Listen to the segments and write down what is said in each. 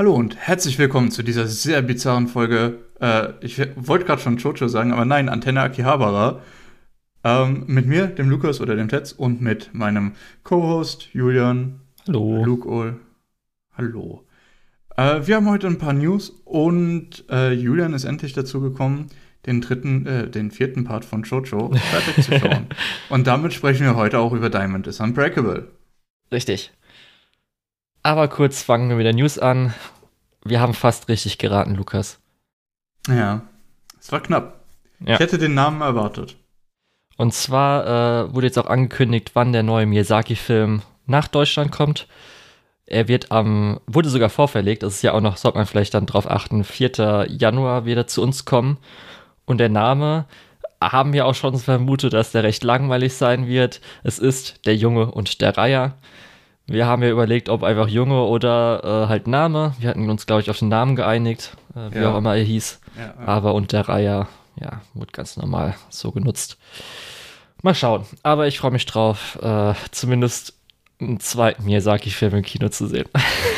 Hallo und herzlich willkommen zu dieser sehr bizarren Folge. Ich wollte gerade schon Jojo sagen, aber nein, Antenne Akihabara. Mit mir, dem Lukas oder dem Tetz und mit meinem Co-Host Julian. Hallo. Luke Ol. Hallo. Wir haben heute ein paar News und Julian ist endlich dazu gekommen, den vierten Part von Jojo fertig zu schauen. Und damit sprechen wir heute auch über Diamond is Unbreakable. Richtig. Aber kurz fangen wir mit der News an. Wir haben fast richtig geraten, Lukas. Ja, es war knapp. Ja. Ich hätte den Namen erwartet. Und zwar wurde jetzt auch angekündigt, wann der neue Miyazaki-Film nach Deutschland kommt. Er wurde sogar vorverlegt, das ist ja auch noch, sollte man vielleicht dann drauf achten, 4. Januar wird er zu uns kommen. Und der Name haben wir auch schon vermutet, dass der recht langweilig sein wird. Es ist Der Junge und der Reiher. Wir haben ja überlegt, ob einfach Junge oder halt Name. Wir hatten uns, glaube ich, auf den Namen geeinigt, wie auch immer er hieß. Ja. Aber und der Reiher, ja, wird ganz normal so genutzt. Mal schauen. Aber ich freue mich drauf, zumindest einen zweiten Miyazaki-Film im Kino zu sehen.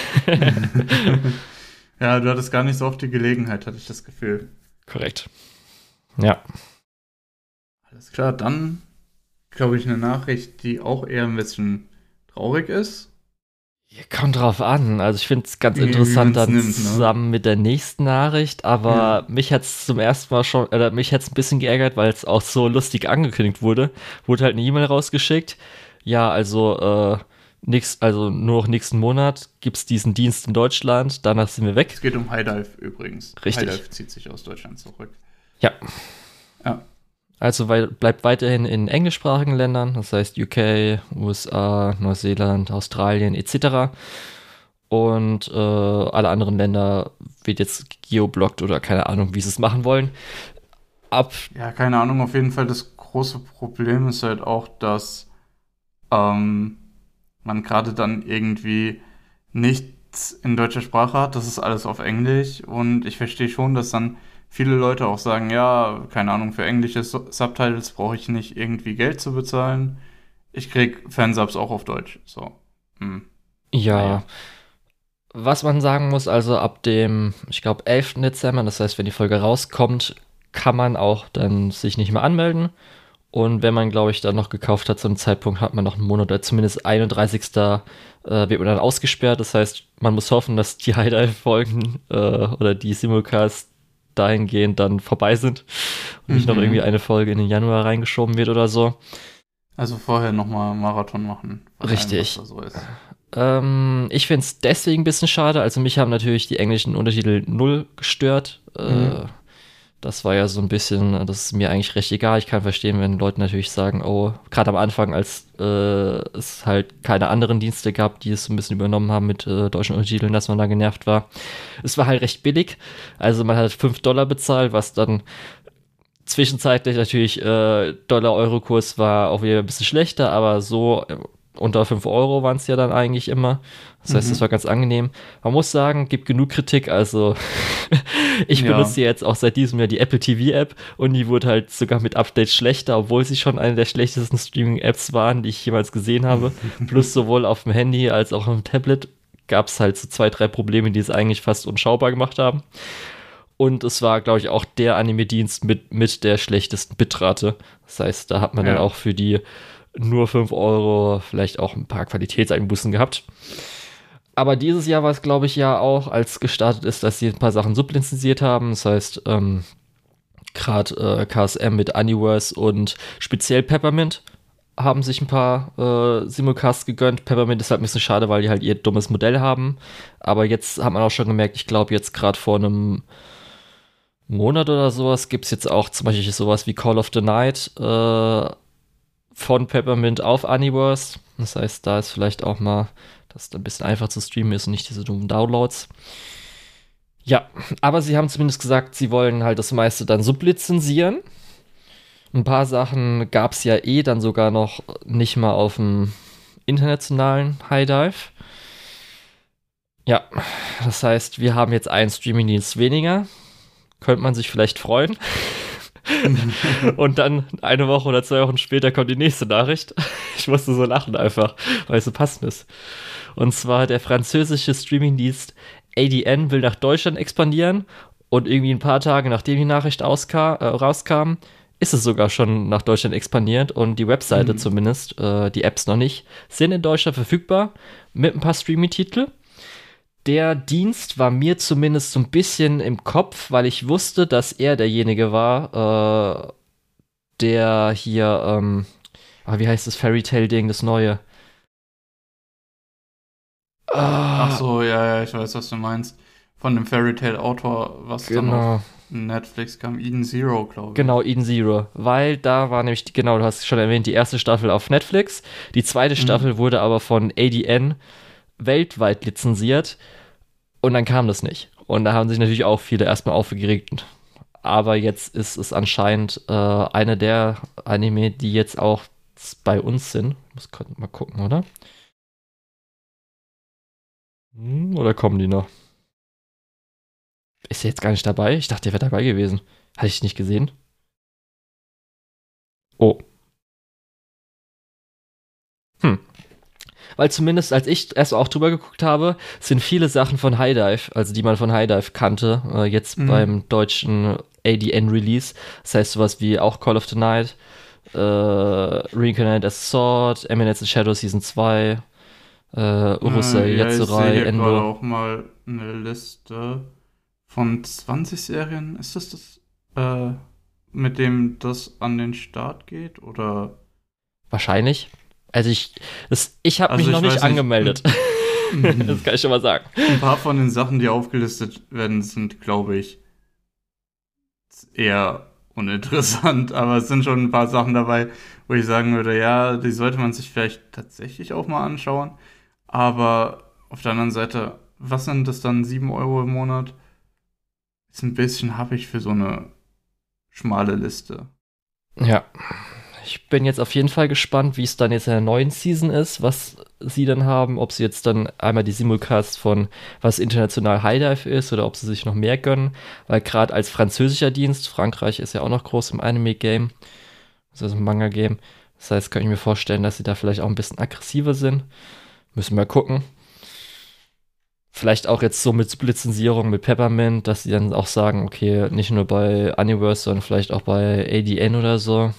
Ja, du hattest gar nicht so oft die Gelegenheit, hatte ich das Gefühl. Korrekt. Ja. Alles klar, dann glaube ich eine Nachricht, die auch eher ein bisschen traurig ist. Kommt drauf an. Also ich finde es ganz Wie interessant man's dann nimmt, ne? zusammen mit der nächsten Nachricht, aber mich hat es zum ersten Mal schon, mich hat es ein bisschen geärgert, weil es auch so lustig angekündigt wurde. Wurde halt eine E-Mail rausgeschickt. Ja, also nur noch nächsten Monat gibt es diesen Dienst in Deutschland, danach sind wir weg. Es geht um High Dive übrigens. Richtig. High Dive zieht sich aus Deutschland zurück. Ja. Ja. Also bleibt weiterhin in englischsprachigen Ländern, das heißt UK, USA, Neuseeland, Australien etc. Und alle anderen Länder wird jetzt geoblockt oder keine Ahnung, wie sie es machen wollen. Ja, keine Ahnung, auf jeden Fall das große Problem ist halt auch, dass man gerade dann irgendwie nichts in deutscher Sprache hat. Das ist alles auf Englisch und ich verstehe schon, dass dann viele Leute auch sagen, ja, keine Ahnung, für englische Subtitles brauche ich nicht irgendwie Geld zu bezahlen. Ich krieg Fansubs auch auf Deutsch. So. Ja. Naja. Was man sagen muss, also ab dem, ich glaube, 11. Dezember, das heißt, wenn die Folge rauskommt, kann man auch dann sich nicht mehr anmelden. Und wenn man, glaube ich, dann noch gekauft hat zu einem Zeitpunkt, hat man noch einen Monat oder zumindest 31. Wird man dann ausgesperrt. Das heißt, man muss hoffen, dass die Highlight-Folgen oder die Simulcasts dahingehend dann vorbei sind und nicht noch irgendwie eine Folge in den Januar reingeschoben wird oder so. Also vorher nochmal Marathon machen. Richtig. Was da so ist. Ich finde es deswegen ein bisschen schade. Also mich haben natürlich die englischen Untertitel null gestört. Das war ja so ein bisschen, das ist mir eigentlich recht egal. Ich kann verstehen, wenn Leute natürlich sagen, oh, gerade am Anfang, als es halt keine anderen Dienste gab, die es so ein bisschen übernommen haben mit deutschen Untertiteln, dass man da genervt war. Es war halt recht billig. Also man hat $5 bezahlt, was dann zwischenzeitlich natürlich Dollar-Euro-Kurs war auch wieder ein bisschen schlechter, aber so unter 5 Euro waren es ja dann eigentlich immer. Das heißt, das war ganz angenehm. Man muss sagen, gibt genug Kritik. Also ich benutze jetzt auch seit diesem Jahr die Apple TV-App und die wurde halt sogar mit Updates schlechter, obwohl sie schon eine der schlechtesten Streaming-Apps waren, die ich jemals gesehen habe. Plus sowohl auf dem Handy als auch auf dem Tablet gab es halt so 2, 3 Probleme, die es eigentlich fast unschaubar gemacht haben. Und es war, glaube ich, auch der Anime-Dienst mit der schlechtesten Bitrate. Das heißt, da hat man dann auch für die nur 5 Euro vielleicht auch ein paar Qualitätseinbußen gehabt. Aber dieses Jahr war es, glaube ich, ja auch, als gestartet ist, dass sie ein paar Sachen sublizenziert haben. Das heißt, gerade KSM mit Universe und speziell Peppermint haben sich ein paar Simulcasts gegönnt. Peppermint ist halt ein bisschen schade, weil die halt ihr dummes Modell haben. Aber jetzt hat man auch schon gemerkt, ich glaube jetzt gerade vor einem Monat oder sowas gibt es jetzt auch zum Beispiel sowas wie Call of the Night von Peppermint auf Universe. Das heißt, da ist vielleicht auch mal, dass es ein bisschen einfach zu streamen ist und nicht diese dummen Downloads. Ja, aber sie haben zumindest gesagt, sie wollen halt das meiste dann sublizenzieren. Ein paar Sachen gab es ja dann sogar noch nicht mal auf dem internationalen High Dive. Ja, das heißt, wir haben jetzt einen Streamingdienst weniger. Könnte man sich vielleicht freuen. Und dann eine Woche oder 2 Wochen später kommt die nächste Nachricht. Ich musste so lachen einfach, weil es so passend ist. Und zwar der französische Streamingdienst ADN will nach Deutschland expandieren und irgendwie ein paar Tage nachdem die Nachricht rauskam, ist es sogar schon nach Deutschland expandiert und die Webseite zumindest, die Apps noch nicht, sind in Deutschland verfügbar mit ein paar Streaming-Titel. Der Dienst war mir zumindest so ein bisschen im Kopf, weil ich wusste, dass er derjenige war, der hier, wie heißt das Fairy Tail Ding, das neue? Ach so, ja, ich weiß, was du meinst. Von dem Fairy Tail Autor, was dann auf Netflix kam, Eden Zero, glaube ich. Genau, Eden Zero, weil da war nämlich, genau, du hast schon erwähnt, die erste Staffel auf Netflix, die zweite Staffel wurde aber von ADN weltweit lizenziert und dann kam das nicht. Und da haben sich natürlich auch viele erstmal aufgeregt. Aber jetzt ist es anscheinend eine der Anime, die jetzt auch bei uns sind. Ich muss gerade mal gucken, oder? Oder kommen die noch? Ist er jetzt gar nicht dabei? Ich dachte, der wäre dabei gewesen. Hatte ich nicht gesehen? Oh. Weil zumindest, als ich erst auch drüber geguckt habe, sind viele Sachen von High Dive, also die man von High Dive kannte, jetzt beim deutschen ADN-Release. Das heißt sowas wie auch Call of the Night, Reincarnate as Sword, Eminence in Shadow Season 2, Urusei, Yazurai, Ich sehe Endo. gerade auch mal eine Liste von 20 Serien. Ist das mit dem das an den Start geht? Oder? Wahrscheinlich. Also ich habe mich noch nicht angemeldet. Das kann ich schon mal sagen. Ein paar von den Sachen, die aufgelistet werden, sind, glaube ich, eher uninteressant. Aber es sind schon ein paar Sachen dabei, wo ich sagen würde, ja, die sollte man sich vielleicht tatsächlich auch mal anschauen. Aber auf der anderen Seite, was sind das dann, 7 Euro im Monat? Ist ein bisschen happig für so eine schmale Liste. Ja. Ich bin jetzt auf jeden Fall gespannt, wie es dann jetzt in der neuen Season ist, was sie dann haben, ob sie jetzt dann einmal die Simulcasts von was international High Dive ist oder ob sie sich noch mehr gönnen, weil gerade als französischer Dienst, Frankreich ist ja auch noch groß im Anime-Game, also im Manga-Game, das heißt, kann ich mir vorstellen, dass sie da vielleicht auch ein bisschen aggressiver sind. Müssen wir gucken. Vielleicht auch jetzt so mit Lizenzierung mit Peppermint, dass sie dann auch sagen, okay, nicht nur bei Universe, sondern vielleicht auch bei ADN oder so.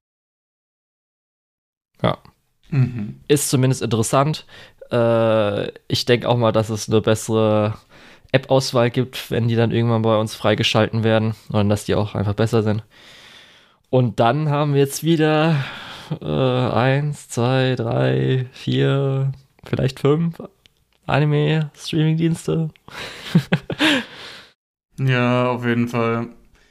Ja. Ist zumindest interessant. Ich denke auch mal, dass es eine bessere App-Auswahl gibt, wenn die dann irgendwann bei uns freigeschalten werden. Und dass die auch einfach besser sind. Und dann haben wir jetzt wieder 1, 2, 3, 4, vielleicht 5 Anime-Streaming-Dienste. Ja, auf jeden Fall.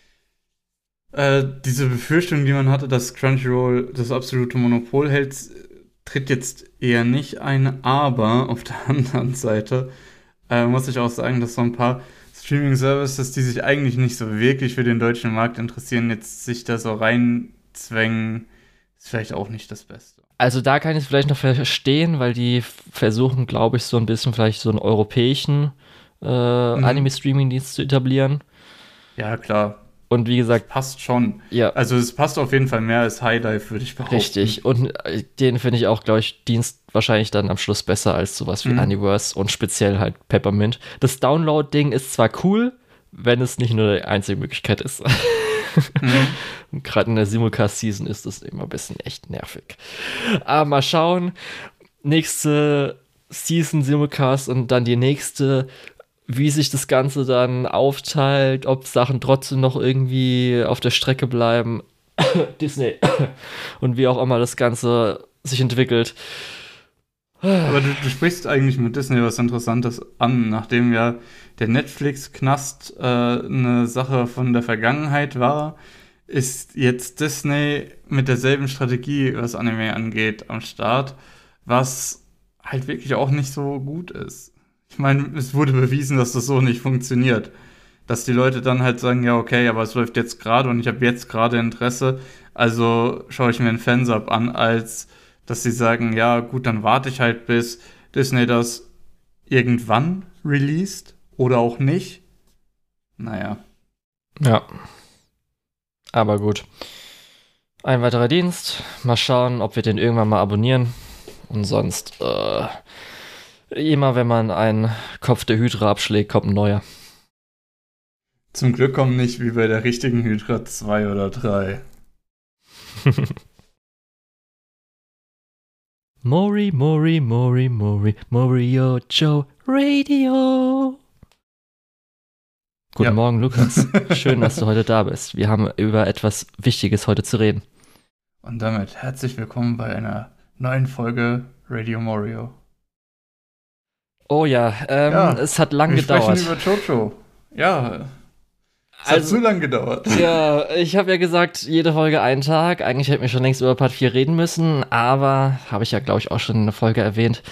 Diese Befürchtung, die man hatte, dass Crunchyroll das absolute Monopol hält, tritt jetzt eher nicht ein, aber auf der anderen Seite muss ich auch sagen, dass so ein paar Streaming-Services, die sich eigentlich nicht so wirklich für den deutschen Markt interessieren, jetzt sich da so reinzwängen, ist vielleicht auch nicht das Beste. Also da kann ich es vielleicht noch verstehen, weil die versuchen, glaube ich, so ein bisschen vielleicht so einen europäischen Anime-Streaming-Dienst zu etablieren. Ja, klar. Und wie gesagt, das passt schon. Ja. Also es passt auf jeden Fall mehr als High Dive, würde ich behaupten. Richtig. Und den finde ich auch, glaube ich, Dienst wahrscheinlich dann am Schluss besser als sowas wie Universe und speziell halt Peppermint. Das Download-Ding ist zwar cool, wenn es nicht nur die einzige Möglichkeit ist. Gerade in der Simulcast-Season ist das immer ein bisschen echt nervig. Aber mal schauen. Nächste Season Simulcast und dann die nächste, wie sich das Ganze dann aufteilt, ob Sachen trotzdem noch irgendwie auf der Strecke bleiben. Disney. Und wie auch immer das Ganze sich entwickelt. Aber du sprichst eigentlich mit Disney was Interessantes an, nachdem ja der Netflix-Knast eine Sache von der Vergangenheit war, ist jetzt Disney mit derselben Strategie, was Anime angeht, am Start, was halt wirklich auch nicht so gut ist. Ich meine, es wurde bewiesen, dass das so nicht funktioniert. Dass die Leute dann halt sagen, ja okay, aber es läuft jetzt gerade und ich habe jetzt gerade Interesse, also schaue ich mir einen Fansub an, als dass sie sagen, ja gut, dann warte ich halt, bis Disney das irgendwann released oder auch nicht. Naja. Ja. Aber gut. Ein weiterer Dienst. Mal schauen, ob wir den irgendwann mal abonnieren. Und sonst Immer wenn man einen Kopf der Hydra abschlägt, kommt ein neuer. Zum Glück kommen nicht wie bei der richtigen Hydra 2 oder 3. Mori, Mori, Mori, Mori, Morio Joe Radio. Guten Morgen, Lukas. Schön, dass du heute da bist. Wir haben über etwas Wichtiges heute zu reden. Und damit herzlich willkommen bei einer neuen Folge Radio Morio. Oh ja, es hat lang gedauert. Wir sprechen über Jojo. Ja, es hat zu lang gedauert. Ja, ich habe ja gesagt, jede Folge einen Tag. Eigentlich hätten wir schon längst über Part 4 reden müssen, aber habe ich ja, glaube ich, auch schon in der Folge erwähnt.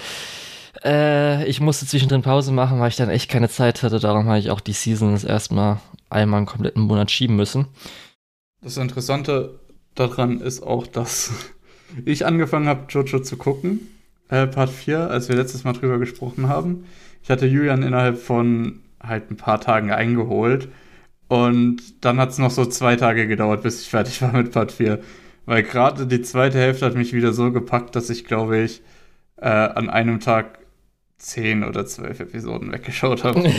Ich musste zwischendrin Pause machen, weil ich dann echt keine Zeit hatte. Darum habe ich auch die Seasons erstmal einmal einen kompletten Monat schieben müssen. Das Interessante daran ist auch, dass ich angefangen habe, Jojo zu gucken. Part 4, als wir letztes Mal drüber gesprochen haben. Ich hatte Julian innerhalb von halt ein paar Tagen eingeholt. Und dann hat es noch so 2 Tage gedauert, bis ich fertig war mit Part 4. Weil gerade die zweite Hälfte hat mich wieder so gepackt, dass ich, glaube ich, an einem Tag 10 oder 12 Episoden weggeschaut habe.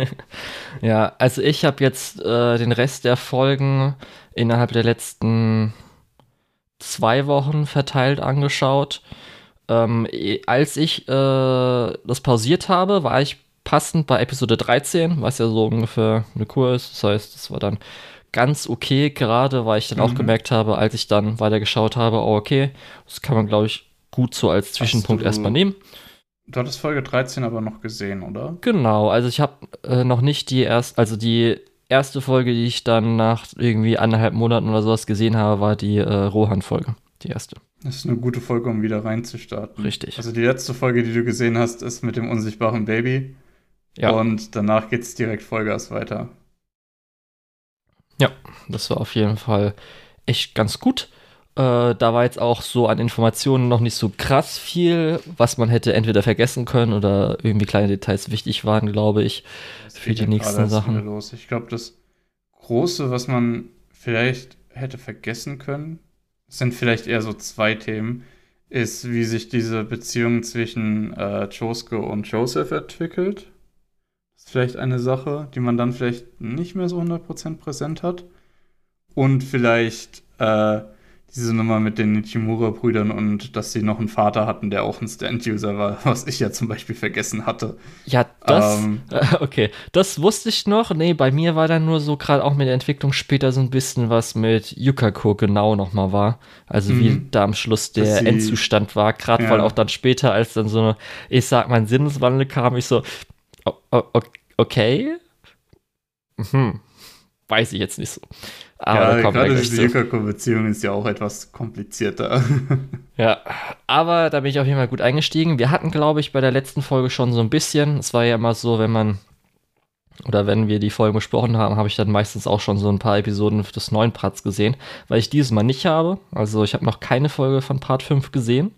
Ja, also ich habe jetzt den Rest der Folgen innerhalb der letzten 2 Wochen verteilt angeschaut. Als ich das pausiert habe, war ich passend bei Episode 13, was ja so ungefähr eine Kur ist. Das heißt, das war dann ganz okay, gerade weil ich dann auch gemerkt habe, als ich dann weitergeschaut habe, oh okay, das kann man, glaube ich, gut so als Zwischenpunkt erstmal nehmen. Du hattest Folge 13 aber noch gesehen, oder? Genau, also ich habe noch nicht die erste Folge, die ich dann nach irgendwie 1,5 Monaten oder sowas gesehen habe, war die Rohan-Folge, die erste. Das ist eine gute Folge, um wieder reinzustarten. Richtig. Also die letzte Folge, die du gesehen hast, ist mit dem unsichtbaren Baby. Ja. Und danach geht's direkt Vollgas weiter. Ja, das war auf jeden Fall echt ganz gut. Da war jetzt auch so an Informationen noch nicht so krass viel, was man hätte entweder vergessen können oder irgendwie kleine Details wichtig waren, glaube ich, für die nächsten Sachen. Los. Ich glaube, das Große, was man vielleicht hätte vergessen können, sind vielleicht eher so 2 Themen, ist, wie sich diese Beziehung zwischen Josuke und Joseph entwickelt. Das ist vielleicht eine Sache, die man dann vielleicht nicht mehr so 100% präsent hat. Und vielleicht diese Nummer mit den Nichimura-Brüdern und dass sie noch einen Vater hatten, der auch ein Stand-User war, was ich ja zum Beispiel vergessen hatte. Ja, das, okay, das wusste ich noch. Nee, bei mir war dann nur so gerade auch mit der Entwicklung später so ein bisschen was mit Yukako genau nochmal war. Also wie da am Schluss der Endzustand war, gerade weil auch dann später, als dann so eine, ich sag mal, ein Sinneswandel kam, ich so, okay, weiß ich jetzt nicht so. Aber ja, gerade diese Yukako-Beziehung ist ja auch etwas komplizierter. Ja, aber da bin ich auf jeden Fall gut eingestiegen. Wir hatten, glaube ich, bei der letzten Folge schon so ein bisschen, es war ja immer so, wenn wir die Folgen besprochen haben, habe ich dann meistens auch schon so ein paar Episoden des neuen Parts gesehen, weil ich dieses Mal nicht habe. Also ich habe noch keine Folge von Part 5 gesehen.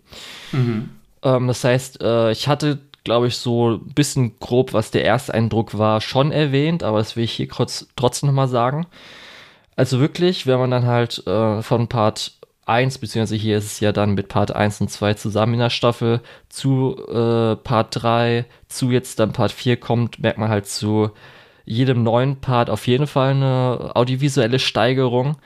Das heißt, ich hatte, glaube ich, so ein bisschen grob, was der erste Eindruck war, schon erwähnt, aber das will ich hier trotzdem nochmal sagen. Also wirklich, wenn man dann halt von Part 1, beziehungsweise hier ist es ja dann mit Part 1 und 2 zusammen in der Staffel, zu Part 3, zu jetzt dann Part 4 kommt, merkt man halt zu jedem neuen Part auf jeden Fall eine audiovisuelle Steigerung.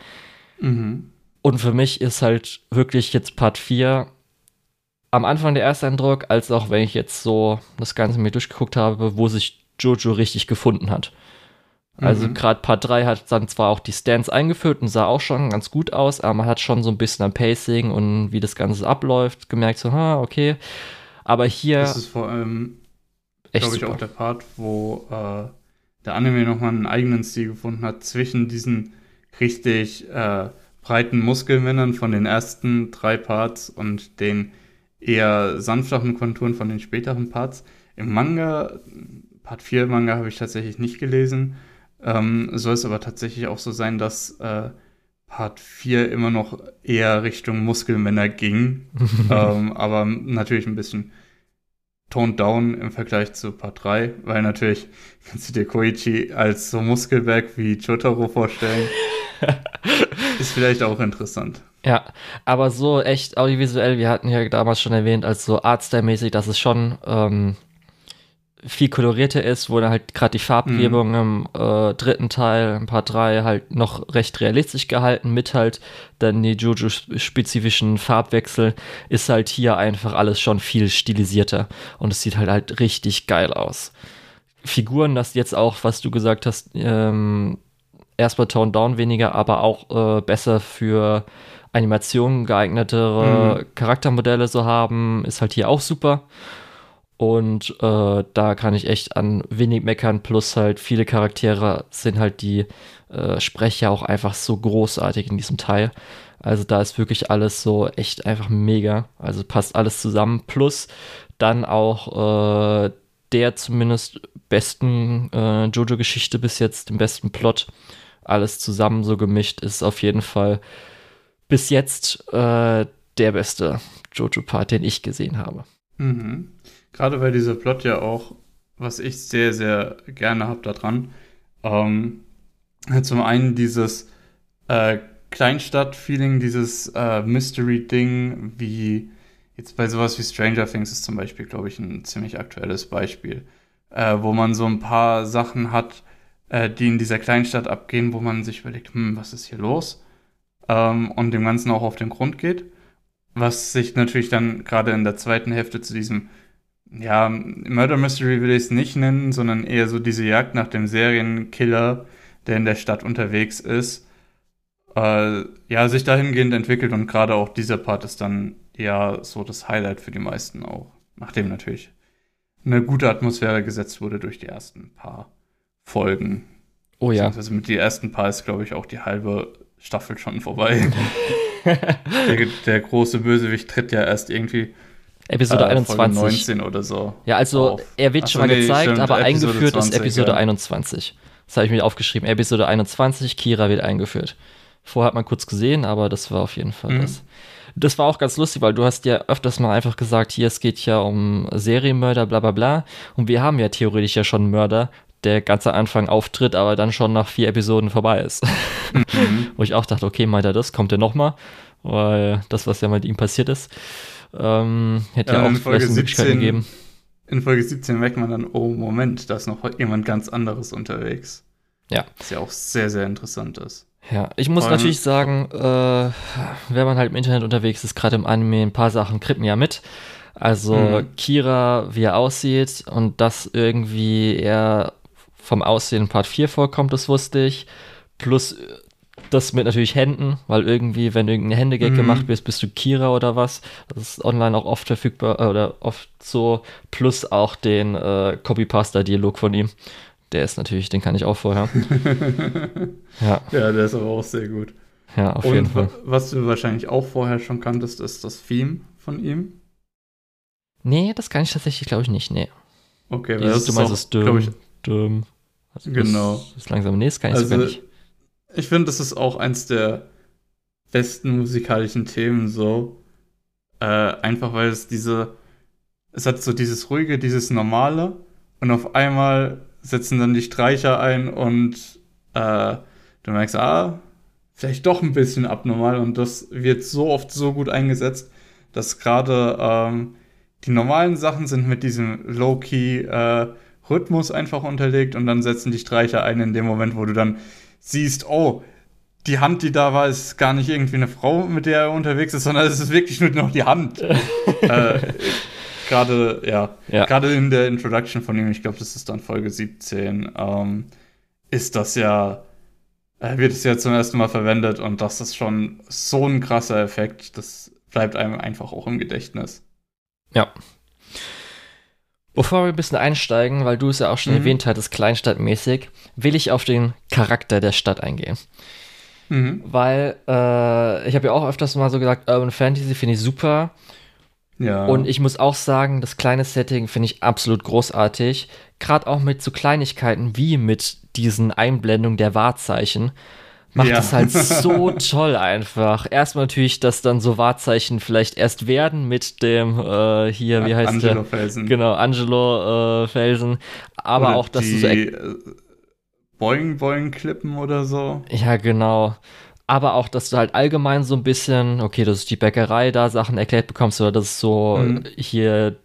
Und für mich ist halt wirklich jetzt Part 4 am Anfang der erste Eindruck, als auch wenn ich jetzt so das Ganze mir durchgeguckt habe, wo sich Jojo richtig gefunden hat. Also gerade Part 3 hat dann zwar auch die Stands eingeführt und sah auch schon ganz gut aus, aber man hat schon so ein bisschen am Pacing und wie das Ganze abläuft gemerkt, so, okay. Aber hier... Das ist vor allem, glaube ich, auch der Part, wo der Anime nochmal einen eigenen Stil gefunden hat zwischen diesen richtig breiten Muskelmännern von den ersten 3 Parts und den eher sanfteren Konturen von den späteren Parts. Im Manga, Part 4 Manga habe ich tatsächlich nicht gelesen, soll es aber tatsächlich auch so sein, dass Part 4 immer noch eher Richtung Muskelmänner ging, aber natürlich ein bisschen toned down im Vergleich zu Part 3, weil natürlich kannst du dir Koichi als so Muskelberg wie Jotaro vorstellen. Ist vielleicht auch interessant. Ja, aber so echt audiovisuell, wir hatten ja damals schon erwähnt, als so Artstyle-mäßig, das ist schon viel kolorierter ist, wo dann halt gerade die Farbgebung im dritten Teil, im Part 3, halt noch recht realistisch gehalten, mit halt dann die JoJo-spezifischen Farbwechsel, ist halt hier einfach alles schon viel stilisierter und es sieht halt richtig geil aus. Figuren, das jetzt auch, was du gesagt hast, erstmal Tone Down weniger, aber auch besser für Animationen geeignetere Charaktermodelle so haben, ist halt hier auch super. Und da kann ich echt an wenig meckern, plus halt viele Charaktere sind halt die Sprecher auch einfach so großartig in diesem Teil. Also da ist wirklich alles so echt einfach mega. Also passt alles zusammen. Plus dann auch der zumindest besten JoJo-Geschichte bis jetzt, den besten Plot. Alles zusammen so gemischt ist auf jeden Fall bis jetzt der beste JoJo-Part, den ich gesehen habe. Mhm. Gerade weil dieser Plot ja auch, was ich sehr, sehr gerne habe daran, zum einen dieses Kleinstadt-Feeling, dieses Mystery-Ding, wie jetzt bei sowas wie Stranger Things ist zum Beispiel, glaube ich, ein ziemlich aktuelles Beispiel, wo man so ein paar Sachen hat, die in dieser Kleinstadt abgehen, wo man sich überlegt, was ist hier los? Und dem Ganzen auch auf den Grund geht. Was sich natürlich dann gerade in der zweiten Hälfte zu diesem Murder Mystery will ich es nicht nennen, sondern eher so diese Jagd nach dem Serienkiller, der in der Stadt unterwegs ist, sich dahingehend entwickelt und gerade auch dieser Part ist dann so das Highlight für die meisten auch. Nachdem natürlich eine gute Atmosphäre gesetzt wurde durch die ersten paar Folgen. Oh ja. Also mit den ersten paar ist, glaube ich, auch die halbe Staffel schon vorbei. der große Bösewicht tritt ja erst irgendwie Episode 21. Folge 19 oder so. Ja, also auf. Er wird schon mal gezeigt, stimmt, aber Episode eingeführt 20, ist Episode 21. Das habe ich mir aufgeschrieben. Episode 21, Kira wird eingeführt. Vorher hat man kurz gesehen, aber das war auf jeden Fall das. Das war auch ganz lustig, weil du hast ja öfters mal einfach gesagt, hier, es geht ja um Serienmörder, bla bla bla. Und wir haben ja theoretisch ja schon einen Mörder, der ganz am Anfang auftritt, aber dann schon nach 4 Episoden vorbei ist. Wo ich auch dachte, okay, meint er das? Kommt er nochmal? Weil das, was ja mal ihm passiert ist, hätte ja auch vielleicht eine Möglichkeit gegeben. In Folge 17 merkt man dann, oh Moment, da ist noch jemand ganz anderes unterwegs. Ja. Was ja auch sehr, sehr interessant ist. Ja, ich muss natürlich sagen, wenn man halt im Internet unterwegs ist, gerade im Anime, ein paar Sachen kriegt man ja mit. Also Kira, wie er aussieht und dass irgendwie er vom Aussehen Part 4 vorkommt, das wusste ich. Plus das mit natürlich Händen, weil irgendwie, wenn irgendein Händegag gemacht wird, bist du Kira oder was. Das ist online auch oft verfügbar oder oft so. Plus auch den Copypasta-Dialog von ihm. Der ist natürlich, den kann ich auch vorher. Ja, der ist aber auch sehr gut. Ja, auf jeden Fall. Was du wahrscheinlich auch vorher schon kanntest, ist das Theme von ihm. Nee, das kann ich tatsächlich, glaube ich, nicht. Nee. Okay, weil das ist auch, glaube ich, dumm. Also genau. Das ist langsam, nee, das kann ich sogar nicht. Ich finde, das ist auch eins der besten musikalischen Themen so. Einfach weil es hat so dieses Ruhige, dieses Normale und auf einmal setzen dann die Streicher ein und du merkst, vielleicht doch ein bisschen abnormal und das wird so oft so gut eingesetzt, dass gerade die normalen Sachen sind mit diesem Low-Key Rhythmus einfach unterlegt und dann setzen die Streicher ein in dem Moment, wo du dann siehst, oh, die Hand, die da war, ist gar nicht irgendwie eine Frau, mit der er unterwegs ist, sondern es ist wirklich nur noch die Hand. Gerade in der Introduction von ihm, ich glaube, das ist dann Folge 17, ist das ja, wird es ja zum ersten Mal verwendet und das ist schon so ein krasser Effekt, das bleibt einem einfach auch im Gedächtnis. Ja. Bevor wir ein bisschen einsteigen, weil du es ja auch schon erwähnt hattest, kleinstadtmäßig, will ich auf den Charakter der Stadt eingehen. Weil ich habe ja auch öfters mal so gesagt, Urban Fantasy finde ich super. Ja. Und ich muss auch sagen, das kleine Setting finde ich absolut großartig. Gerade auch mit so Kleinigkeiten wie mit diesen Einblendungen der Wahrzeichen. Macht es halt so toll einfach. Erstmal natürlich, dass dann so Wahrzeichen vielleicht erst werden mit dem, hier, wie heißt Angelo Felsen. Genau, Angelo Felsen. Aber oder auch, dass die, du so Boing-Boing-Klippen oder so. Ja, genau. Aber auch, dass du halt allgemein so ein bisschen, okay, das ist die Bäckerei, da Sachen erklärt bekommst oder das ist so hier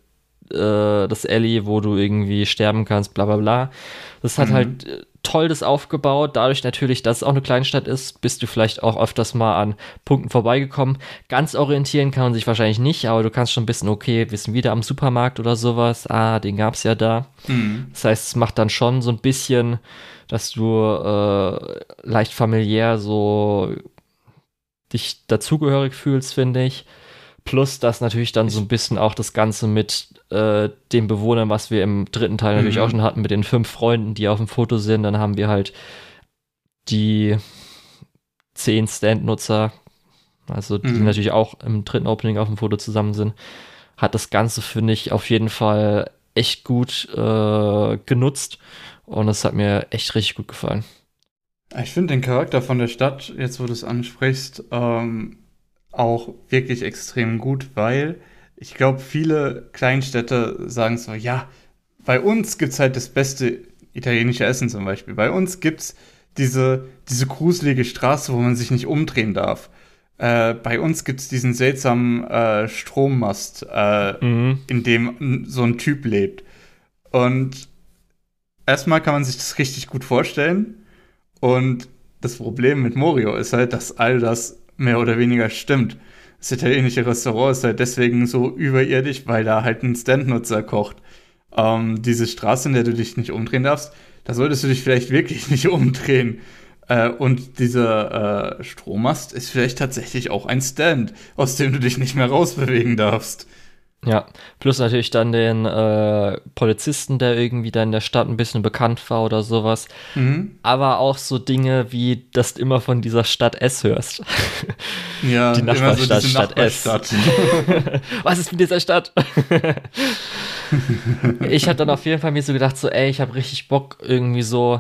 das Alley, wo du irgendwie sterben kannst, bla bla bla. Das hat halt toll das aufgebaut. Dadurch natürlich, dass es auch eine Kleinstadt ist, bist du vielleicht auch öfters mal an Punkten vorbeigekommen. Ganz orientieren kann man sich wahrscheinlich nicht, aber du kannst schon ein bisschen, okay, wir sind wieder am Supermarkt oder sowas. Ah, den gab's ja da. Das heißt, es macht dann schon so ein bisschen, dass du leicht familiär so dich dazugehörig fühlst, finde ich. Plus, dass natürlich dann so ein bisschen auch das Ganze mit den Bewohnern, was wir im dritten Teil natürlich auch schon hatten, mit den 5 Freunden, die auf dem Foto sind. Dann haben wir halt die 10 Stand-Nutzer, also die natürlich auch im dritten Opening auf dem Foto zusammen sind. Hat das Ganze, finde ich, auf jeden Fall echt gut genutzt. Und das hat mir echt richtig gut gefallen. Ich finde den Charakter von der Stadt, jetzt wo du es ansprichst, auch wirklich extrem gut, weil ich glaube, viele Kleinstädte sagen so, ja, bei uns gibt's halt das beste italienische Essen zum Beispiel. Bei uns gibt's diese gruselige Straße, wo man sich nicht umdrehen darf. Bei uns gibt's diesen seltsamen Strommast, in dem so ein Typ lebt. Und erstmal kann man sich das richtig gut vorstellen. Und das Problem mit Morio ist halt, dass all das mehr oder weniger stimmt. Das italienische Restaurant ist halt deswegen so überirdisch, weil da halt ein Stand-Nutzer kocht. Diese Straße, in der du dich nicht umdrehen darfst, da solltest du dich vielleicht wirklich nicht umdrehen. Und dieser Strommast ist vielleicht tatsächlich auch ein Stand, aus dem du dich nicht mehr rausbewegen darfst. Ja, plus natürlich dann den Polizisten, der irgendwie da in der Stadt ein bisschen bekannt war oder sowas. Aber auch so Dinge wie, dass du immer von dieser Stadt S hörst. Ja, die Nachbarstadt, so Stadt S. Was ist mit dieser Stadt? Ich habe dann auf jeden Fall mir so gedacht, so, ey, ich habe richtig Bock, irgendwie so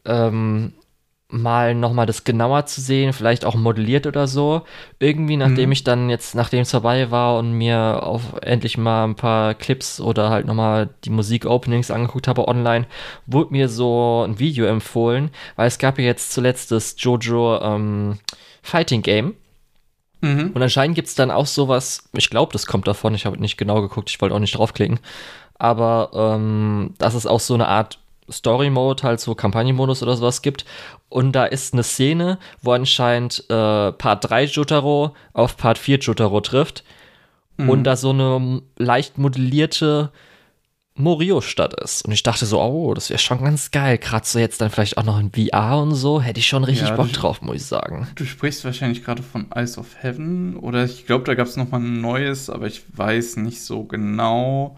mal nochmal das genauer zu sehen, vielleicht auch modelliert oder so. Irgendwie, nachdem es vorbei war und mir endlich mal ein paar Clips oder halt nochmal die Musik-Openings angeguckt habe online, wurde mir so ein Video empfohlen, weil es gab ja jetzt zuletzt das JoJo Fighting Game. Und anscheinend gibt es dann auch sowas, ich glaube, das kommt davon, ich habe nicht genau geguckt, ich wollte auch nicht draufklicken, aber dass es auch so eine Art Story-Mode, halt so Kampagnenmodus oder sowas gibt. Und da ist eine Szene, wo anscheinend Part 3 Jotaro auf Part 4 Jotaro trifft und da so eine leicht modellierte Morio-Stadt ist. Und ich dachte so, oh, das wäre schon ganz geil. Gerade so jetzt dann vielleicht auch noch in VR und so. Hätte ich schon richtig Bock drauf, muss ich sagen. Du sprichst wahrscheinlich gerade von Eyes of Heaven oder ich glaube, da gab es noch mal ein neues, aber ich weiß nicht so genau,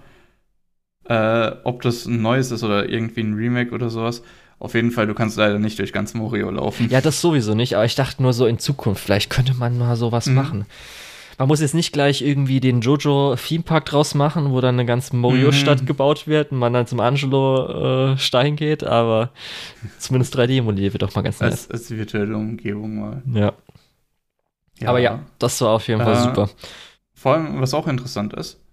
ob das ein neues ist oder irgendwie ein Remake oder sowas. Auf jeden Fall, du kannst leider nicht durch ganz Morio laufen. Ja, das sowieso nicht, aber ich dachte nur so in Zukunft, vielleicht könnte man mal sowas machen. Man muss jetzt nicht gleich irgendwie den Jojo-Theme-Park draus machen, wo dann eine ganze Morio-Stadt gebaut wird und man dann zum Angelo-Stein geht, aber zumindest 3D-Modelliert wird doch mal ganz nice. Als virtuelle Umgebung mal. Ja. Aber ja, das war auf jeden Fall super. Vor allem, was auch interessant ist,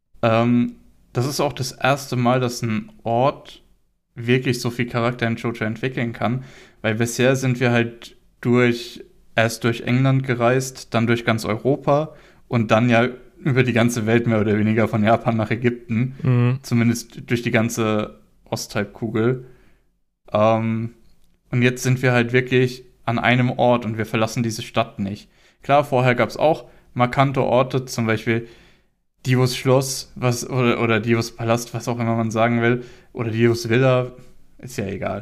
das ist auch das erste Mal, dass ein Ort wirklich so viel Charakter in JoJo entwickeln kann, weil bisher sind wir halt erst durch England gereist, dann durch ganz Europa und dann ja über die ganze Welt mehr oder weniger von Japan nach Ägypten, zumindest durch die ganze Osthalbkugel. Und jetzt sind wir halt wirklich an einem Ort und wir verlassen diese Stadt nicht. Klar, vorher gab es auch markante Orte, zum Beispiel Divos Schloss, oder Divos Palast, was auch immer man sagen will, oder Divos Villa, ist ja egal,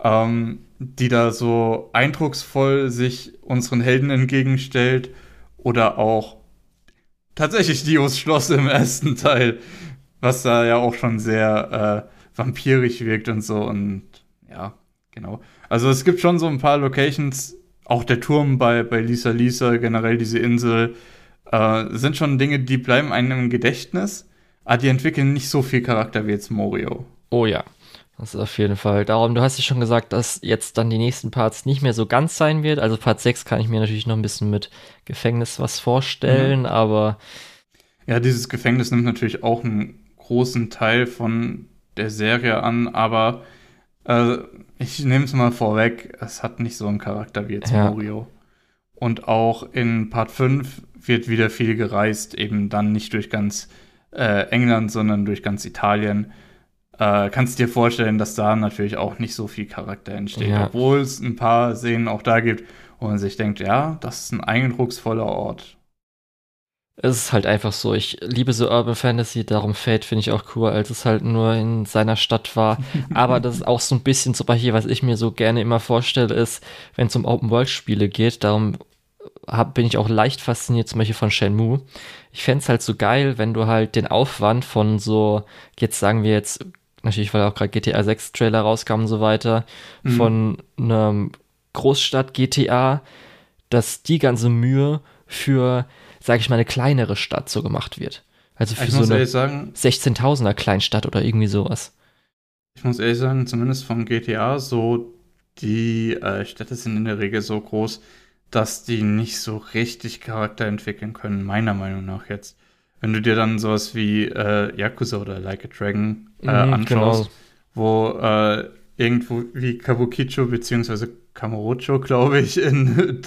die da so eindrucksvoll sich unseren Helden entgegenstellt, oder auch tatsächlich Divos Schloss im ersten Teil, was da ja auch schon sehr vampirisch wirkt und so, und ja, genau. Also es gibt schon so ein paar Locations, auch der Turm bei Lisa Lisa, generell diese Insel, sind schon Dinge, die bleiben einem im Gedächtnis, aber die entwickeln nicht so viel Charakter wie jetzt Morio. Oh ja, das ist auf jeden Fall. Darum, du hast ja schon gesagt, dass jetzt dann die nächsten Parts nicht mehr so ganz sein wird. Also Part 6 kann ich mir natürlich noch ein bisschen mit Gefängnis was vorstellen, aber... Ja, dieses Gefängnis nimmt natürlich auch einen großen Teil von der Serie an, aber ich nehme es mal vorweg, es hat nicht so einen Charakter wie jetzt Morio. Und auch in Part 5 wird wieder viel gereist, eben dann nicht durch ganz England, sondern durch ganz Italien. Kannst dir vorstellen, dass da natürlich auch nicht so viel Charakter entsteht, obwohl es ein paar Szenen auch da gibt, wo man sich denkt, ja, das ist ein eindrucksvoller Ort. Es ist halt einfach so, ich liebe so Urban Fantasy, darum Fate finde ich auch cool, als es halt nur in seiner Stadt war. Aber das ist auch so ein bisschen zum Beispiel, was ich mir so gerne immer vorstelle, ist, wenn es um Open-World-Spiele geht, darum bin ich auch leicht fasziniert, zum Beispiel von Shenmue. Ich fände es halt so geil, wenn du halt den Aufwand von so, jetzt sagen wir jetzt, natürlich, weil auch gerade GTA 6 Trailer rauskam und so weiter, von einem Großstadt-GTA, dass die ganze Mühe für, sage ich mal, eine kleinere Stadt so gemacht wird. Also für so eine 16.000er Kleinstadt oder irgendwie sowas. Ich muss ehrlich sagen, zumindest vom GTA, so die Städte sind in der Regel so groß, dass die nicht so richtig Charakter entwickeln können, meiner Meinung nach jetzt. Wenn du dir dann sowas wie Yakuza oder Like a Dragon anschaust, wo irgendwo wie Kabukicho bzw. Kamurocho, glaube ich, in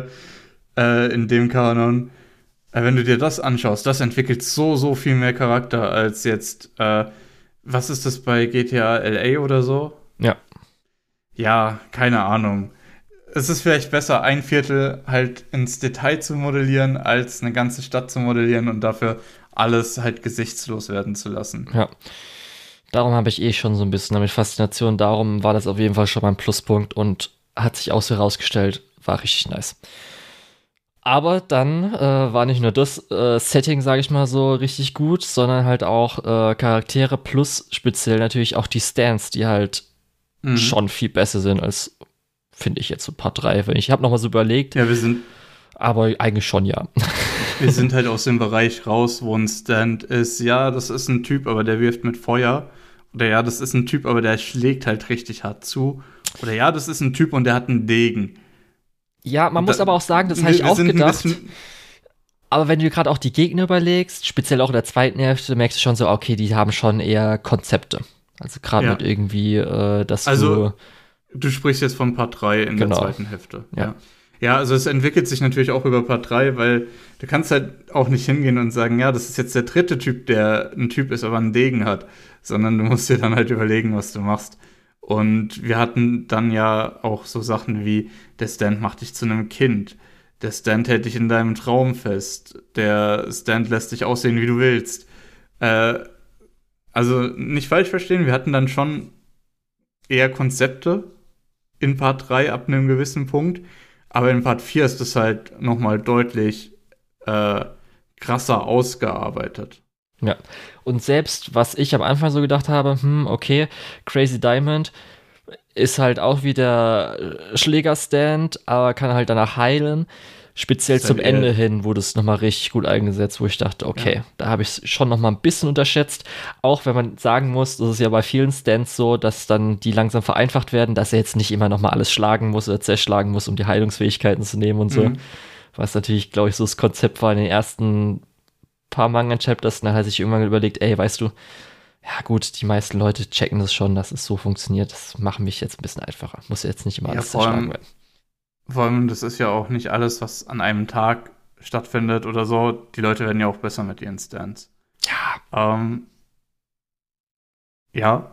dem Kanon, wenn du dir das anschaust, das entwickelt so viel mehr Charakter als jetzt, was ist das bei GTA LA oder so? Ja. Ja, keine Ahnung. Es ist vielleicht besser, ein Viertel halt ins Detail zu modellieren, als eine ganze Stadt zu modellieren und dafür alles halt gesichtslos werden zu lassen. Ja. Darum habe ich schon so ein bisschen damit Faszination. Darum war das auf jeden Fall schon mal ein Pluspunkt und hat sich auch so herausgestellt, war richtig nice. Aber dann war nicht nur das Setting, sage ich mal so, richtig gut, sondern halt auch Charaktere plus speziell natürlich auch die Stands, die halt schon viel besser sind als, finde ich jetzt so Part 3. Ich habe nochmal so überlegt. Ja, aber eigentlich schon, ja. Wir sind halt aus dem Bereich raus, wo ein Stand ist, ja, das ist ein Typ, aber der wirft mit Feuer. Oder ja, das ist ein Typ, aber der schlägt halt richtig hart zu. Oder ja, das ist ein Typ und der hat einen Degen. Ja, man muss aber auch sagen, das habe ich auch gedacht. Aber wenn du gerade auch die Gegner überlegst, speziell auch in der zweiten Hälfte, merkst du schon so, okay, die haben schon eher Konzepte. Also gerade mit irgendwie, dass du sprichst jetzt von Part 3 in der zweiten Hälfte. Ja, also es entwickelt sich natürlich auch über Part 3, weil du kannst halt auch nicht hingehen und sagen, ja, das ist jetzt der dritte Typ, der ein Typ ist, aber einen Degen hat. Sondern du musst dir dann halt überlegen, was du machst. Und wir hatten dann ja auch so Sachen wie, der Stand macht dich zu einem Kind. Der Stand hält dich in deinem Traum fest. Der Stand lässt dich aussehen, wie du willst. Also nicht falsch verstehen, wir hatten dann schon eher Konzepte in Part 3 ab einem gewissen Punkt. Aber in Part 4 ist es halt nochmal deutlich krasser ausgearbeitet. Ja, und selbst, was ich am Anfang so gedacht habe, okay, Crazy Diamond ist halt auch wie der Schlägerstand, aber kann halt danach heilen. Speziell zum Ende hin wurde es nochmal richtig gut eingesetzt, wo ich dachte, okay, da habe ich es schon nochmal ein bisschen unterschätzt. Auch wenn man sagen muss, das ist ja bei vielen Stands so, dass dann die langsam vereinfacht werden, dass er jetzt nicht immer nochmal alles schlagen muss oder zerschlagen muss, um die Heilungsfähigkeiten zu nehmen und so. Was natürlich, glaube ich, so das Konzept war in den ersten paar Manga-Chapters. Dann hat er sich irgendwann überlegt, ey, weißt du, ja gut, die meisten Leute checken das schon, dass es so funktioniert. Das macht mich jetzt ein bisschen einfacher. Muss ja jetzt nicht immer alles zerschlagen werden. Vor allem, das ist ja auch nicht alles, was an einem Tag stattfindet oder so. Die Leute werden ja auch besser mit ihren Stands. Ja. Ja.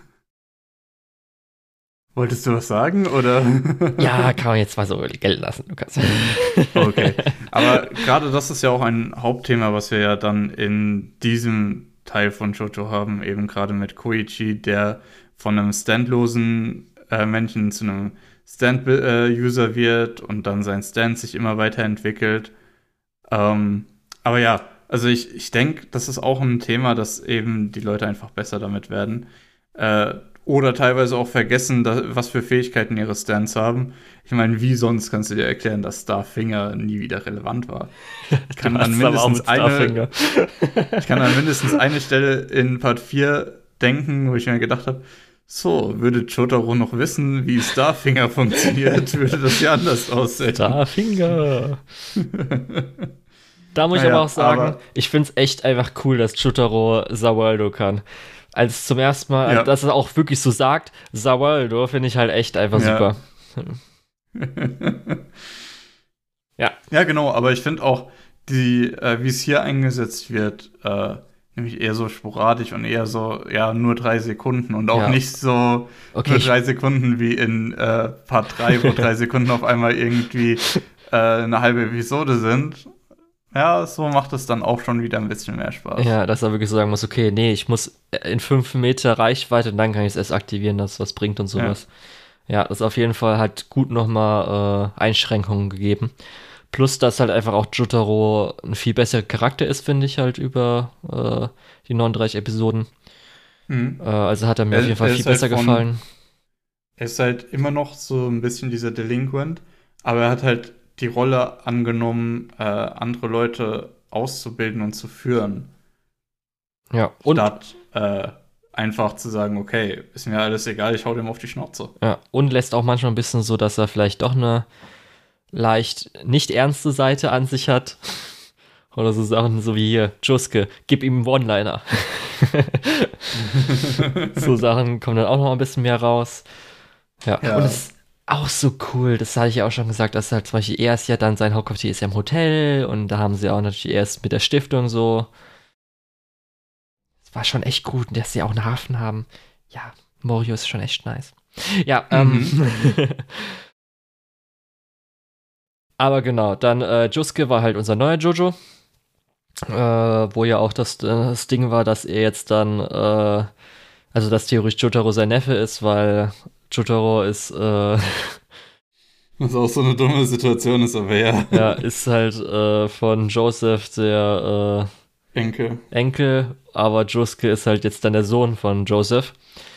Wolltest du was sagen, oder? Ja, kann man jetzt mal so gelten lassen, Lukas. Okay. Aber gerade das ist ja auch ein Hauptthema, was wir ja dann in diesem Teil von JoJo haben, eben gerade mit Koichi, der von einem standlosen Männchen zu einem Stand-User wird und dann sein Stand sich immer weiterentwickelt. Aber ja, also ich denke, das ist auch ein Thema, dass eben die Leute einfach besser damit werden. Oder teilweise auch vergessen, was für Fähigkeiten ihre Stands haben. Ich meine, wie sonst kannst du dir erklären, dass Starfinger nie wieder relevant war? Ich kann an mindestens eine Stelle in Part 4 denken, wo ich mir gedacht habe, so, würde Jotaro noch wissen, wie Starfinger funktioniert, würde das ja anders aussehen. Starfinger. Da muss ich aber auch sagen, ich finde es echt einfach cool, dass Jotaro Zawaldo kann. Als zum ersten Mal, dass er auch wirklich so sagt, Zawaldo, finde ich halt echt einfach super. Ja, genau, aber ich finde auch, wie es hier eingesetzt wird, nämlich eher so sporadisch und eher so, ja, nur 3 Sekunden und auch nicht so Okay, nur 3 Sekunden wie in Part 3, wo 3 Sekunden auf einmal irgendwie eine halbe Episode sind. Ja, so macht es dann auch schon wieder ein bisschen mehr Spaß. ja, dass er wirklich so sagen muss, okay, nee, ich muss in 5 Meter Reichweite und dann kann ich es erst aktivieren, dass es was bringt und sowas. Ja, das ist auf jeden Fall halt gut nochmal Einschränkungen gegeben. Plus, dass halt einfach auch Jotaro ein viel besserer Charakter ist, finde ich halt über die 39 Episoden. Also hat er mir auf jeden Fall viel besser gefallen. Er ist halt immer noch so ein bisschen dieser Delinquent, aber er hat halt die Rolle angenommen, andere Leute auszubilden und zu führen. Ja, und statt einfach zu sagen, okay, ist mir alles egal, ich hau dem auf die Schnauze. ja, und lässt auch manchmal ein bisschen so, dass er vielleicht doch eine leicht nicht ernste Seite an sich hat. Oder so Sachen so wie hier, Josuke, gib ihm einen One-Liner. So Sachen kommen dann auch noch ein bisschen mehr raus. Ja, und es ist auch so cool, das hatte ich ja auch schon gesagt, dass halt zum Beispiel er ist ja dann, sein Hauptquartier ist ja im Hotel und da haben sie auch natürlich erst mit der Stiftung so. Es war schon echt gut, dass sie auch einen Hafen haben. Ja, Morio ist schon echt nice. Ja, aber genau, dann Josuke war halt unser neuer Jojo. Wo ja auch das Ding war, dass er jetzt dann, also dass theoretisch Jotaro sein Neffe ist, weil Jotaro ist, was auch so eine dumme Situation ist, aber ja. Ja, ist halt von Joseph der Enkel, aber Josuke ist halt jetzt dann der Sohn von Joseph.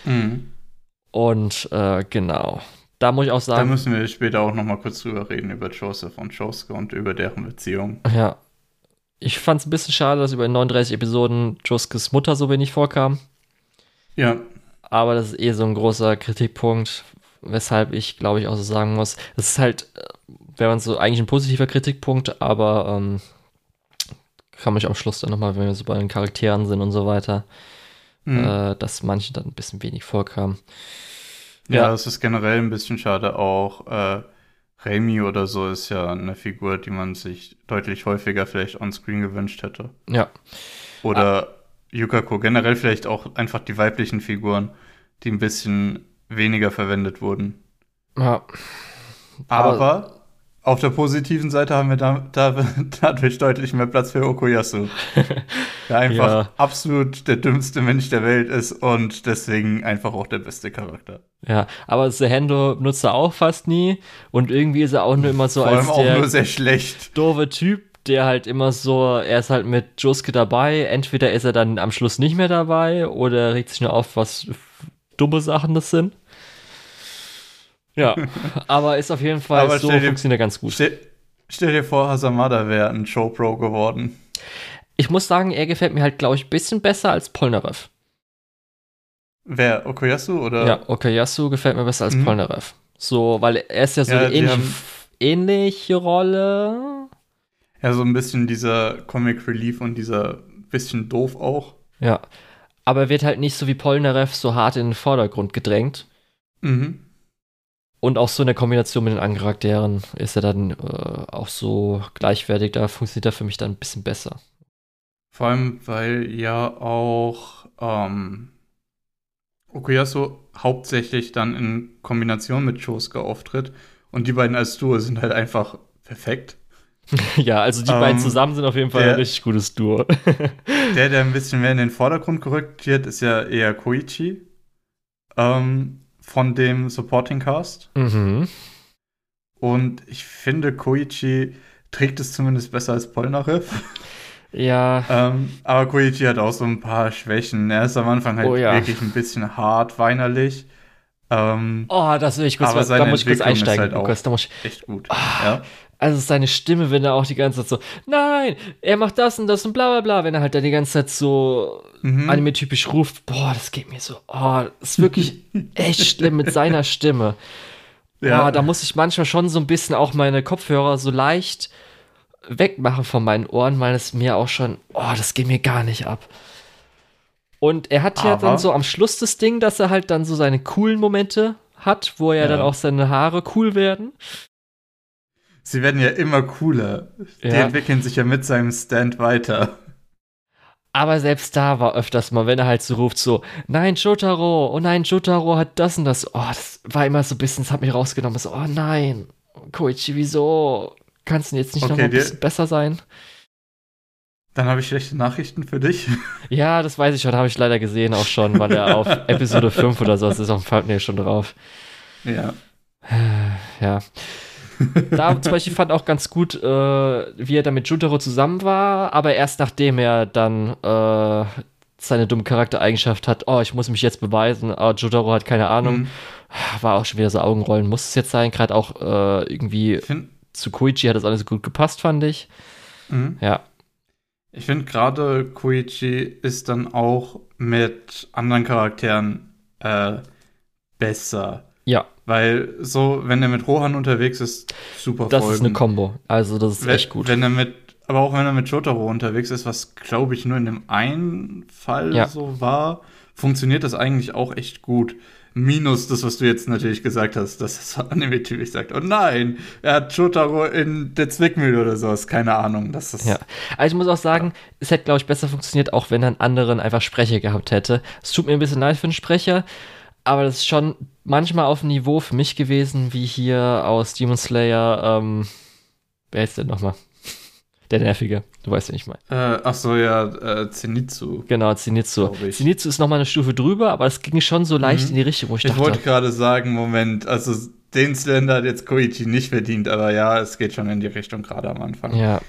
Und genau. Da muss ich auch sagen. Da müssen wir später auch nochmal kurz drüber reden, über Joseph und Josuke und über deren Beziehung. Ja. Ich fand es ein bisschen schade, dass über 39 Episoden Josukes Mutter so wenig vorkam. Ja. Aber das ist so ein großer Kritikpunkt, weshalb ich, glaube ich, auch so sagen muss. Das ist halt, wäre so eigentlich ein positiver Kritikpunkt, aber kann man am Schluss dann nochmal, wenn wir so bei den Charakteren sind und so weiter, dass manche dann ein bisschen wenig vorkamen. Ja, es ist generell ein bisschen schade. Auch Reimi oder so ist ja eine Figur, die man sich deutlich häufiger vielleicht on-screen gewünscht hätte. Ja. Oder Yukako, generell vielleicht auch einfach die weiblichen Figuren, die ein bisschen weniger verwendet wurden. Ja. Aber auf der positiven Seite haben wir dadurch deutlich mehr Platz für Okuyasu. Der einfach absolut der dümmste Mensch der Welt ist und deswegen einfach auch der beste Charakter. Ja, aber Sehendo nutzt er auch fast nie und irgendwie ist er auch nur immer so als der auch nur sehr schlecht doofe Typ, der halt immer so, er ist halt mit Josuke dabei, entweder ist er dann am Schluss nicht mehr dabei oder regt sich nur auf, was dumme Sachen das sind. Ja, aber ist auf jeden Fall so, funktioniert ganz gut. Stell dir vor, Hasamada wäre ein Showpro geworden. Ich muss sagen, er gefällt mir halt, glaube ich, ein bisschen besser als Polnareff. Wer, Okuyasu oder? Ja, Okuyasu gefällt mir besser als Polnareff. So, weil er ist ja so eine ähnliche Rolle. Ja, so ein bisschen dieser Comic Relief und dieser bisschen doof auch. Ja, aber er wird halt nicht so wie Polnareff so hart in den Vordergrund gedrängt. Und auch so in der Kombination mit den anderen Charakteren ist er dann auch so gleichwertig. Da funktioniert er für mich dann ein bisschen besser. Vor allem, weil ja auch Okuyasu hauptsächlich dann in Kombination mit Josuke auftritt. Und die beiden als Duo sind halt einfach perfekt. Ja, also die beiden zusammen sind auf jeden Fall ein richtig gutes Duo. Der ein bisschen mehr in den Vordergrund gerückt wird, ist ja eher Koichi. Von dem Supporting Cast. Und ich finde, Koichi trägt es zumindest besser als Polnareff. Ja. Aber Koichi hat auch so ein paar Schwächen. Er ist am Anfang halt wirklich ein bisschen hart, weinerlich. Das will ich kurz, da muss ich kurz einsteigen, Lukas. Da muss ich, echt gut. Ja. Also seine Stimme, wenn er auch die ganze Zeit so, nein, er macht das und das und bla bla bla, wenn er halt dann die ganze Zeit so anime-typisch ruft, das geht mir so, das ist wirklich echt schlimm mit seiner Stimme. Ja. Da muss ich manchmal schon so ein bisschen auch meine Kopfhörer so leicht wegmachen von meinen Ohren, weil es mir auch schon, das geht mir gar nicht ab. Und er hat ja dann so am Schluss das Ding, dass er halt dann so seine coolen Momente hat, wo ja dann auch seine Haare cool werden. Sie werden ja immer cooler. Die entwickeln sich ja mit seinem Stand weiter. Aber selbst da war öfters mal, wenn er halt so ruft, so, nein, Jotaro, oh nein, Jotaro hat das und das. Oh, das war immer so ein bisschen, das hat mich rausgenommen. So, oh nein, Koichi, wieso? Kannst du jetzt nicht noch mal ein bisschen besser sein? Dann habe ich schlechte Nachrichten für dich. Ja, das weiß ich schon, habe ich leider gesehen auch schon, weil er auf Episode 5 oder so ist auf dem Thumbnail schon drauf. Ja. Ja. Da zum Beispiel fand auch ganz gut, wie er dann mit Jotaro zusammen war, aber erst nachdem er dann seine dumme Charaktereigenschaft hat, oh, ich muss mich jetzt beweisen, oh, Jotaro hat keine Ahnung, war auch schon wieder so Augenrollen, muss es jetzt sein, gerade auch irgendwie zu Koichi hat das alles gut gepasst, fand ich. Ja. Ich finde gerade Koichi ist dann auch mit anderen Charakteren besser. Ja. Weil so, wenn er mit Rohan unterwegs ist, super Das ist eine Kombo. Also das ist echt gut. Aber auch wenn er mit Jotaro unterwegs ist, was glaube ich nur in dem einen Fall so war, funktioniert das eigentlich auch echt gut. Minus das, was du jetzt natürlich gesagt hast, dass das Anime typisch sagt, oh nein, er hat Jotaro in der Zwickmühle oder sowas, keine Ahnung. Das ist also ich muss auch sagen, es hätte, glaube ich, besser funktioniert, auch wenn er einen anderen einfach Sprecher gehabt hätte. Es tut mir ein bisschen leid für den Sprecher, aber das ist schon manchmal auf dem Niveau für mich gewesen, wie hier aus Demon Slayer, wer ist denn nochmal? Der Nervige, du weißt ja nicht mal. Zenitsu. Genau, Zenitsu. Zenitsu ist nochmal eine Stufe drüber, aber es ging schon so leicht in die Richtung, wo ich dachte. Ich wollte gerade sagen, Moment, also den Slender hat jetzt Koichi nicht verdient, aber ja, es geht schon in die Richtung gerade am Anfang. Ja.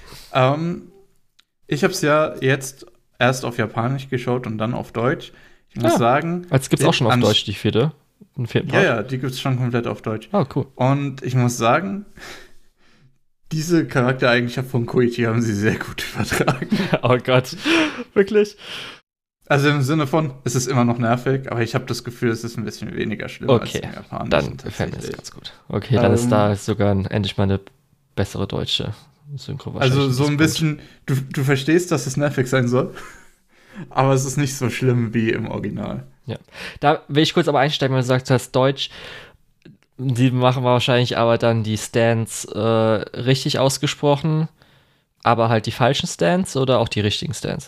Ich habe es ja jetzt erst auf Japanisch geschaut und dann auf Deutsch. Ich muss sagen. Jetzt gibt es auch schon auf Deutsch die vierte. Ja, die gibt es schon komplett auf Deutsch. Oh, cool. Und ich muss sagen, diese Charaktereigenschaft von Koichi haben sie sehr gut übertragen. Oh Gott, wirklich? Also im Sinne von, es ist immer noch nervig, aber ich habe das Gefühl, es ist ein bisschen weniger schlimm als im Japanischen. Dann gefällt mir das ganz gut. Okay, dann ist da sogar endlich mal eine bessere deutsche Synchro. Also so ein bisschen, du verstehst, dass es nervig sein soll, aber es ist nicht so schlimm wie im Original. Ja, da will ich kurz aber einsteigen, wenn du sagst, du hast Deutsch. Die machen wahrscheinlich aber dann die Stands richtig ausgesprochen, aber halt die falschen Stands oder auch die richtigen Stands?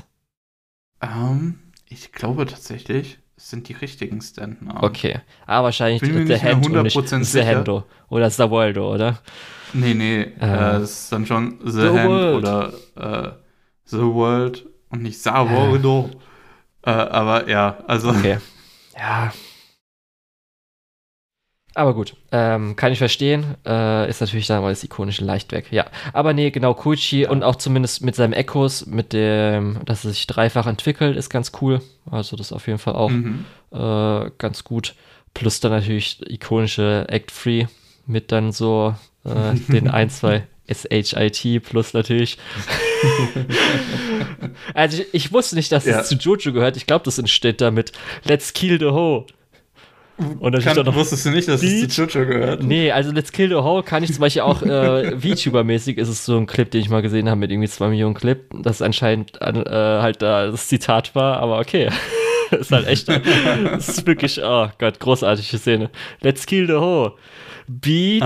Ich glaube tatsächlich, es sind die richtigen Standnamen. Okay, aber wahrscheinlich The Hand und nicht The Hendo oder Zawaldo, oder? Nee, das ist dann schon The Hand World. Oder The World und nicht Zawaldo. Aber ja, also. Okay, ja. Aber gut, kann ich verstehen. Ist natürlich dann mal das ikonische leicht weg. Ja, aber nee, genau, Koichi und auch zumindest mit seinem Echos, mit dem, dass es sich dreifach entwickelt, ist ganz cool. Also das auf jeden Fall auch ganz gut. Plus dann natürlich ikonische Act 3 mit dann so den 1, 2 SHIT plus natürlich. Also ich wusste nicht, dass es zu Jojo gehört. Ich glaube, das entsteht damit Let's Kill the Ho. Und wusstest du nicht, dass es zu Jojo gehört? Nee, also Let's Kill the Ho kann ich zum Beispiel auch VTuber-mäßig, ist es so ein Clip, den ich mal gesehen habe mit irgendwie 2 Millionen Clip, das anscheinend halt da das Zitat war, aber okay. Das ist halt echt, das ist wirklich, oh Gott, großartige Szene. Let's Kill the Ho. Beach.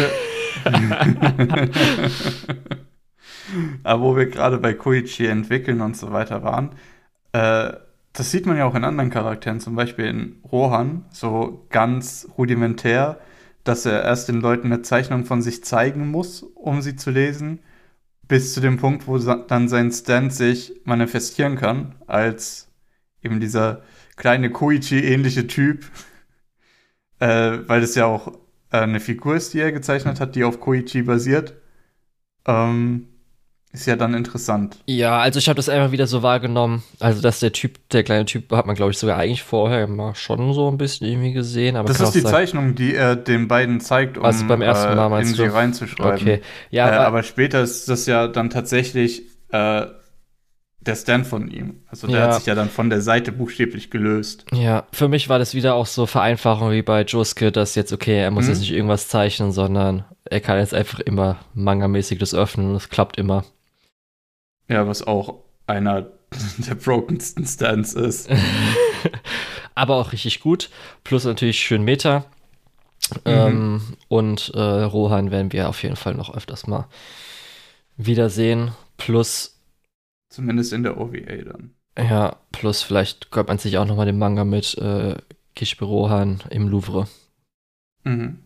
Aber wo wir gerade bei Koichi entwickeln und so weiter waren, das sieht man ja auch in anderen Charakteren, zum Beispiel in Rohan, so ganz rudimentär, dass er erst den Leuten eine Zeichnung von sich zeigen muss, um sie zu lesen, bis zu dem Punkt, wo dann sein Stand sich manifestieren kann, als eben dieser kleine Koichi-ähnliche Typ, weil das ja auch eine Figur ist, die er gezeichnet hat, die auf Koichi basiert. Ist ja dann interessant. Ja, also ich habe das einfach wieder so wahrgenommen. Also, dass der kleine Typ, hat man, glaube ich, sogar eigentlich vorher mal schon so ein bisschen irgendwie gesehen. Aber das ist die Zeichnung, die er den beiden zeigt, um also beim ersten Mal in sie reinzuschreiben. Okay. Ja, aber später ist das ja dann tatsächlich der Stand von ihm. Also der hat sich ja dann von der Seite buchstäblich gelöst. Ja, für mich war das wieder auch so Vereinfachung wie bei Josuke, dass jetzt, okay, er muss jetzt nicht irgendwas zeichnen, sondern er kann jetzt einfach immer mangamäßig das öffnen und es klappt immer. Ja, was auch einer der brokensten Stands ist. Aber auch richtig gut. Plus natürlich schön Meta. Und Rohan werden wir auf jeden Fall noch öfters mal wiedersehen. Plus zumindest in der OVA dann. Ja, plus vielleicht gönnt man sich auch nochmal den Manga mit Kishibe Rohan im Louvre. Mhm.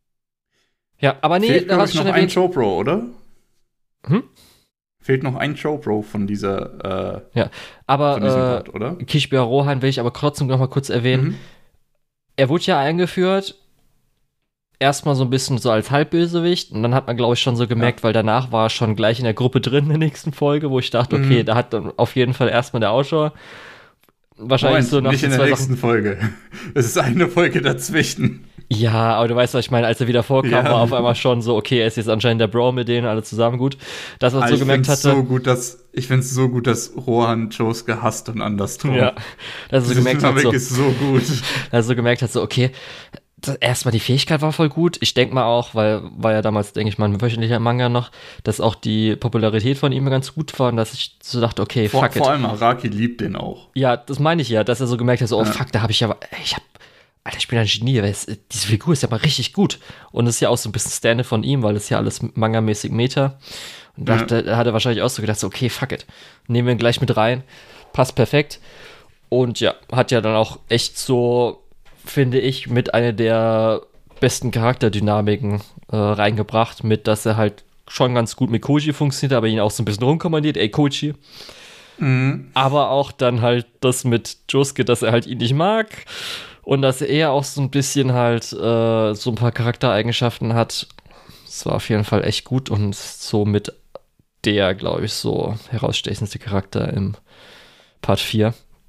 Ja, aber nee, Fehlt, da glaube hast ich, du noch schon ein erwähnt. Chopro, oder? Hm? Fehlt noch ein Chopro von dieser, Ja, von diesem aber Part, oder? Kishibe Rohan will ich aber trotzdem nochmal kurz erwähnen. Mhm. Er wurde ja eingeführt, erstmal so ein bisschen so als Halbbösewicht und dann hat man, glaube ich, schon so gemerkt, weil danach war er schon gleich in der Gruppe drin in der nächsten Folge, wo ich dachte, okay, da hat dann auf jeden Fall erstmal der Autor wahrscheinlich Moment, so nach nicht den in der zwei nächsten Sachen. Folge. Es ist eine Folge dazwischen. Ja, aber du weißt, was ich meine, als er wieder vorkam, Ja. war auf einmal schon so, okay, er ist jetzt anscheinend der Bro mit denen, alle zusammen gut. Das, was so Ich gemerkt find's hatte. so gut, ich find's so gut, dass Rohan Josuke hasst und andersrum. Ja, dass er so gemerkt hat, so, ist so gut. dass er so gemerkt hat, so, okay, erstmal die Fähigkeit war voll gut. Ich denke mal auch, weil war ja damals, denke ich mal, ein wöchentlicher Manga noch, dass auch die Popularität von ihm ganz gut war und dass ich so dachte, okay, fuck it. Vor allem Araki liebt den auch. Ja, das meine ich ja, dass er so gemerkt hat, so, oh Ja. fuck, da habe ich ja, Alter, ich bin ein Genie, weil diese Figur ist ja mal richtig gut. Und es ist ja auch so ein bisschen Stande von ihm, weil es ja alles mangamäßig Meta. Und da hat er wahrscheinlich auch so gedacht, so, okay, fuck it. Nehmen wir ihn gleich mit rein. Passt perfekt. Und ja, hat ja dann auch echt so, finde ich, mit einer der besten Charakterdynamiken reingebracht, mit, dass er halt schon ganz gut mit Koji funktioniert, aber ihn auch so ein bisschen rumkommandiert, ey Koji. Mhm. Aber auch dann halt das mit Josuke, dass er halt ihn nicht mag und dass er auch so ein bisschen halt so ein paar Charaktereigenschaften hat. Das war auf jeden Fall echt gut und so mit der, glaube ich, so herausstechendste Charakter im Part 4.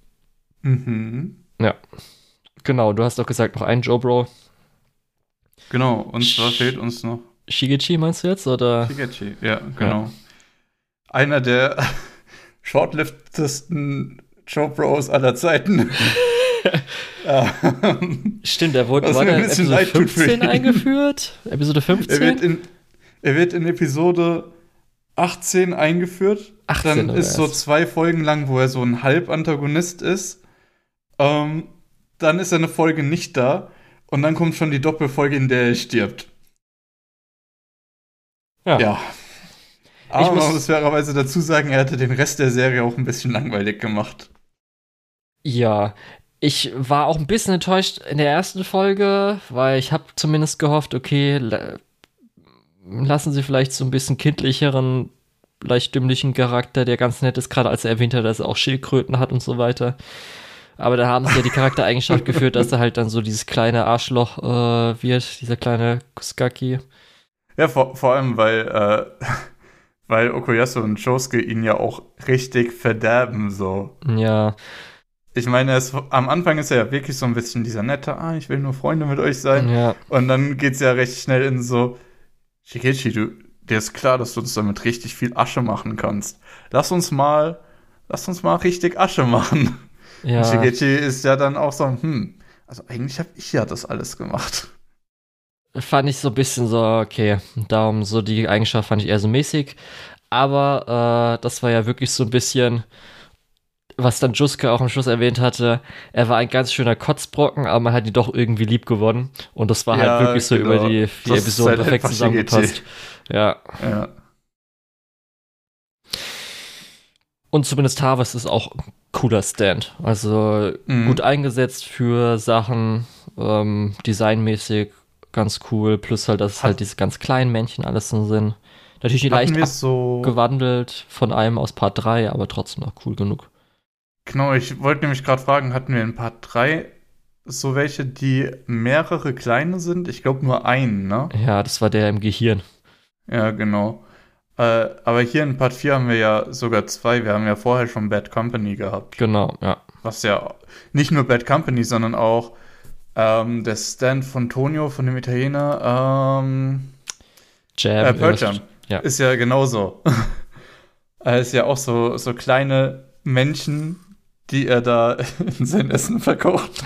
Mhm. Ja. Genau, du hast doch gesagt, noch ein Joe-Bro. Genau, und zwar fehlt uns noch Shigechi, meinst du jetzt? Oder? Shigechi. Ja, genau. Einer der shortliftesten Chopros aller Zeiten. Stimmt, er wurde Was war mir der ein bisschen Episode leid tut für 15 ihn. eingeführt? Episode 15? Er wird in Episode 18 eingeführt. 18 Dann ist so erst. 2 Folgen lang, wo er so ein Halbantagonist ist. Dann ist er eine Folge nicht da. Und dann kommt schon die Doppelfolge, in der er stirbt. Ja. Aber man muss fairerweise dazu sagen, er hatte den Rest der Serie auch ein bisschen langweilig gemacht. Ja, ich war auch ein bisschen enttäuscht in der ersten Folge, weil ich habe zumindest gehofft, okay, lassen sie vielleicht so ein bisschen kindlicheren, leicht dümmlichen Charakter, der ganz nett ist, gerade als er erwähnt hat, dass er auch Schildkröten hat und so weiter. Aber da haben sie ja die Charaktereigenschaft geführt, dass er halt dann so dieses kleine Arschloch wird, dieser kleine Kusaki. Ja, vor allem, weil Okuyasu und Josuke ihn ja auch richtig verderben, so. Ja. Ich meine, am Anfang ist er ja wirklich so ein bisschen dieser nette, ich will nur Freunde mit euch sein. Ja. Und dann geht's ja recht schnell in so, Shigechi, dir ist klar, dass du uns damit richtig viel Asche machen kannst. Lass uns mal richtig Asche machen. Ja. Und Shigechi ist ja dann auch so, also eigentlich habe ich ja das alles gemacht. Fand ich so ein bisschen so, okay, darum so die Eigenschaft fand ich eher so mäßig. Aber das war ja wirklich so ein bisschen, was dann Josuke auch am Schluss erwähnt hatte, er war ein ganz schöner Kotzbrocken, aber man hat ihn doch irgendwie lieb gewonnen. Und das war halt wirklich so über die 4 Episoden halt perfekt zusammengepasst. Ja. Und zumindest Harvest ist auch ein cooler Stand. Also gut eingesetzt für Sachen, designmäßig ganz cool. Plus halt, dass halt diese ganz kleinen Männchen alles so sind. Natürlich leicht gewandelt von einem aus Part 3, aber trotzdem noch cool genug. Genau, ich wollte nämlich gerade fragen, hatten wir in Part 3 so welche, die mehrere kleine sind? Ich glaube nur einen, ne? Ja, das war der im Gehirn. Ja, genau. Aber hier in Part 4 haben wir ja sogar 2. Wir haben ja vorher schon Bad Company gehabt. Genau, ja. Was ja nicht nur Bad Company, sondern auch der Stand von Tonio, von dem Italiener, Pearl Jam. Ja. Ist ja genauso. Ist ja auch so kleine Männchen, die er da in sein Essen verkocht.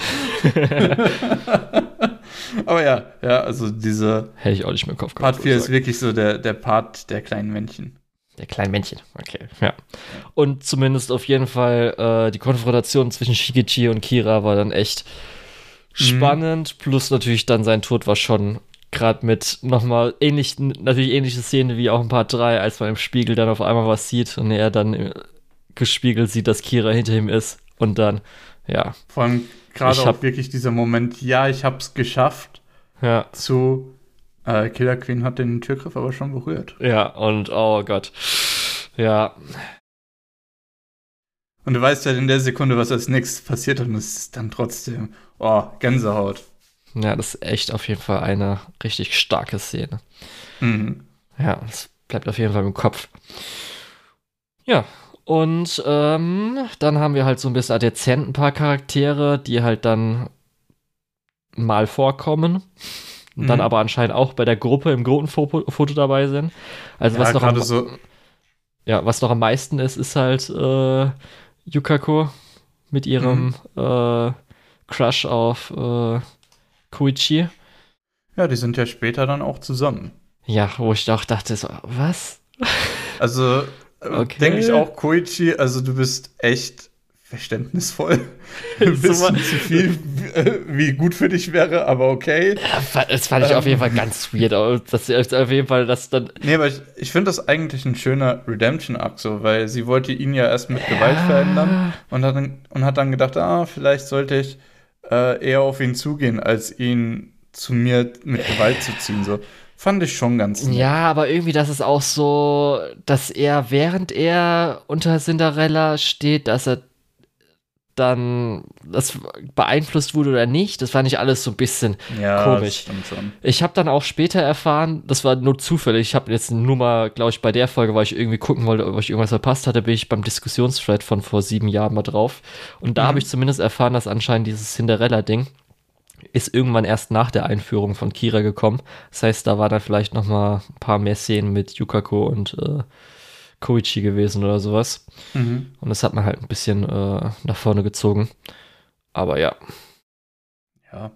Aber ja, also diese hätte ich auch nicht mehr im Kopf gehabt. Part 4 ist wirklich so der Part der kleinen Männchen. Der kleinen Männchen, okay, ja. Und zumindest auf jeden Fall die Konfrontation zwischen Shigechi und Kira war dann echt spannend. Plus natürlich dann sein Tod war schon gerade mit nochmal ähnliche Szene wie auch in Part 3, als man im Spiegel dann auf einmal was sieht und er dann gespiegelt sieht, dass Kira hinter ihm ist. Und dann, ja. Vor allem gerade auch wirklich dieser Moment, ja, ich hab's geschafft, zu Killer Queen hat den Türgriff aber schon berührt. Ja, und oh Gott. Ja. Und du weißt halt in der Sekunde, was als nächstes passiert und es ist dann trotzdem, Gänsehaut. Ja, das ist echt auf jeden Fall eine richtig starke Szene. Mhm. Ja, das bleibt auf jeden Fall im Kopf. Ja, und dann haben wir halt so ein bisschen adjazent ein paar Charaktere, die halt dann mal vorkommen. Und dann aber anscheinend auch bei der Gruppe im Gruppenfoto dabei sind. Also was noch am meisten ist halt Yukako mit ihrem Crush auf Koichi. Ja, die sind ja später dann auch zusammen. Ja, wo ich auch dachte, so, was? Also denke ich auch, Koichi, also du bist echt verständnisvoll. Ein bisschen zu viel, wie gut für dich wäre, aber okay. Ja, das fand ich auf jeden Fall ganz weird. Das auf jeden Fall, das dann. Nee, aber ich finde das eigentlich ein schöner Redemption-Arc, so, weil sie wollte ihn ja erst mit Gewalt verändern und hat dann gedacht, vielleicht sollte ich eher auf ihn zugehen, als ihn zu mir mit Gewalt zu ziehen. So. Fand ich schon ganz nett. Ja, aber irgendwie, das ist auch so, dass er, während er unter Cinderella steht, dass er dann das beeinflusst wurde oder nicht, das fand ich alles so ein bisschen komisch. Das stimmt schon. Ich habe dann auch später erfahren, das war nur zufällig, ich habe jetzt nur mal, glaube ich, bei der Folge, weil ich irgendwie gucken wollte, ob ich irgendwas verpasst hatte, bin ich beim Diskussionsthread von vor 7 Jahren mal drauf. Und da habe ich zumindest erfahren, dass anscheinend dieses Cinderella-Ding ist irgendwann erst nach der Einführung von Kira gekommen. Das heißt, da war dann vielleicht noch mal ein paar mehr Szenen mit Yukako und Koichi gewesen oder sowas. Und das hat man halt ein bisschen nach vorne gezogen. Aber ja. Ja.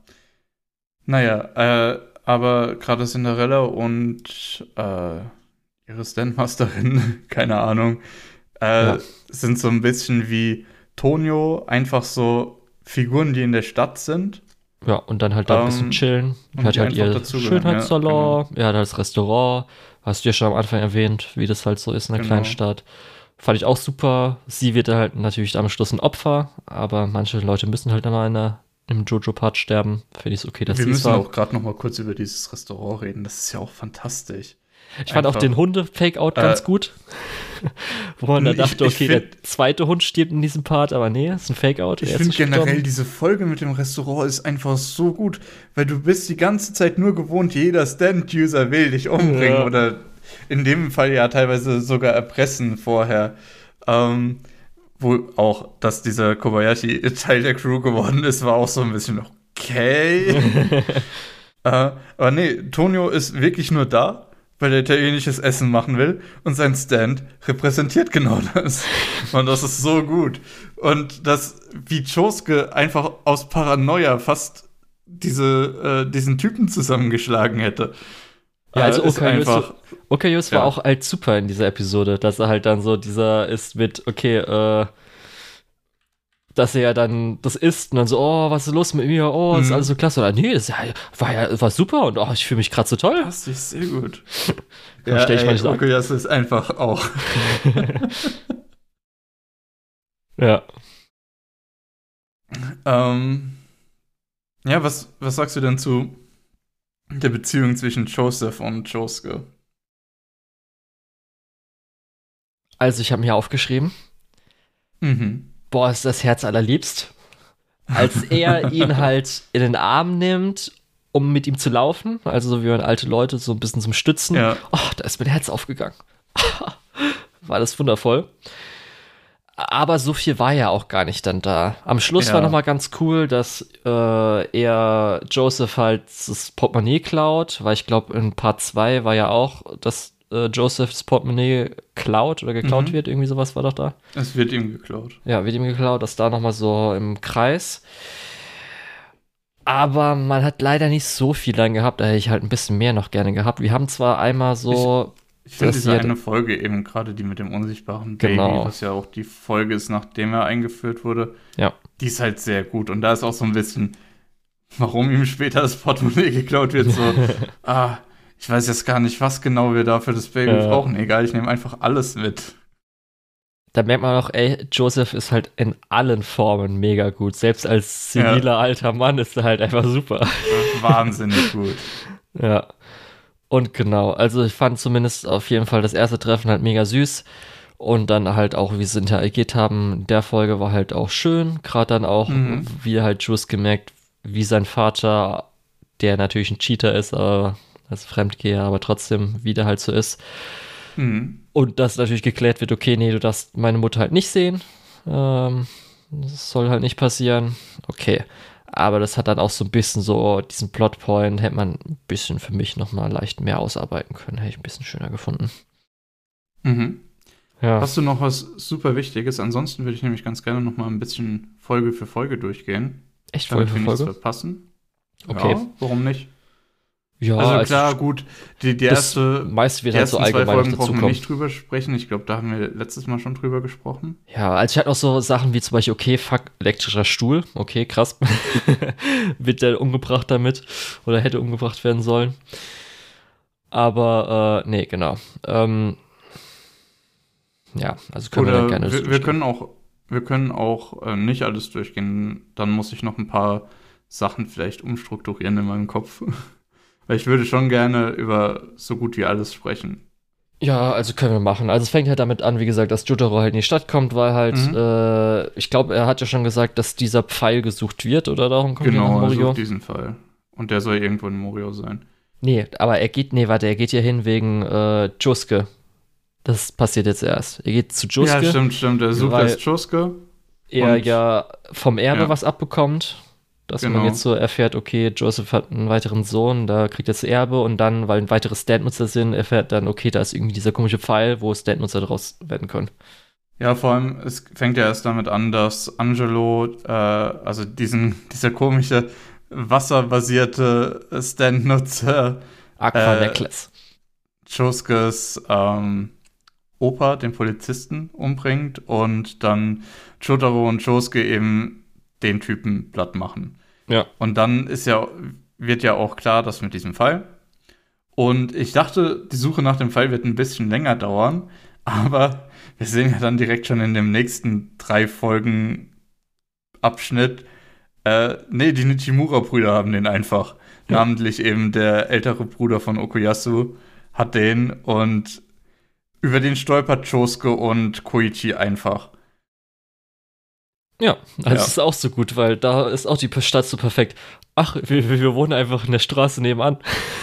Naja, aber gerade Cinderella und ihre Stand-Masterin, keine Ahnung, sind so ein bisschen wie Tonio, einfach so Figuren, die in der Stadt sind. Ja, und dann halt da ein bisschen chillen. Hat halt ihr Schönheitssalon, er hat das Restaurant. Hast du ja schon am Anfang erwähnt, wie das halt so ist in einer kleinen Stadt. Fand ich auch super. Sie wird halt natürlich am Schluss ein Opfer, aber manche Leute müssen halt einmal im Jojo-Part sterben. Finde ich es okay, dass sie es war. Wir müssen auch gerade noch mal kurz über dieses Restaurant reden. Das ist ja auch fantastisch. Ich fand auch den Hunde-Fake-Out ganz gut. Wo man dann dachte, okay, der zweite Hund stirbt in diesem Part, aber nee, ist ein Fake-Out. Ich finde generell, diese Folge mit dem Restaurant ist einfach so gut, weil du bist die ganze Zeit nur gewohnt, jeder Stand-User will dich umbringen oder in dem Fall ja teilweise sogar erpressen vorher. Wo auch, dass dieser Kobayashi Teil der Crew geworden ist, war auch so ein bisschen okay. Aber nee, Tonio ist wirklich nur da, weil er italienisches Essen machen will und sein Stand repräsentiert genau das. Und das ist so gut. Und dass wie Chosuke einfach aus Paranoia fast diesen Typen zusammengeschlagen hätte. Ja, also Okayus war auch halt super in dieser Episode, dass er halt dann so dieser ist mit, dass er ja dann das isst und dann so, was ist los mit mir? Ist alles so klasse. Oder nee, das war super und ich fühle mich gerade so toll. Das ist sehr gut. Verstehe ich mal nicht. Okayus ist einfach auch. Ja. Ja, was sagst du denn zu der Beziehung zwischen Joseph und Chosuke? Also, ich habe mir aufgeschrieben. Boah, ist das Herz allerliebst. Als er ihn halt in den Arm nimmt, um mit ihm zu laufen, also so wie man alte Leute so ein bisschen zum Stützen. Ja. Da ist mein Herz aufgegangen. War das wundervoll. Aber so viel war ja auch gar nicht dann da. Am Schluss war nochmal ganz cool, dass er Joseph halt das Portemonnaie klaut, weil ich glaube, in Part 2 war ja auch, dass Josephs Portemonnaie klaut oder geklaut wird. Irgendwie sowas war doch da. Es wird ihm geklaut. Ja, wird ihm geklaut. Das da nochmal so im Kreis. Aber man hat leider nicht so viel dann gehabt. Da hätte ich halt ein bisschen mehr noch gerne gehabt. Wir haben zwar einmal so... Ich finde diese eine Folge eben gerade die mit dem unsichtbaren Baby, was ja auch die Folge ist, nachdem er eingeführt wurde. Ja. Die ist halt sehr gut. Und da ist auch so ein bisschen, warum ihm später das Portemonnaie geklaut wird. So, ich weiß jetzt gar nicht, was genau wir da für das Baby brauchen. Egal, ich nehme einfach alles mit. Da merkt man auch, ey, Joseph ist halt in allen Formen mega gut. Selbst als ziviler alter Mann ist er halt einfach super. Wahnsinnig gut. Ja. Und genau, also ich fand zumindest auf jeden Fall das erste Treffen halt mega süß. Und dann halt auch, wie sie interagiert haben, in der Folge war halt auch schön. Gerade dann auch, wie halt Jules gemerkt, wie sein Vater, der natürlich ein Cheater ist, aber als Fremdgeher, aber trotzdem, wie der halt so ist. Und dass natürlich geklärt wird, okay, nee, du darfst meine Mutter halt nicht sehen. Das soll halt nicht passieren. Okay. Aber das hat dann auch so ein bisschen so, diesen Plotpoint hätte man ein bisschen für mich nochmal leicht mehr ausarbeiten können. Hätte ich ein bisschen schöner gefunden. Ja. Hast du noch was super Wichtiges? Ansonsten würde ich nämlich ganz gerne nochmal ein bisschen Folge für Folge durchgehen. Echt Folge für Folge? Verpassen. Okay. Ja, warum nicht? Ja, also klar, gut, die erste, meist wird die halt so allgemein 2 Folgen dazu brauchen wir kommen. nicht drüber sprechen. Ich glaube, da haben wir letztes Mal schon drüber gesprochen. Ja, also ich hatte auch so Sachen wie zum Beispiel, okay, fuck, elektrischer Stuhl. Okay, krass. Wird der umgebracht damit? Oder hätte umgebracht werden sollen? Aber, nee, genau. Ja, also können wir dann gerne wir können auch nicht alles durchgehen. Dann muss ich noch ein paar Sachen vielleicht umstrukturieren in meinem Kopf. Weil ich würde schon gerne über so gut wie alles sprechen. Ja, also können wir machen. Also es fängt halt damit an, wie gesagt, dass Jotaro halt in die Stadt kommt, weil halt, ich glaube, er hat ja schon gesagt, dass dieser Pfeil gesucht wird, oder darum kommt genau, er sucht diesen Pfeil. Und der soll irgendwo in Morio sein. Nee, aber er geht ja hin wegen Josuke. Das passiert jetzt erst. Er geht zu Josuke. Ja, stimmt. Er sucht erst Josuke. Er ja vom Erbe was abbekommt. Dass man jetzt so erfährt, okay, Joseph hat einen weiteren Sohn, da kriegt er das Erbe und dann, weil ein weiteres Stand-Nutzer sind, erfährt dann, okay, da ist irgendwie dieser komische Pfeil, wo Stand-Nutzer draus werden können. Ja, vor allem, es fängt ja erst damit an, dass Angelo, also dieser komische wasserbasierte Stand-Nutzer Aqua Necklace. Joskes Opa, den Polizisten, umbringt und dann Jotaro und Josuke eben den Typen platt machen. Ja. Und dann wird ja auch klar, dass mit diesem Pfeil. Und ich dachte, die Suche nach dem Pfeil wird ein bisschen länger dauern, aber wir sehen ja dann direkt schon in dem nächsten 3 Folgen Abschnitt, die Nichimura-Brüder haben den einfach. Ja. Namentlich eben der ältere Bruder von Okuyasu hat den und über den stolpert Josuke und Koichi einfach. Ja, also das ist auch so gut, weil da ist auch die Stadt so perfekt. Ach, wir wohnen einfach in der Straße nebenan.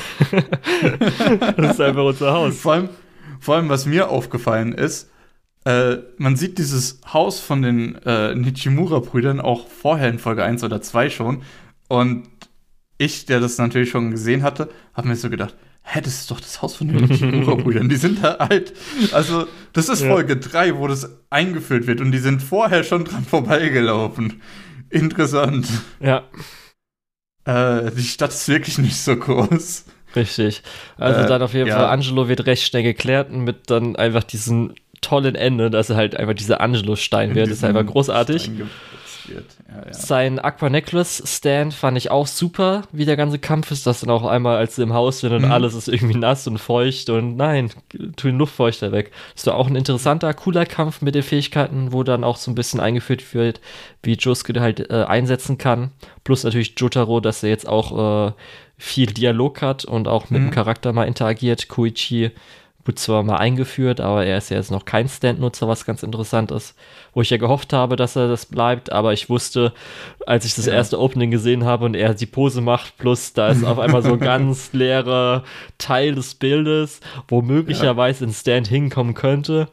Das ist einfach unser Haus. Vor allem, was mir aufgefallen ist, man sieht dieses Haus von den Nichimura-Brüdern auch vorher in Folge 1 oder 2 schon. Und ich, der das natürlich schon gesehen hatte, habe mir so gedacht, das ist doch das Haus von den Nichimura-Brüdern. Die sind da halt, also das ist Folge 3, wo das eingeführt wird und die sind vorher schon dran vorbeigelaufen. Interessant. Ja. Die Stadt ist wirklich nicht so groß. Richtig. Also dann auf jeden Fall, Angelo wird recht schnell geklärt mit dann einfach diesem tollen Ende, dass er halt einfach dieser Angelo-Stein wird. Das ist einfach großartig. Ja. Sein Aqua Necklace Stand fand ich auch super, wie der ganze Kampf ist, dass dann auch einmal, als sie im Haus sind und alles ist irgendwie nass und feucht und nein, tu den Luftfeuchter weg. Das war auch ein interessanter, cooler Kampf mit den Fähigkeiten, wo dann auch so ein bisschen eingeführt wird, wie Josuke halt einsetzen kann. Plus natürlich Jotaro, dass er jetzt auch viel Dialog hat und auch mit dem Charakter mal interagiert. Koichi wird zwar mal eingeführt, aber er ist ja jetzt noch kein Stand-Nutzer, was ganz interessant ist. Wo ich ja gehofft habe, dass er das bleibt, aber ich wusste, als ich das erste Opening gesehen habe und er die Pose macht, plus da ist auf einmal so ein ganz leerer Teil des Bildes, wo möglicherweise ein Stand hinkommen könnte.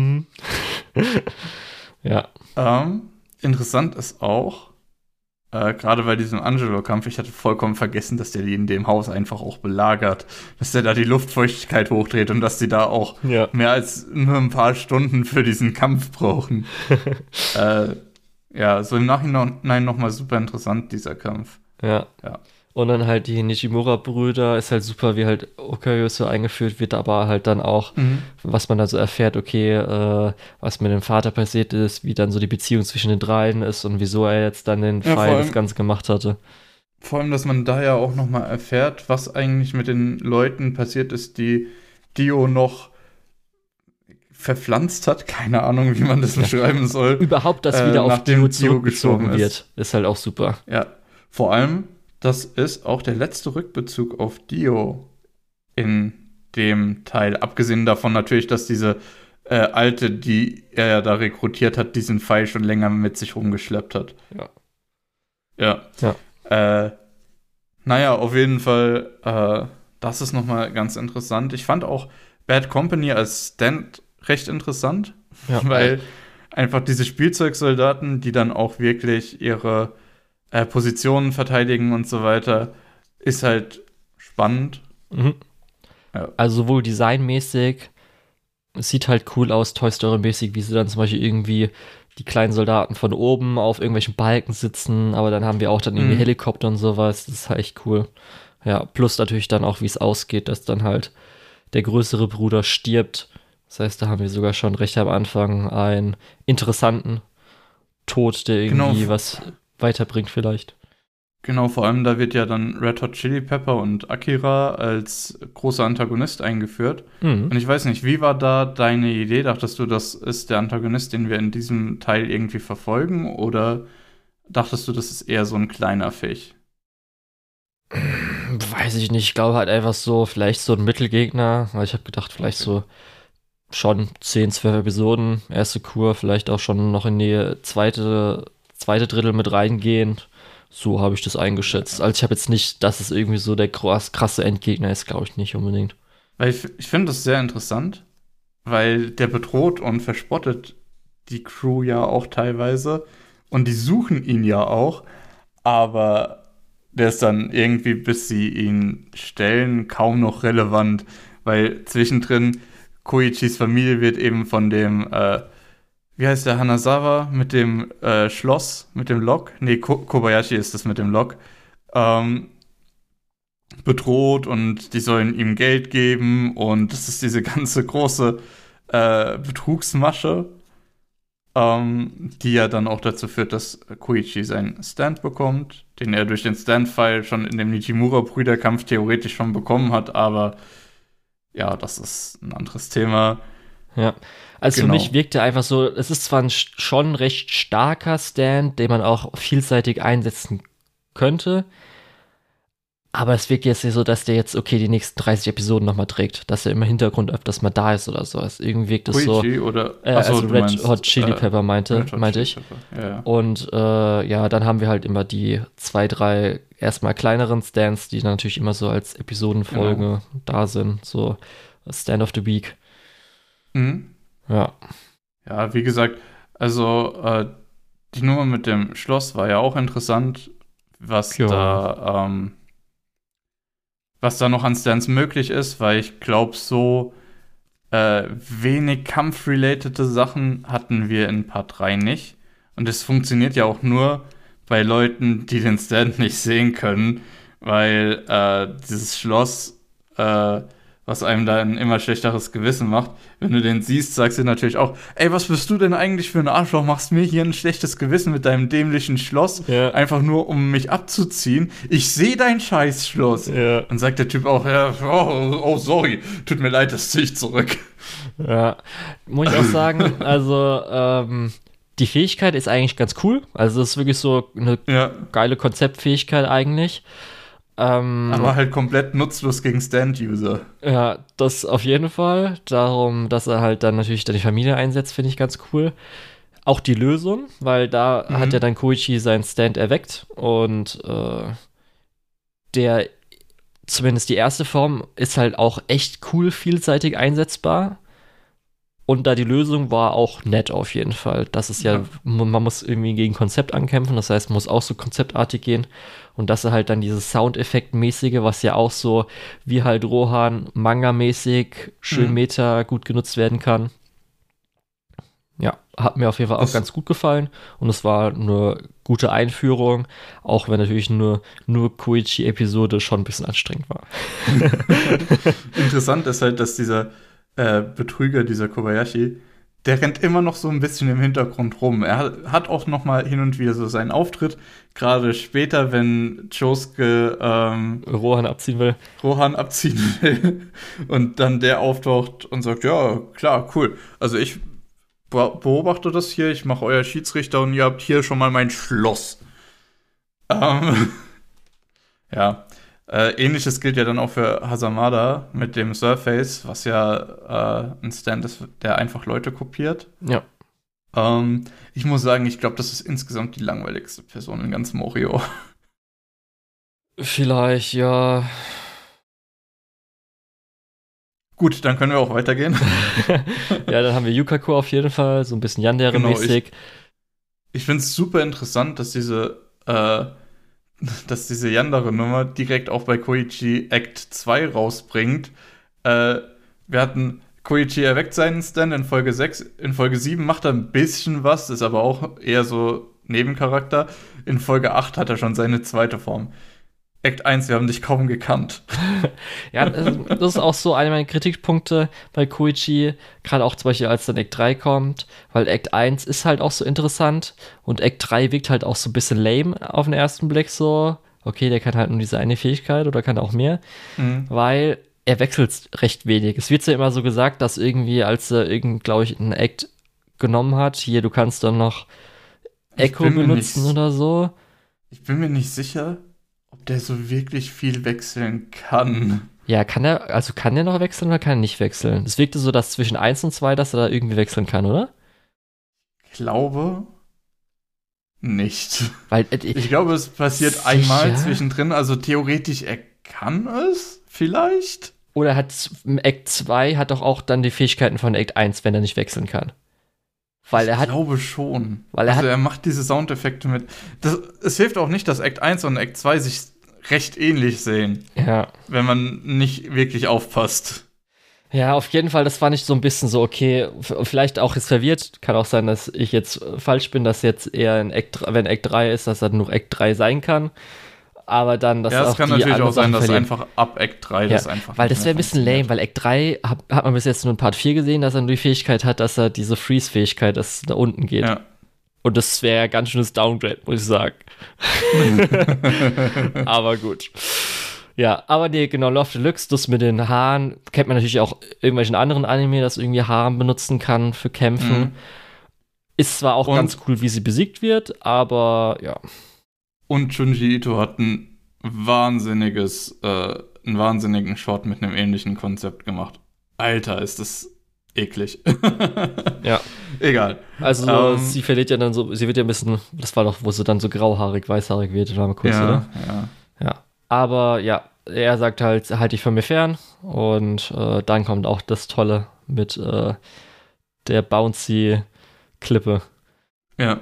Ja. Interessant ist auch, gerade bei diesem Angelo-Kampf, ich hatte vollkommen vergessen, dass der die in dem Haus einfach auch belagert. Dass der da die Luftfeuchtigkeit hochdreht und dass die da auch mehr als nur ein paar Stunden für diesen Kampf brauchen. So im Nachhinein nochmal super interessant, dieser Kampf. Ja. Und dann halt die Nichimura-Brüder ist halt super, wie halt Okuyasu eingeführt wird, aber halt dann auch, was man da so erfährt, okay, was mit dem Vater passiert ist, wie dann so die Beziehung zwischen den dreien ist und wieso er jetzt dann den Pfeil das Ganze gemacht hatte. Vor allem, dass man da ja auch nochmal erfährt, was eigentlich mit den Leuten passiert ist, die Dio noch verpflanzt hat. Keine Ahnung, wie man das beschreiben soll. Überhaupt, dass wieder auf Dio zurückgezogen wird, ist halt auch super. Ja, vor allem, das ist auch der letzte Rückbezug auf Dio in dem Teil. Abgesehen davon natürlich, dass diese Alte, die er ja da rekrutiert hat, diesen Pfeil schon länger mit sich rumgeschleppt hat. Ja. Naja, auf jeden Fall, das ist nochmal ganz interessant. Ich fand auch Bad Company als Stand recht interessant, weil einfach diese Spielzeugsoldaten, die dann auch wirklich ihre Positionen verteidigen und so weiter, ist halt spannend. Ja. Also sowohl designmäßig, es sieht halt cool aus, Toy Story-mäßig, wie sie dann zum Beispiel irgendwie die kleinen Soldaten von oben auf irgendwelchen Balken sitzen, aber dann haben wir auch dann irgendwie Helikopter und sowas, das ist halt echt cool. Ja, plus natürlich dann auch, wie es ausgeht, dass dann halt der größere Bruder stirbt. Das heißt, da haben wir sogar schon recht am Anfang einen interessanten Tod, der irgendwie was weiterbringt vielleicht. Genau, vor allem da wird ja dann Red Hot Chili Pepper und Akira als großer Antagonist eingeführt. Und ich weiß nicht, wie war da deine Idee? Dachtest du, das ist der Antagonist, den wir in diesem Teil irgendwie verfolgen? Oder dachtest du, das ist eher so ein kleiner Fisch? Weiß ich nicht, ich glaube halt einfach so, vielleicht so ein Mittelgegner, weil ich habe gedacht, vielleicht so schon 10, 12 Episoden, erste Kur, vielleicht auch schon noch in die zweite Drittel mit reingehend. So habe ich das eingeschätzt. Also ich habe jetzt nicht, dass es irgendwie so der krasse Endgegner ist, glaube ich nicht unbedingt. Weil ich finde das sehr interessant, weil der bedroht und verspottet die Crew ja auch teilweise und die suchen ihn ja auch, aber der ist dann irgendwie, bis sie ihn stellen, kaum noch relevant, weil zwischendrin Koichis Familie wird eben von dem wie heißt der, Hanazawa mit dem Schloss, mit dem Lok? Nee, Kobayashi ist das mit dem Lok. Bedroht und die sollen ihm Geld geben und das ist diese ganze große Betrugsmasche, die ja dann auch dazu führt, dass Koichi seinen Stand bekommt, den er durch den Stand-File schon in dem Nichimura-Brüderkampf theoretisch schon bekommen hat, aber ja, das ist ein anderes Thema. Ja, also für mich wirkt er einfach so, es ist zwar ein schon recht starker Stand, den man auch vielseitig einsetzen könnte, aber es wirkt jetzt nicht so, dass der jetzt, die nächsten 30 Episoden nochmal trägt, dass er im Hintergrund öfters mal da ist oder so. Also irgendwie wirkt es so, oder, also Red Hot Chili Pepper meinte ich. Ja. Und dann haben wir halt immer die 2, 3 erstmal kleineren Stands, die dann natürlich immer so als Episodenfolge da sind, so Stand of the Week. Ja. Ja, wie gesagt, also die Nummer mit dem Schloss war ja auch interessant, was da noch an Stands möglich ist, weil ich glaube, so wenig kampfrelatede Sachen hatten wir in Part 3 nicht. Und es funktioniert ja auch nur bei Leuten, die den Stand nicht sehen können, weil dieses Schloss was einem da ein immer schlechteres Gewissen macht. Wenn du den siehst, sagst du natürlich auch, ey, was bist du denn eigentlich für ein Arschloch? Machst mir hier ein schlechtes Gewissen mit deinem dämlichen Schloss, einfach nur, um mich abzuziehen. Ich sehe dein Scheißschloss. Ja. Dann sagt der Typ auch, sorry, tut mir leid, das ziehe ich zurück. Ja, muss ich auch sagen, also, die Fähigkeit ist eigentlich ganz cool. Also, es ist wirklich so eine geile Konzeptfähigkeit eigentlich. Aber halt komplett nutzlos gegen Stand-User. Ja, das auf jeden Fall. Darum, dass er halt dann natürlich die Familie einsetzt, finde ich ganz cool. Auch die Lösung, weil da hat ja dann Koichi seinen Stand erweckt und der, zumindest die erste Form, ist halt auch echt cool vielseitig einsetzbar. Und da die Lösung war auch nett auf jeden Fall. Das ist man muss irgendwie gegen Konzept ankämpfen, das heißt, man muss auch so konzeptartig gehen. Und dass er halt dann dieses Soundeffekt-mäßige, was ja auch so wie halt Rohan Manga-mäßig schön Meta gut genutzt werden kann. Ja, hat mir auf jeden Fall auch ganz gut gefallen. Und es war eine gute Einführung, auch wenn natürlich nur Koichi-Episode schon ein bisschen anstrengend war. Interessant ist halt, dass dieser Betrüger, dieser Kobayashi, der rennt immer noch so ein bisschen im Hintergrund rum. Er hat auch noch mal hin und wieder so seinen Auftritt, gerade später, wenn Josuke Rohan abziehen will. Und dann der auftaucht und sagt, ja, klar, cool. Also ich beobachte das hier, ich mache euer Schiedsrichter und ihr habt hier schon mal mein Schloss. Ja. Ähnliches gilt ja dann auch für Hazamada mit dem Surface, was ja ein Stand ist, der einfach Leute kopiert. Ja. Ich muss sagen, ich glaube, das ist insgesamt die langweiligste Person in ganz Morio. Vielleicht, ja. Gut, dann können wir auch weitergehen. Ja, dann haben wir Yukako auf jeden Fall, so ein bisschen Yandere-mäßig. Genau, ich finde es super interessant, dass diese Yandere-Nummer direkt auch bei Koichi Act 2 rausbringt. Wir hatten Koichi erweckt seinen Stand in Folge 6. In Folge 7 macht er ein bisschen was, ist aber auch eher so Nebencharakter. In Folge 8 hat er schon seine zweite Form. Act 1, wir haben dich kaum gekannt. Ja, das ist auch so einer meiner Kritikpunkte bei Koichi, gerade auch zum Beispiel, als dann Act 3 kommt, weil Act 1 ist halt auch so interessant und Act 3 wirkt halt auch so ein bisschen lame auf den ersten Blick so. Okay, der kann halt nur diese eine Fähigkeit oder kann auch mehr, weil er wechselt recht wenig. Es wird ja immer so gesagt, dass irgendwie, als er glaube ich, einen Act genommen hat, hier, du kannst dann noch Echo benutzen oder so. Ich bin mir nicht sicher, ob der so wirklich viel wechseln kann. Ja, kann der noch wechseln oder kann er nicht wechseln? Es wirkte so, dass zwischen 1 und 2, dass er da irgendwie wechseln kann, oder? Ich glaube nicht. Weil, ich glaube, es passiert einmal zwischendrin, also theoretisch, er kann es vielleicht. Oder Act 2 hat doch auch dann die Fähigkeiten von Act 1, wenn er nicht wechseln kann. Weil ich glaube schon. Weil er macht diese Soundeffekte mit. Es hilft auch nicht, dass Act 1 und Act 2 sich recht ähnlich sehen. Ja. Wenn man nicht wirklich aufpasst. Ja, auf jeden Fall, das war nicht so ein bisschen so, okay, vielleicht auch jetzt verwirrt. Kann auch sein, dass ich jetzt falsch bin, dass jetzt eher wenn Act 3 ist, dass er nur Act 3 sein kann. Aber dann, dass es auch kann die natürlich auch sein, dass verlieren. einfach ab Act 3 das einfach. Weil das wäre ein bisschen lame, weil Act 3 hat man bis jetzt nur in Part 4 gesehen, dass er nur die Fähigkeit hat, dass er diese Freeze-Fähigkeit, dass es da unten geht. Ja. Und das wäre ja ganz schönes Downgrade, muss ich sagen. Aber gut. Ja, aber nee, genau, Love Deluxe, das mit den Haaren, kennt man natürlich auch irgendwelchen anderen Anime, das irgendwie Haaren benutzen kann für Kämpfen. Ist zwar auch ganz cool, wie sie besiegt wird, aber ja. Und Junji Ito hat einen wahnsinnigen Shot mit einem ähnlichen Konzept gemacht. Alter, ist das eklig. Ja. Egal. Also sie verliert ja dann so, sie wird ja ein bisschen, das war doch, wo sie dann so grauhaarig, weißhaarig wird, war mal kurz, oder? Ja. Aber ja, er sagt halt, halt dich von mir fern. Und dann kommt auch das Tolle mit der Bouncy-Klippe. Ja.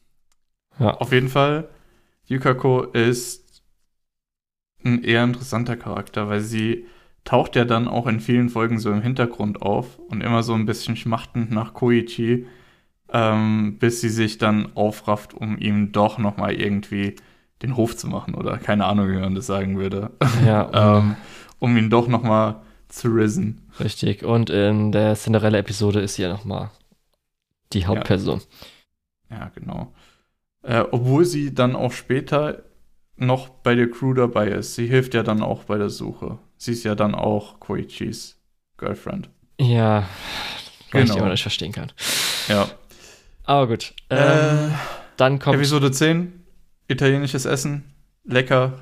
Auf jeden Fall, Yukako ist ein eher interessanter Charakter, weil sie taucht ja dann auch in vielen Folgen so im Hintergrund auf und immer so ein bisschen schmachtend nach Koichi, bis sie sich dann aufrafft, um ihm doch nochmal irgendwie den Hof zu machen oder keine Ahnung, wie man das sagen würde. Ja. Um ihn doch nochmal zu risen. Richtig. Und in der Cinderella-Episode ist sie ja nochmal die Hauptperson. Ja, genau. Obwohl sie dann auch später noch bei der Crew dabei ist. Sie hilft ja dann auch bei der Suche. Sie ist ja dann auch Koichis Girlfriend. Ja, weil ich die immer nicht verstehen kann. Ja. Aber gut. Dann kommt Episode 10. Italienisches Essen. Lecker.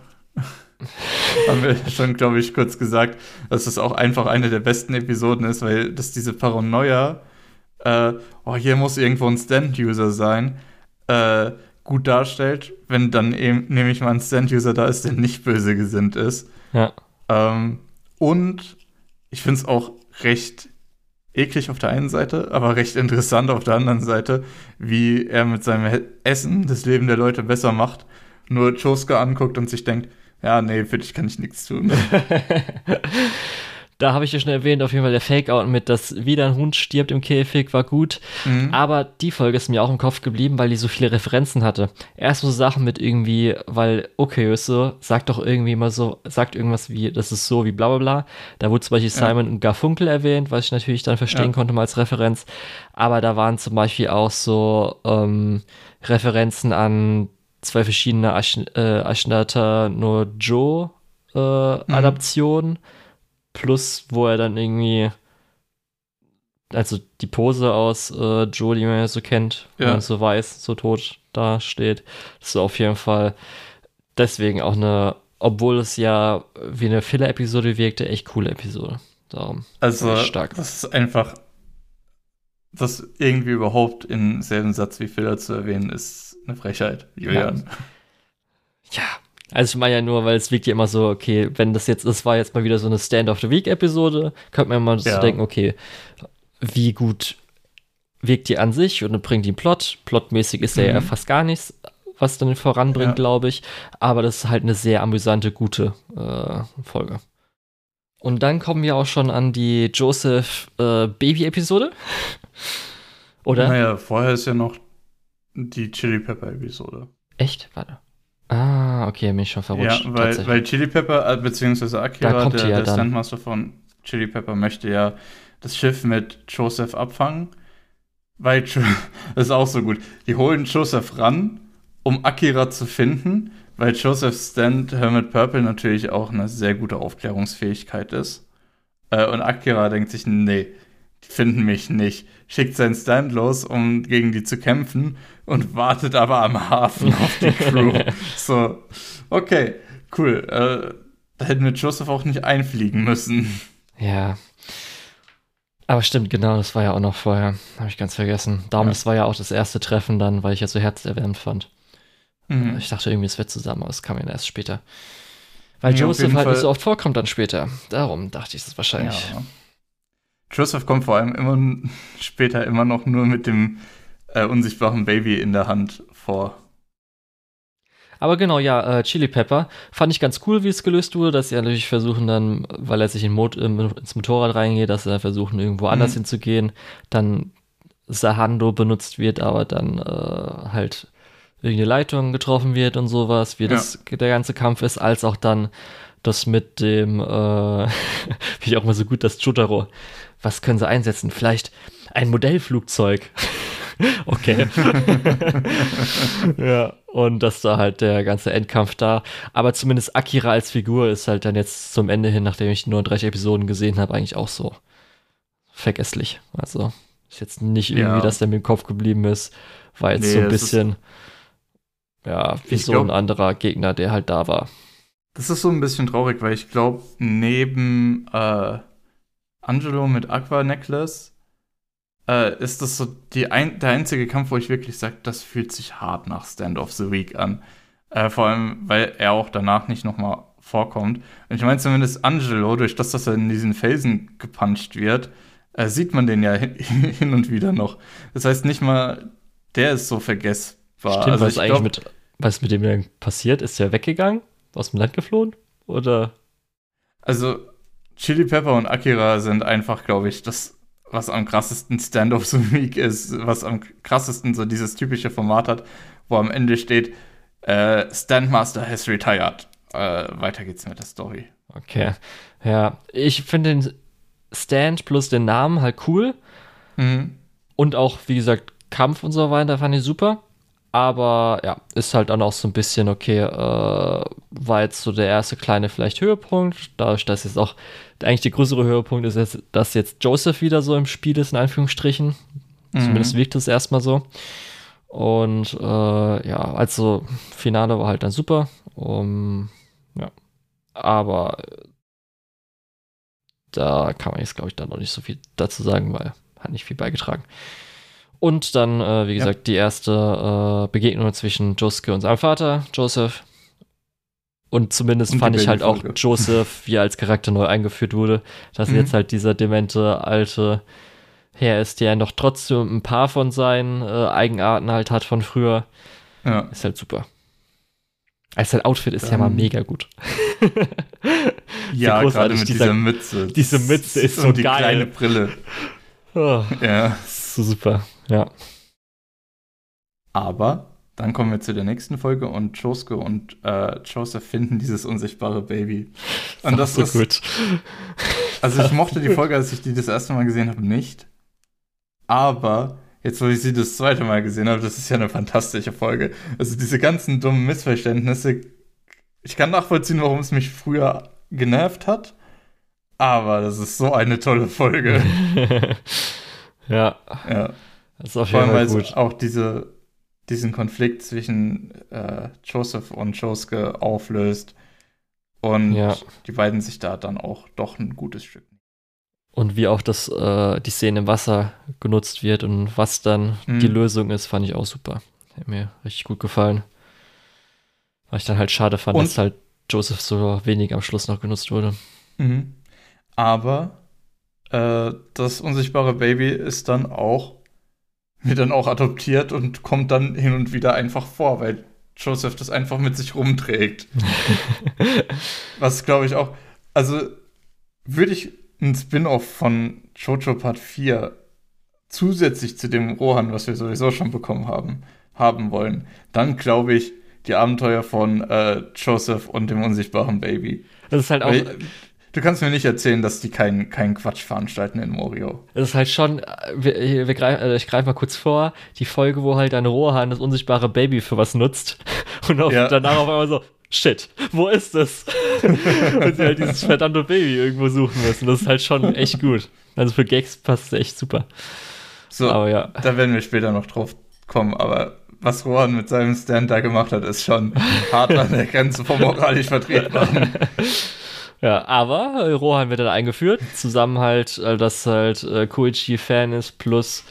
Haben wir schon, glaube ich, kurz gesagt, dass das auch einfach eine der besten Episoden ist, weil das diese Paranoia, hier muss irgendwo ein Stand-User sein, gut darstellt, wenn dann eben nämlich mal ein Stand-User da ist, der nicht böse gesinnt ist. Ja. Und ich finde es auch recht eklig auf der einen Seite, aber recht interessant auf der anderen Seite, wie er mit seinem Essen das Leben der Leute besser macht, nur Josuke anguckt und sich denkt, ja, nee, für dich kann ich nichts tun. Da habe ich ja schon erwähnt, auf jeden Fall der Fake-Out mit, dass wieder ein Hund stirbt im Käfig, war gut. Aber die Folge ist mir auch im Kopf geblieben, weil die so viele Referenzen hatte. Erst so Sachen mit irgendwie, weil Okiusu sagt doch irgendwie immer so, sagt irgendwas wie, das ist so wie bla bla bla. Da wurde zum Beispiel Simon und Garfunkel erwähnt, was ich natürlich dann verstehen konnte mal als Referenz. Aber da waren zum Beispiel auch so Referenzen an 2 verschiedene Ashinata no Joe Adaptionen. Plus, wo er dann irgendwie, also die Pose aus Joe, die man ja so kennt, wenn man so weiß, so tot da steht. Das ist auf jeden Fall deswegen auch eine, obwohl es ja wie eine Filler-Episode wirkte, echt coole Episode. Darum. Also, stark. Das ist einfach, das irgendwie überhaupt im selben Satz wie Filler zu erwähnen, ist eine Frechheit, Julian. Ja. Also ich meine ja nur, weil es wirkt ja immer so, okay, wenn das war jetzt mal wieder so eine Stand-of-the-Week-Episode, könnte man mal so denken, okay, wie gut wirkt die an sich und bringt die einen Plot. Plotmäßig ist ja fast gar nichts, was dann voranbringt, glaube ich. Aber das ist halt eine sehr amüsante, gute Folge. Und dann kommen wir auch schon an die Joseph-Baby-Episode. Oder? Naja, vorher ist ja noch die Chili Pepper-Episode. Echt? Warte. Ah, okay, bin ich schon verrutscht. Ja, weil Chili Pepper, beziehungsweise Akira, der Standmaster von Chili Pepper, möchte ja das Schiff mit Joseph abfangen. Weil, das ist auch so gut, die holen Joseph ran, um Akira zu finden, weil Joseph's Stand Hermit Purple natürlich auch eine sehr gute Aufklärungsfähigkeit ist. Und Akira denkt sich, nee, die finden mich nicht. Schickt seinen Stand los, um gegen die zu kämpfen und wartet aber am Hafen auf die Crew. So, okay, cool. Da hätten wir Joseph auch nicht einfliegen müssen. Ja. Aber stimmt, genau, das war ja auch noch vorher. Habe ich ganz vergessen. Darum, das war ja auch das erste Treffen dann, weil ich ja so herzerwärmend fand. Ich dachte irgendwie, es wird zusammen, aber es kam ja erst später. Weil Joseph halt nicht so oft vorkommt dann später. Darum dachte ich es wahrscheinlich. Ja. Joseph kommt vor allem später immer noch nur mit dem unsichtbaren Baby in der Hand vor. Aber genau, ja, Chili Pepper fand ich ganz cool, wie es gelöst wurde, dass sie natürlich versuchen dann, weil er sich ins Motorrad reingeht, dass sie versuchen, irgendwo anders hinzugehen, dann Sahando benutzt wird, aber dann halt irgendeine Leitung getroffen wird und sowas, wie das der ganze Kampf ist, als auch dann das mit dem, finde ich auch mal so gut, das Jotaro. Was können sie einsetzen? Vielleicht ein Modellflugzeug. Okay. Ja, und dass da halt der ganze Endkampf da. Aber zumindest Akira als Figur ist halt dann jetzt zum Ende hin, nachdem ich nur 3 Episoden gesehen habe, eigentlich auch so vergesslich. Also ist jetzt nicht irgendwie, dass der mir im Kopf geblieben ist. War jetzt so ein bisschen, wie so ein anderer Gegner, der halt da war. Das ist so ein bisschen traurig, weil ich glaube, neben Angelo mit Aqua Necklace ist das so der einzige Kampf, wo ich wirklich sage, das fühlt sich hart nach Stand of the Week an. Vor allem, weil er auch danach nicht nochmal vorkommt. Und ich meine zumindest Angelo, durch das, dass er in diesen Felsen gepuncht wird, sieht man den ja hin und wieder noch. Das heißt, nicht mal der ist so vergessbar. Stimmt, also was mit dem denn passiert? Ist der weggegangen? Aus dem Land geflohen? Oder? Also, Chili Pepper und Akira sind einfach, glaube ich, das, was am krassesten Stand of the Week ist, was am krassesten so dieses typische Format hat, wo am Ende steht, Standmaster has retired. Weiter geht's mit der Story. Okay. Ja, ich finde den Stand plus den Namen halt cool. Und auch, wie gesagt, Kampf und so weiter fand ich super. Aber ja, ist halt dann auch so ein bisschen, okay, war jetzt so der erste kleine vielleicht Höhepunkt. Dadurch, dass jetzt auch eigentlich der größere Höhepunkt ist, jetzt, dass jetzt Joseph wieder so im Spiel ist, in Anführungsstrichen. Zumindest wirkt es erstmal so. Und also Finale war halt dann super. Aber da kann man jetzt, glaube ich, dann noch nicht so viel dazu sagen, weil hat nicht viel beigetragen. Und dann, wie gesagt, die erste Begegnung zwischen Josuke und seinem Vater, Joseph. Und zumindest fand ich halt auch Joseph, wie er als Charakter neu eingeführt wurde, dass jetzt halt dieser demente alte Herr ist, der noch trotzdem ein paar von seinen Eigenarten halt hat von früher. Ja. Ist halt super. Also sein Outfit ist ja mal mega gut. Ja, gerade mit dieser Mütze. Diese Mütze ist so die geil. Kleine Brille. Oh, ja. So super, ja. Aber dann kommen wir zu der nächsten Folge und Josuke und Joseph finden dieses unsichtbare Baby. Und das ist so gut. Also ich mochte die Folge, als ich die das erste Mal gesehen habe, nicht. Aber jetzt, wo ich sie das zweite Mal gesehen habe, das ist ja eine fantastische Folge. Also diese ganzen dummen Missverständnisse, ich kann nachvollziehen, warum es mich früher genervt hat, aber das ist so eine tolle Folge. ja. Das ist auf jeden Fall gut. Vor allem, weil es auch diesen Konflikt zwischen Joseph und Josuke auflöst und die beiden sich da dann auch doch ein gutes Stück. Und wie auch die Szene im Wasser genutzt wird und was dann die Lösung ist, fand ich auch super. Hat mir richtig gut gefallen. Weil ich dann halt schade fand, dass halt Joseph so wenig am Schluss noch genutzt wurde. Aber das unsichtbare Baby wird dann auch adoptiert und kommt dann hin und wieder einfach vor, weil Joseph das einfach mit sich rumträgt. Was, glaube ich, auch, also würde ich ein Spin-off von Jojo Part 4 zusätzlich zu dem Rohan, was wir sowieso schon bekommen haben wollen, dann glaube ich, die Abenteuer von Joseph und dem unsichtbaren Baby. Das ist halt auch... Du kannst mir nicht erzählen, dass die keinen Quatsch veranstalten in Morio. Das ist halt schon, ich greife mal kurz vor, die Folge, wo halt ein Rohan das unsichtbare Baby für was nutzt und danach auf einmal so, shit, wo ist es? Und sie halt dieses verdammte Baby irgendwo suchen müssen. Das ist halt schon echt gut. Also für Gags passt es echt super. So, aber da werden wir später noch drauf kommen, aber was Rohan mit seinem Stand da gemacht hat, ist schon hart an der Grenze vom moralisch Vertretbaren. Ja, aber Rohan wird dann eingeführt, zusammen halt, dass halt Koichi Fan ist, plus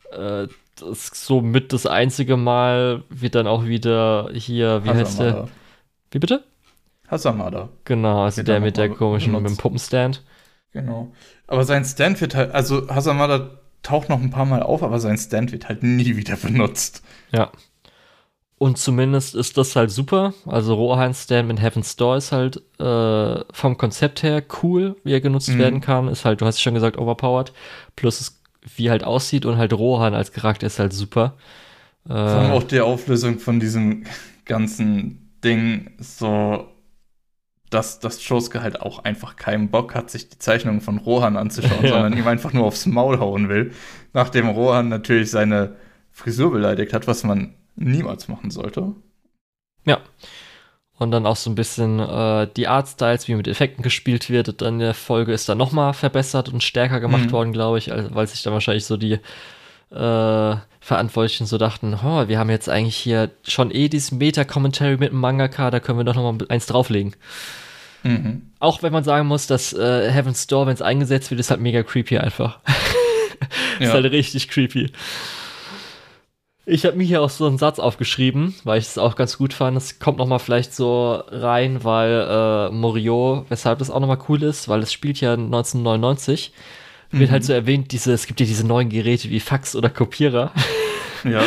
das somit das einzige Mal wird dann auch wieder hier, wie heißt der? Wie bitte? Hasamada. Genau, also der mit der komischen, mit dem Puppenstand. Genau. Aber sein Stand wird halt, also Hasamada taucht noch ein paar Mal auf, aber sein Stand wird halt nie wieder benutzt. Ja. Und zumindest ist das halt super. Also Rohan's Stand mit Heaven's Door ist halt vom Konzept her cool, wie er genutzt werden kann. Ist halt, du hast schon gesagt, overpowered. Plus wie halt aussieht und halt Rohan als Charakter ist halt super. Vor allem auch die Auflösung von diesem ganzen Ding, so dass Josuke halt auch einfach keinen Bock hat, sich die Zeichnungen von Rohan anzuschauen, sondern ihm einfach nur aufs Maul hauen will. Nachdem Rohan natürlich seine Frisur beleidigt hat, was man niemals machen sollte. Ja. Und dann auch so ein bisschen die Artstyles, wie mit Effekten gespielt wird, dann in der Folge ist dann nochmal verbessert und stärker gemacht worden, glaube ich, weil sich dann wahrscheinlich so die Verantwortlichen so dachten, wir haben jetzt eigentlich hier schon diesen Meta-Commentary mit dem Mangaka, da können wir doch nochmal eins drauflegen. Auch wenn man sagen muss, dass Heaven's Door, wenn es eingesetzt wird, ist halt mega creepy einfach. Ist halt richtig creepy. Ich habe mir hier auch so einen Satz aufgeschrieben, weil ich es auch ganz gut fand. Es kommt nochmal vielleicht so rein, weil Morio, weshalb das auch nochmal cool ist, weil es spielt ja 1999, wird halt so erwähnt, es gibt ja diese neuen Geräte wie Fax oder Kopierer. Ja.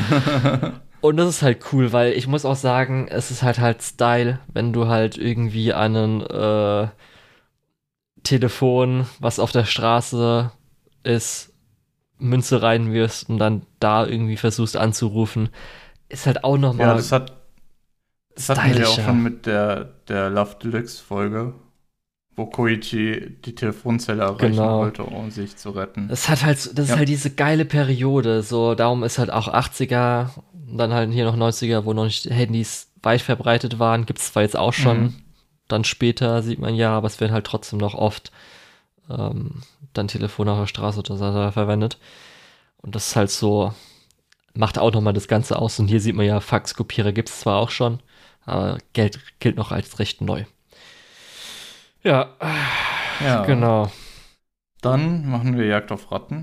Und das ist halt cool, weil ich muss auch sagen, es ist halt Style, wenn du halt irgendwie an ein Telefon, was auf der Straße ist, Münze reinwirfst und dann da irgendwie versuchst anzurufen, ist halt auch nochmal. Ja, das hatten wir ja auch schon mit der Love Deluxe Folge, wo Koichi die Telefonzelle erreichen wollte, um sich zu retten. Das ist halt diese geile Periode, so, darum ist halt auch 80er, dann halt hier noch 90er, wo noch nicht Handys weit verbreitet waren, gibt es zwar jetzt auch schon, dann später sieht man ja, aber es werden halt trotzdem noch oft dann Telefon auf der Straße oder so verwendet. Und das ist halt so, macht auch nochmal das Ganze aus. Und hier sieht man ja, Faxkopierer gibt es zwar auch schon, aber Geld gilt noch als recht neu. Ja, genau. Dann machen wir Jagd auf Ratten.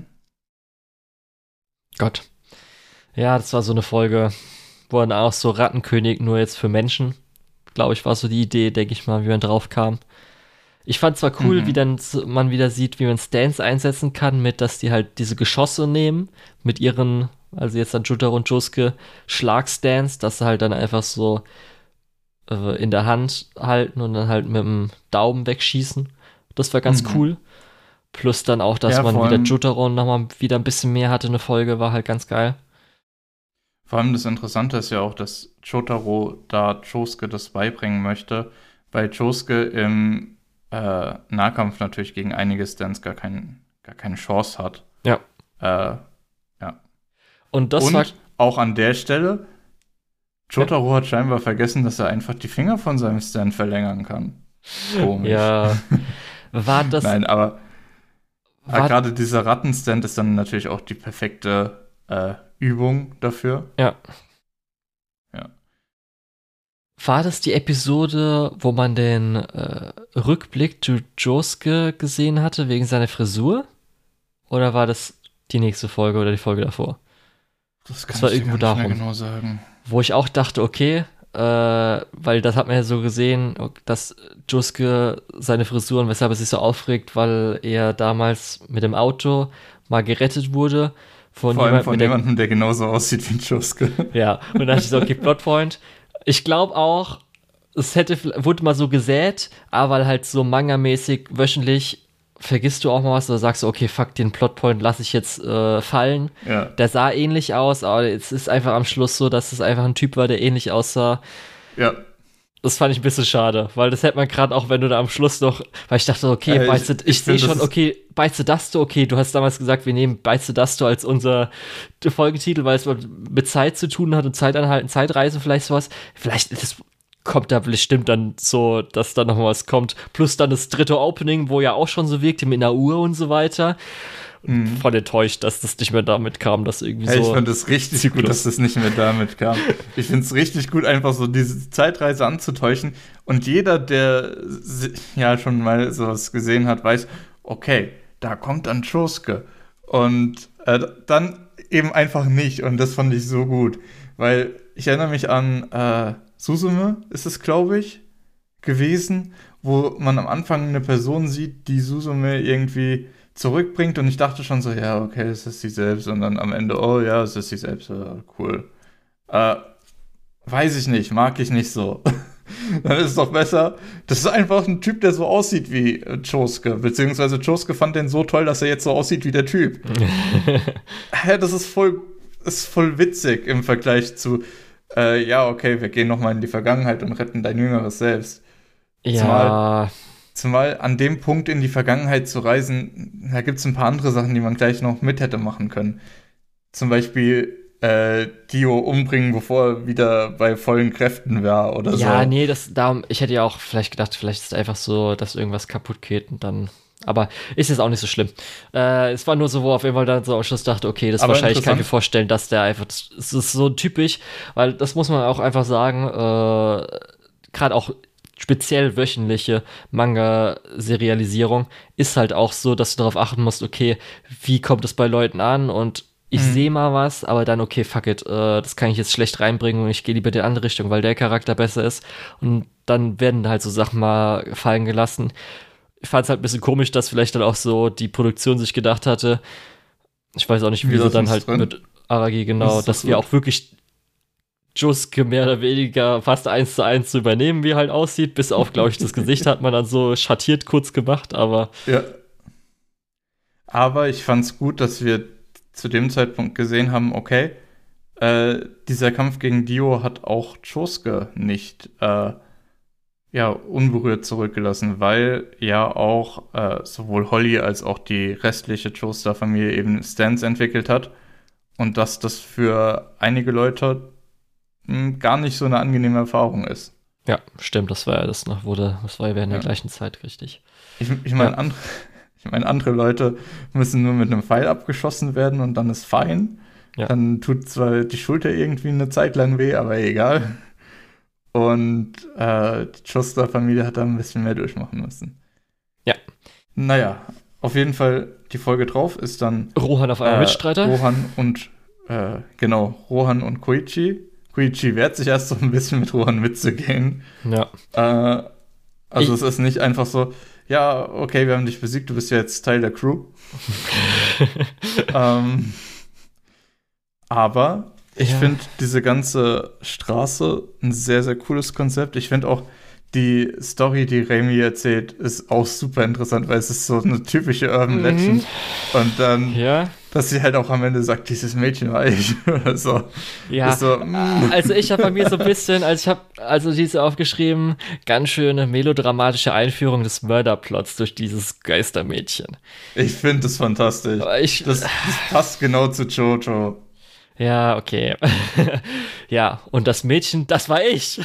Gott. Ja, das war so eine Folge, wo dann auch so Rattenkönig nur jetzt für Menschen, glaube ich, war so die Idee, denke ich mal, wie man drauf kam. Ich fand zwar cool, wie dann man wieder sieht, wie man Stands einsetzen kann, mit, dass die halt diese Geschosse nehmen, mit ihren, also jetzt dann Jotaro und Josuke, Schlagstands, dass sie halt dann einfach so in der Hand halten und dann halt mit dem Daumen wegschießen. Das war ganz cool. Plus dann auch, dass man wieder Jotaro nochmal wieder ein bisschen mehr hatte, eine Folge, war halt ganz geil. Vor allem das Interessante ist ja auch, dass Jotaro da Chosuke das beibringen möchte, weil Chosuke im Nahkampf natürlich gegen einige Stands gar keine Chance hat. Ja. Ja. Und war auch an der Stelle, Jotaro hat scheinbar vergessen, dass er einfach die Finger von seinem Stand verlängern kann. Komisch. Ja. War das... Nein, aber gerade dieser Rattenstand ist dann natürlich auch die perfekte Übung dafür. Ja. War das die Episode, wo man den Rückblick zu Josuke gesehen hatte, wegen seiner Frisur? Oder war das die nächste Folge oder die Folge davor? Das war irgendwo darum, nicht mehr genau sagen. Wo ich auch dachte, okay, weil das hat man ja so gesehen, dass Josuke seine Frisuren, weshalb er sich so aufregt, weil er damals mit dem Auto mal gerettet wurde. Vor allem von jemandem, der genauso aussieht wie Josuke. Ja, und dann dachte ich so, okay, Plotpoint. Ich glaube auch, es wurde mal so gesät, aber halt so Manga-mäßig wöchentlich vergisst du auch mal was oder sagst du, okay, fuck, den Plotpoint lasse ich jetzt fallen. Ja. Der sah ähnlich aus, aber es ist einfach am Schluss so, dass es einfach ein Typ war, der ähnlich aussah. Ja. Das fand ich ein bisschen schade, weil das hätte man gerade auch, wenn du da am Schluss noch, weil ich dachte, okay, ich sehe schon, okay, Beize Dasto, okay, du hast damals gesagt, wir nehmen Beize Dasto als unser Folgetitel, weil es mit Zeit zu tun hat und Zeitanhalten, Zeitreise, vielleicht sowas. Vielleicht kommt da bestimmt dann so, dass da noch was kommt. Plus dann das dritte Opening, wo ja auch schon so wirkte mit einer Uhr und so weiter. Voll enttäuscht, dass das nicht mehr damit kam, dass irgendwie so. Ich fand es richtig gut, dass das nicht mehr damit kam. Ich finde es richtig gut, einfach so diese Zeitreise anzutäuschen. Und jeder, der ja schon mal sowas gesehen hat, weiß, okay, da kommt dann Josuke. Und dann eben einfach nicht. Und das fand ich so gut. Weil ich erinnere mich an Suzume, ist es, glaube ich, gewesen, wo man am Anfang eine Person sieht, die Suzume irgendwie zurückbringt und ich dachte schon so, ja, okay, es ist sie selbst und dann am Ende, oh ja, es ist sie selbst, cool. Weiß ich nicht, mag ich nicht so. Dann ist es doch besser, das ist einfach ein Typ, der so aussieht wie Josuke, beziehungsweise Josuke fand den so toll, dass er jetzt so aussieht wie der Typ. Das ist voll witzig im Vergleich zu, ja, okay, wir gehen nochmal in die Vergangenheit und retten dein jüngeres Selbst. Ja. Zumal an dem Punkt in die Vergangenheit zu reisen, da gibt es ein paar andere Sachen, die man gleich noch mit hätte machen können. Zum Beispiel Dio umbringen, bevor er wieder bei vollen Kräften war oder so. Ja, nee, ich hätte ja auch vielleicht gedacht, vielleicht ist es einfach so, dass irgendwas kaputt geht und dann. Aber ist jetzt auch nicht so schlimm. Es war nur so, wo auf jeden Fall dann so am Schluss dachte, okay, das wahrscheinlich kann ich mir vorstellen, dass der einfach, das ist so typisch, weil das muss man auch einfach sagen, gerade auch speziell wöchentliche Manga-Serialisierung ist halt auch so, dass du darauf achten musst, okay, wie kommt es bei Leuten an und ich sehe mal was, aber dann, okay, fuck it, das kann ich jetzt schlecht reinbringen und ich gehe lieber in die andere Richtung, weil der Charakter besser ist und dann werden halt so Sachen mal fallen gelassen. Ich fand es halt ein bisschen komisch, dass vielleicht dann auch so die Produktion sich gedacht hatte, ich weiß auch nicht, wie sie dann halt mit Aragi genau, dass wir auch wirklich Josuke mehr oder weniger fast 1:1 zu übernehmen, wie er halt aussieht, bis auf, glaube ich, das Gesicht hat man dann so schattiert kurz gemacht, aber ja. Aber ich fand's gut, dass wir zu dem Zeitpunkt gesehen haben, okay, dieser Kampf gegen Dio hat auch Josuke nicht unberührt zurückgelassen, weil ja auch sowohl Holly als auch die restliche Joestar-Familie eben Stands entwickelt hat und dass das für einige Leute gar nicht so eine angenehme Erfahrung ist. Ja, stimmt, das war ja das noch, das war ja während der gleichen Zeit, richtig. Ich meine, andere Leute müssen nur mit einem Pfeil abgeschossen werden und dann ist fein. Ja. Dann tut zwar die Schulter irgendwie eine Zeit lang weh, aber egal. Und die Joestar-Familie hat da ein bisschen mehr durchmachen müssen. Ja. Naja, auf jeden Fall die Folge drauf ist dann Rohan auf einmal Mitstreiter. Rohan und Koichi. Koichi wehrt sich erst so ein bisschen mit Rohan mitzugehen. Ja. Es ist nicht einfach so, ja, okay, wir haben dich besiegt, du bist ja jetzt Teil der Crew. Aber Ich finde diese ganze Straße ein sehr, sehr cooles Konzept. Ich finde auch die Story, die Raimi erzählt, ist auch super interessant, weil es ist so eine typische Urban Legend. Und dann, dass sie halt auch am Ende sagt, dieses Mädchen war ich oder so. Ja, so, also ich habe bei mir so ein bisschen, ich habe diese aufgeschrieben, ganz schöne melodramatische Einführung des Mörderplots durch dieses Geistermädchen. Ich finde das fantastisch. Das passt genau zu Jojo. Ja, okay. Ja, und das Mädchen, das war ich.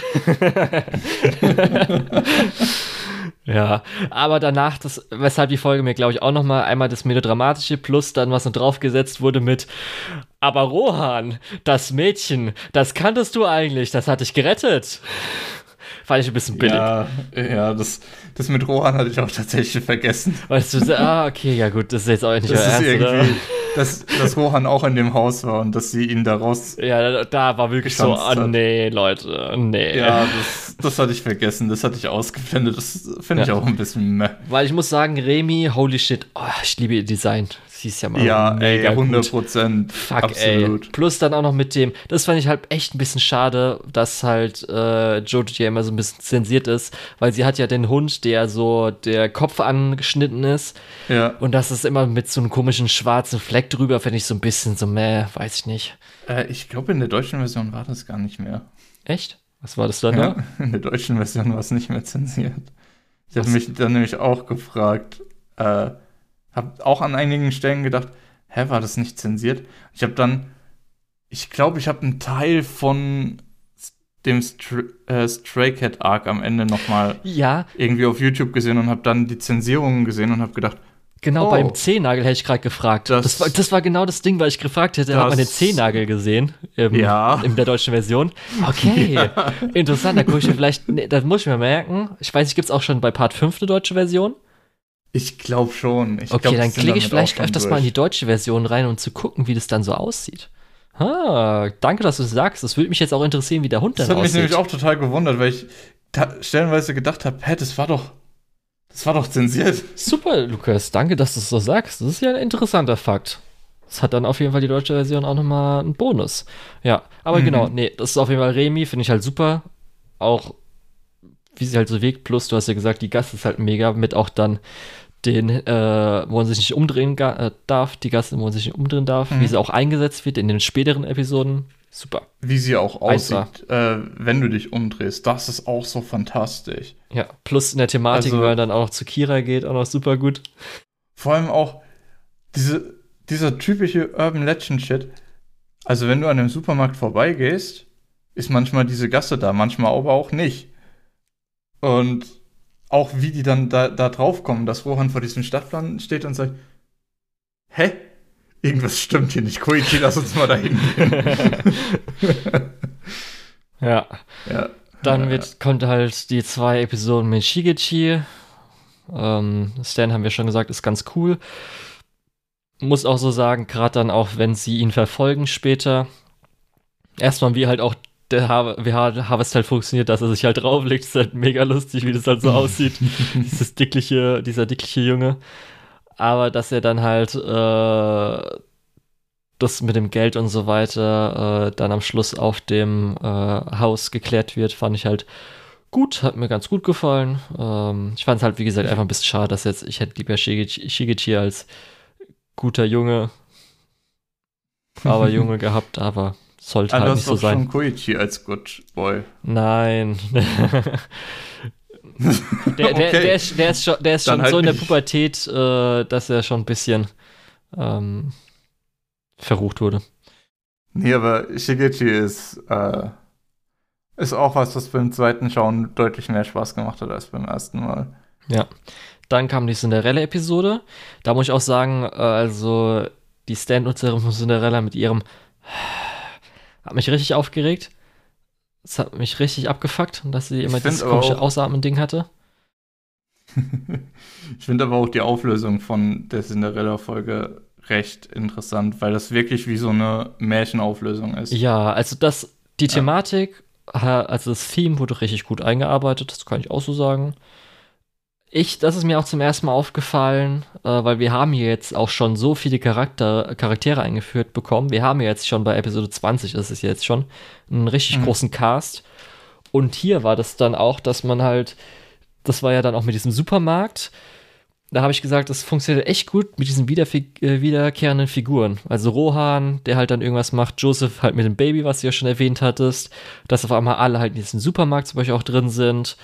Ja, aber danach, weshalb die Folge mir, glaube ich, auch nochmal einmal das Melodramatische plus dann, was noch draufgesetzt wurde mit aber Rohan, das Mädchen, das kanntest du eigentlich, das hat dich gerettet. Fand ich ein bisschen billig. Ja, das mit Rohan hatte ich auch tatsächlich vergessen. Weißt du, okay, ja gut, das ist jetzt auch nicht das mehr ernst, oder? Dass Rohan auch in dem Haus war und dass sie ihn da raus... Ja, da war wirklich so, nee, Leute, nee. Ja, das hatte ich vergessen, das hatte ich ausgeblendet, das finde ich auch ein bisschen meh. Weil ich muss sagen, Remy, holy shit, ich liebe ihr Design. Sie ist ja mal mega 100%. Fuck, absolut. Ey. Plus dann auch noch mit dem, das fand ich halt echt ein bisschen schade, dass halt Jojo ja immer so ein bisschen zensiert ist, weil sie hat ja den Hund, der so der Kopf angeschnitten ist. Ja. Und das ist immer mit so einem komischen schwarzen Fleck drüber, finde ich so ein bisschen so, weiß ich nicht. Ich glaube, in der deutschen Version war das gar nicht mehr. Echt? Was war das dann da? In der deutschen Version war es nicht mehr zensiert. Ich habe mich dann nämlich auch gefragt, habe auch an einigen Stellen gedacht, war das nicht zensiert? Ich glaube, ich habe einen Teil von dem Stray Cat Arc am Ende nochmal irgendwie auf YouTube gesehen und habe dann die Zensierungen gesehen und habe gedacht, genau, beim Zehennagel hätte ich gerade gefragt. Das war genau das Ding, weil ich gefragt hätte, hat man den Zehennagel gesehen in der deutschen Version? Okay, interessant, da gucke ich mir vielleicht, das muss ich mir merken. Ich weiß nicht, gibt es auch schon bei Part 5 eine deutsche Version? Ich glaube schon. Dann klicke ich vielleicht öfters mal in die deutsche Version rein, um zu gucken, wie das dann so aussieht. Danke, dass du es sagst. Das würde mich jetzt auch interessieren, wie der Hund dann aussieht. Das hat mich nämlich auch total gewundert, weil ich stellenweise gedacht habe, das war doch zensiert. Super, Lukas. Danke, dass du es so sagst. Das ist ja ein interessanter Fakt. Das hat dann auf jeden Fall die deutsche Version auch nochmal einen Bonus. Ja, aber genau, das ist auf jeden Fall Remy, finde ich halt super. Auch wie sie halt so wirkt, plus du hast ja gesagt, die Gast ist halt mega, mit auch dann den, wo man sich nicht umdrehen darf, die Gasse, wo man sich nicht umdrehen darf, wie sie auch eingesetzt wird in den späteren Episoden. Super. Wie sie auch aussieht, wenn du dich umdrehst, das ist auch so fantastisch. Ja, plus in der Thematik, wenn er dann auch noch zu Kira geht, auch noch super gut. Vor allem auch dieser typische Urban Legend Shit. Also wenn du an dem Supermarkt vorbeigehst, ist manchmal diese Gasse da, manchmal aber auch nicht. Und auch wie die dann da drauf kommen, dass Rohan vor diesem Stadtplan steht und sagt, irgendwas stimmt hier nicht. Koichi, lass uns mal dahin gehen. Ja. Dann kommt halt die 2 Episoden mit Shigechi. Stan, haben wir schon gesagt, ist ganz cool. Muss auch so sagen, gerade dann auch, wenn sie ihn verfolgen später. Erstmal, wie halt auch der Harvest halt funktioniert, dass er sich halt drauflegt, ist halt mega lustig, wie das halt so aussieht. dieser dickliche Junge. Aber dass er dann halt das mit dem Geld und so weiter dann am Schluss auf dem Haus geklärt wird, fand ich halt gut, hat mir ganz gut gefallen. Ich fand es halt, wie gesagt, einfach ein bisschen schade, dass ich hätte lieber Shigechi als guter Junge, gehabt, aber sollte halt nicht so sein. Du hast doch schon Koichi als Good Boy. Nein. der ist schon halt so in der Pubertät, dass er schon ein bisschen verrucht wurde. Nee, aber Shigechi ist auch was beim zweiten Schauen deutlich mehr Spaß gemacht hat als beim ersten Mal. Ja. Dann kam die Cinderella-Episode. Da muss ich auch sagen, also die Stand-Nutzerin von Cinderella mit ihrem hat mich richtig aufgeregt. Es hat mich richtig abgefuckt, dass sie immer dieses komische Ausatmen-Ding hatte. Ich finde aber auch die Auflösung von der Cinderella-Folge recht interessant, weil das wirklich wie so eine Märchenauflösung ist. Ja, also die Thematik, also das Theme wurde richtig gut eingearbeitet, das kann ich auch so sagen. Das ist mir auch zum ersten Mal aufgefallen, weil wir haben hier jetzt auch schon so viele Charaktere eingeführt bekommen. Wir haben ja jetzt schon bei Episode 20, das ist jetzt schon, einen richtig großen Cast. Und hier war das dann auch, dass man halt, das war ja dann auch mit diesem Supermarkt, da habe ich gesagt, das funktioniert echt gut mit diesen wiederkehrenden Figuren. Also Rohan, der halt dann irgendwas macht, Joseph halt mit dem Baby, was du ja schon erwähnt hattest, dass auf einmal alle halt in diesem Supermarkt zum Beispiel auch drin sind.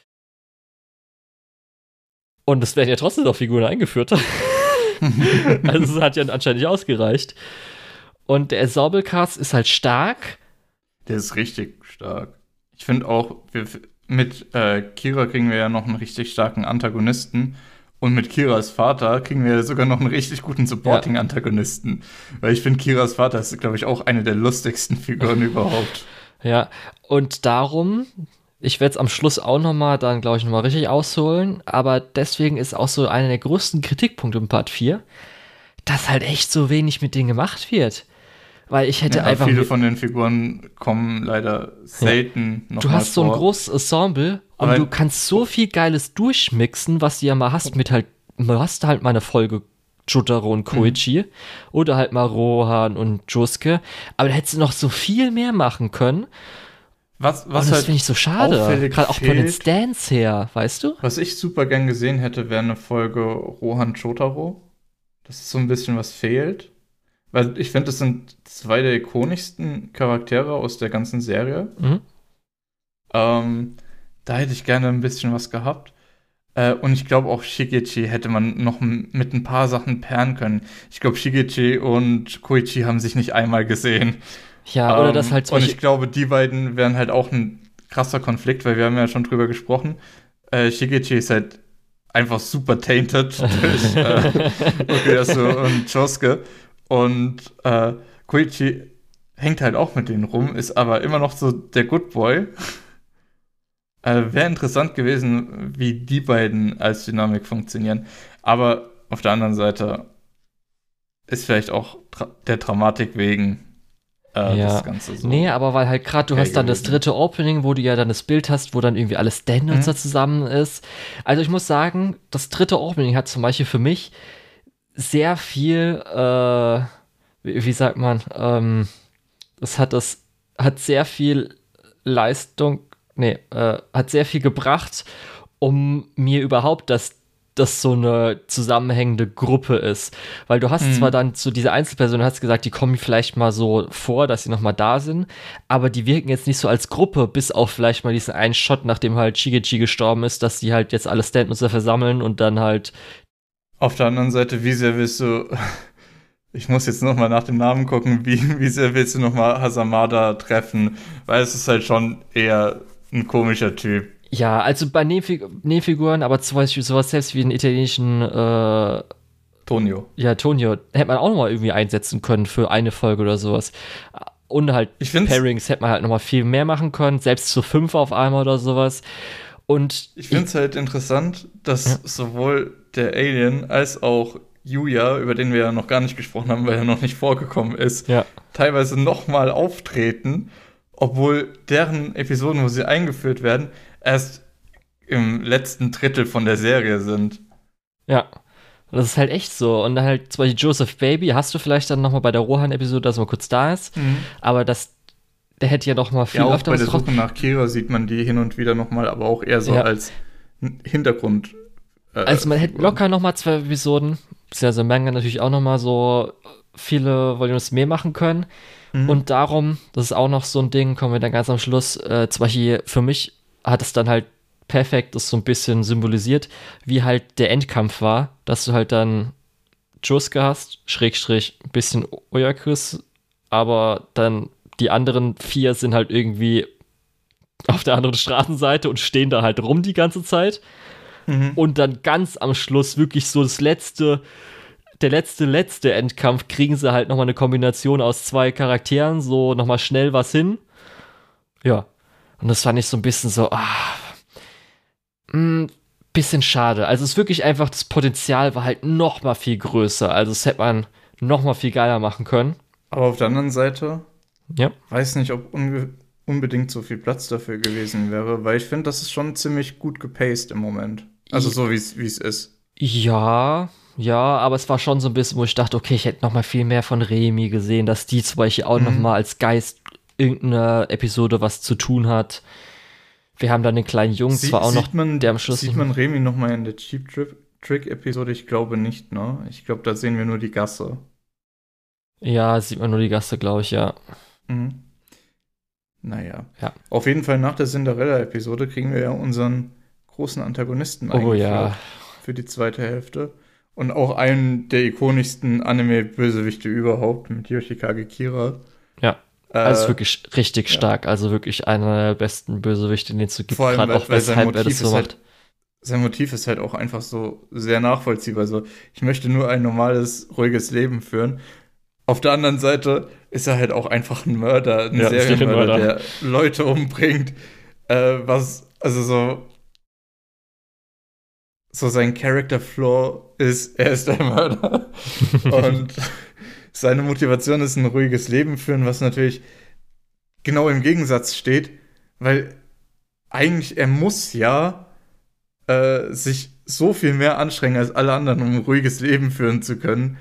Und es werden ja trotzdem noch Figuren eingeführt. Also es hat ja anscheinend nicht ausgereicht. Und der Ensemble-Cast ist halt stark. Der ist richtig stark. Ich finde auch, mit Kira kriegen wir ja noch einen richtig starken Antagonisten. Und mit Kiras Vater kriegen wir sogar noch einen richtig guten Supporting-Antagonisten. Weil ich finde, Kiras Vater ist, glaube ich, auch eine der lustigsten Figuren überhaupt. Ja, und darum, ich werde es am Schluss auch nochmal richtig ausholen, aber deswegen ist auch so einer der größten Kritikpunkte im Part 4, dass halt echt so wenig mit denen gemacht wird. Weil ich hätte einfach. Viele von den Figuren kommen leider selten noch. Du hast so ein großes Ensemble und du kannst so viel Geiles durchmixen, was du ja mal hast mit halt. Du hast halt mal eine Folge Jotaro und Koichi oder halt mal Rohan und Josuke, aber da hättest du noch so viel mehr machen können. Was das halt finde ich so schade. Gerade auch von den Stands her, weißt du? Was ich super gern gesehen hätte, wäre eine Folge Rohan Jotaro. Das ist so ein bisschen was fehlt. Weil ich finde, das sind zwei der ikonischsten Charaktere aus der ganzen Serie. Da hätte ich gerne ein bisschen was gehabt. Und ich glaube auch Shigechi hätte man noch mit ein paar Sachen pairen können. Ich glaube, Shigechi und Koichi haben sich nicht einmal gesehen. Ja, oder das halt so. Und ich glaube, die beiden wären halt auch ein krasser Konflikt, weil wir haben ja schon drüber gesprochen. Shigechi ist halt einfach super tainted durch Okuyasu und Josuke. Und Koichi hängt halt auch mit denen rum, ist aber immer noch so der Good Boy. Wäre interessant gewesen, wie die beiden als Dynamik funktionieren. Aber auf der anderen Seite ist vielleicht auch der Dramatik wegen das Ganze so. Nee, aber weil halt gerade du hast dann das dritte Opening, wo du ja dann das Bild hast, wo dann irgendwie alles Stand und so zusammen ist. Also ich muss sagen, das dritte Opening hat zum Beispiel für mich sehr viel, wie sagt man, hat sehr viel Leistung, hat sehr viel gebracht, um mir überhaupt, dass das so eine zusammenhängende Gruppe ist. Weil du hast zwar dann zu dieser Einzelperson, hast gesagt, die kommen vielleicht mal so vor, dass sie noch mal da sind, aber die wirken jetzt nicht so als Gruppe, bis auf vielleicht mal diesen einen Shot, nachdem halt Shigechi gestorben ist, dass die halt jetzt alle Stand-Nutzer versammeln und dann halt. Auf der anderen Seite, wie sehr willst du, ich muss jetzt noch mal nach dem Namen gucken, wie sehr willst du noch mal Hasamada treffen? Weil es ist halt schon eher ein komischer Typ. Ja, also bei Nebenfiguren, aber zum Beispiel sowas selbst wie den italienischen Tonio. Ja, Tonio hätte man auch noch mal irgendwie einsetzen können für eine Folge oder sowas. Und halt Pairings hätte man halt noch mal viel mehr machen können, selbst zu 5 auf einmal oder sowas. Und ich finde es halt interessant, dass sowohl der Alien als auch Yuya, über den wir ja noch gar nicht gesprochen haben, weil er noch nicht vorgekommen ist, teilweise noch mal auftreten, obwohl deren Episoden, wo sie eingeführt werden, erst im letzten Drittel von der Serie sind. Ja, das ist halt echt so. Und dann halt zum Beispiel Joseph Baby hast du vielleicht dann noch mal bei der Rohan-Episode, dass er mal kurz da ist. Aber der hätte ja noch mal viel öfter. Auch bei der Suche nach Kira sieht man die hin und wieder noch mal, aber auch eher so als Hintergrund. Also man hätte locker noch mal 2 Episoden, beziehungsweise Manga natürlich auch noch mal so viele Volumes mehr machen können. Und darum, das ist auch noch so ein Ding, kommen wir dann ganz am Schluss, zum Beispiel für mich hat es dann halt perfekt das so ein bisschen symbolisiert, wie halt der Endkampf war, dass du halt dann Josuke hast, Schrägstrich, ein bisschen Oyakus, aber dann die anderen 4 sind halt irgendwie auf der anderen Straßenseite und stehen da halt rum die ganze Zeit. Und dann ganz am Schluss wirklich so der letzte Endkampf kriegen sie halt nochmal eine Kombination aus 2 Charakteren, so nochmal schnell was hin. Ja. Und das fand ich so ein bisschen so, bisschen schade. Also es ist wirklich einfach, das Potenzial war halt nochmal viel größer. Also es hätte man nochmal viel geiler machen können. Aber auf der anderen Seite, weiß nicht, ob unbedingt so viel Platz dafür gewesen wäre, weil ich finde, das ist schon ziemlich gut gepaced im Moment. Also so wie es ist. Ja, aber es war schon so ein bisschen, wo ich dachte, okay, ich hätte noch mal viel mehr von Remy gesehen, dass die zum Beispiel auch noch mal als Geist irgendeiner Episode was zu tun hat. Wir haben dann den kleinen Jungen zwar auch noch, der am Schluss... Sieht man Remy noch mal in der Cheap Trick-Episode? Ich glaube nicht, ne? Ich glaube, da sehen wir nur die Gasse. Ja, sieht man nur die Gasse, glaube ich, ja. Naja. Ja. Auf jeden Fall nach der Cinderella-Episode kriegen wir ja unseren großen Antagonisten eingeführt für die zweite Hälfte. Und auch einen der ikonischsten Anime-Bösewichte überhaupt mit Yoshikage Kira. Ja, also wirklich richtig stark. Also wirklich einer der besten Bösewichte, den es so gibt. Vor allem, gerade auch weshalb er das so macht. Sein Motiv ist halt auch einfach so sehr nachvollziehbar. So, ich möchte nur ein normales, ruhiges Leben führen. Auf der anderen Seite ist er halt auch einfach ein Mörder, ein Serienmörder, der Leute umbringt. So sein Character-Flaw ist, er ist der Mörder. Und seine Motivation ist ein ruhiges Leben führen, was natürlich genau im Gegensatz steht, weil eigentlich er muss ja sich so viel mehr anstrengen als alle anderen, um ein ruhiges Leben führen zu können.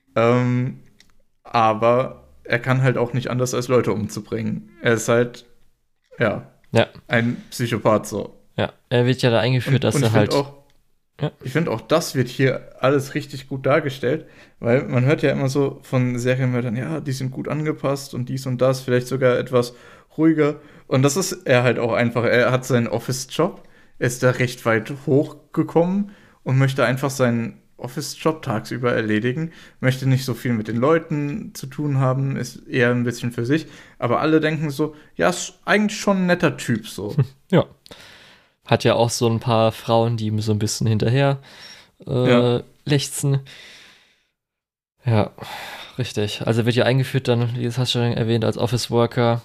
Aber er kann halt auch nicht anders, als Leute umzubringen. Er ist halt, ein Psychopath so. Ja, er wird ja da eingeführt, dass er halt... Ich finde auch, das wird hier alles richtig gut dargestellt, weil man hört ja immer so von Serienmördern, ja, die sind gut angepasst und dies und das, vielleicht sogar etwas ruhiger. Und das ist er halt auch einfach. Er hat seinen Office-Job, er ist da recht weit hochgekommen und möchte einfach seinen Office-Job tagsüber erledigen, möchte nicht so viel mit den Leuten zu tun haben, ist eher ein bisschen für sich. Aber alle denken so, ja, ist eigentlich schon ein netter Typ so. Ja. Hat ja auch so ein paar Frauen, die ihm so ein bisschen hinterher lechzen. Ja, richtig. Also wird ja eingeführt dann, wie das hast du schon erwähnt, als Office Worker.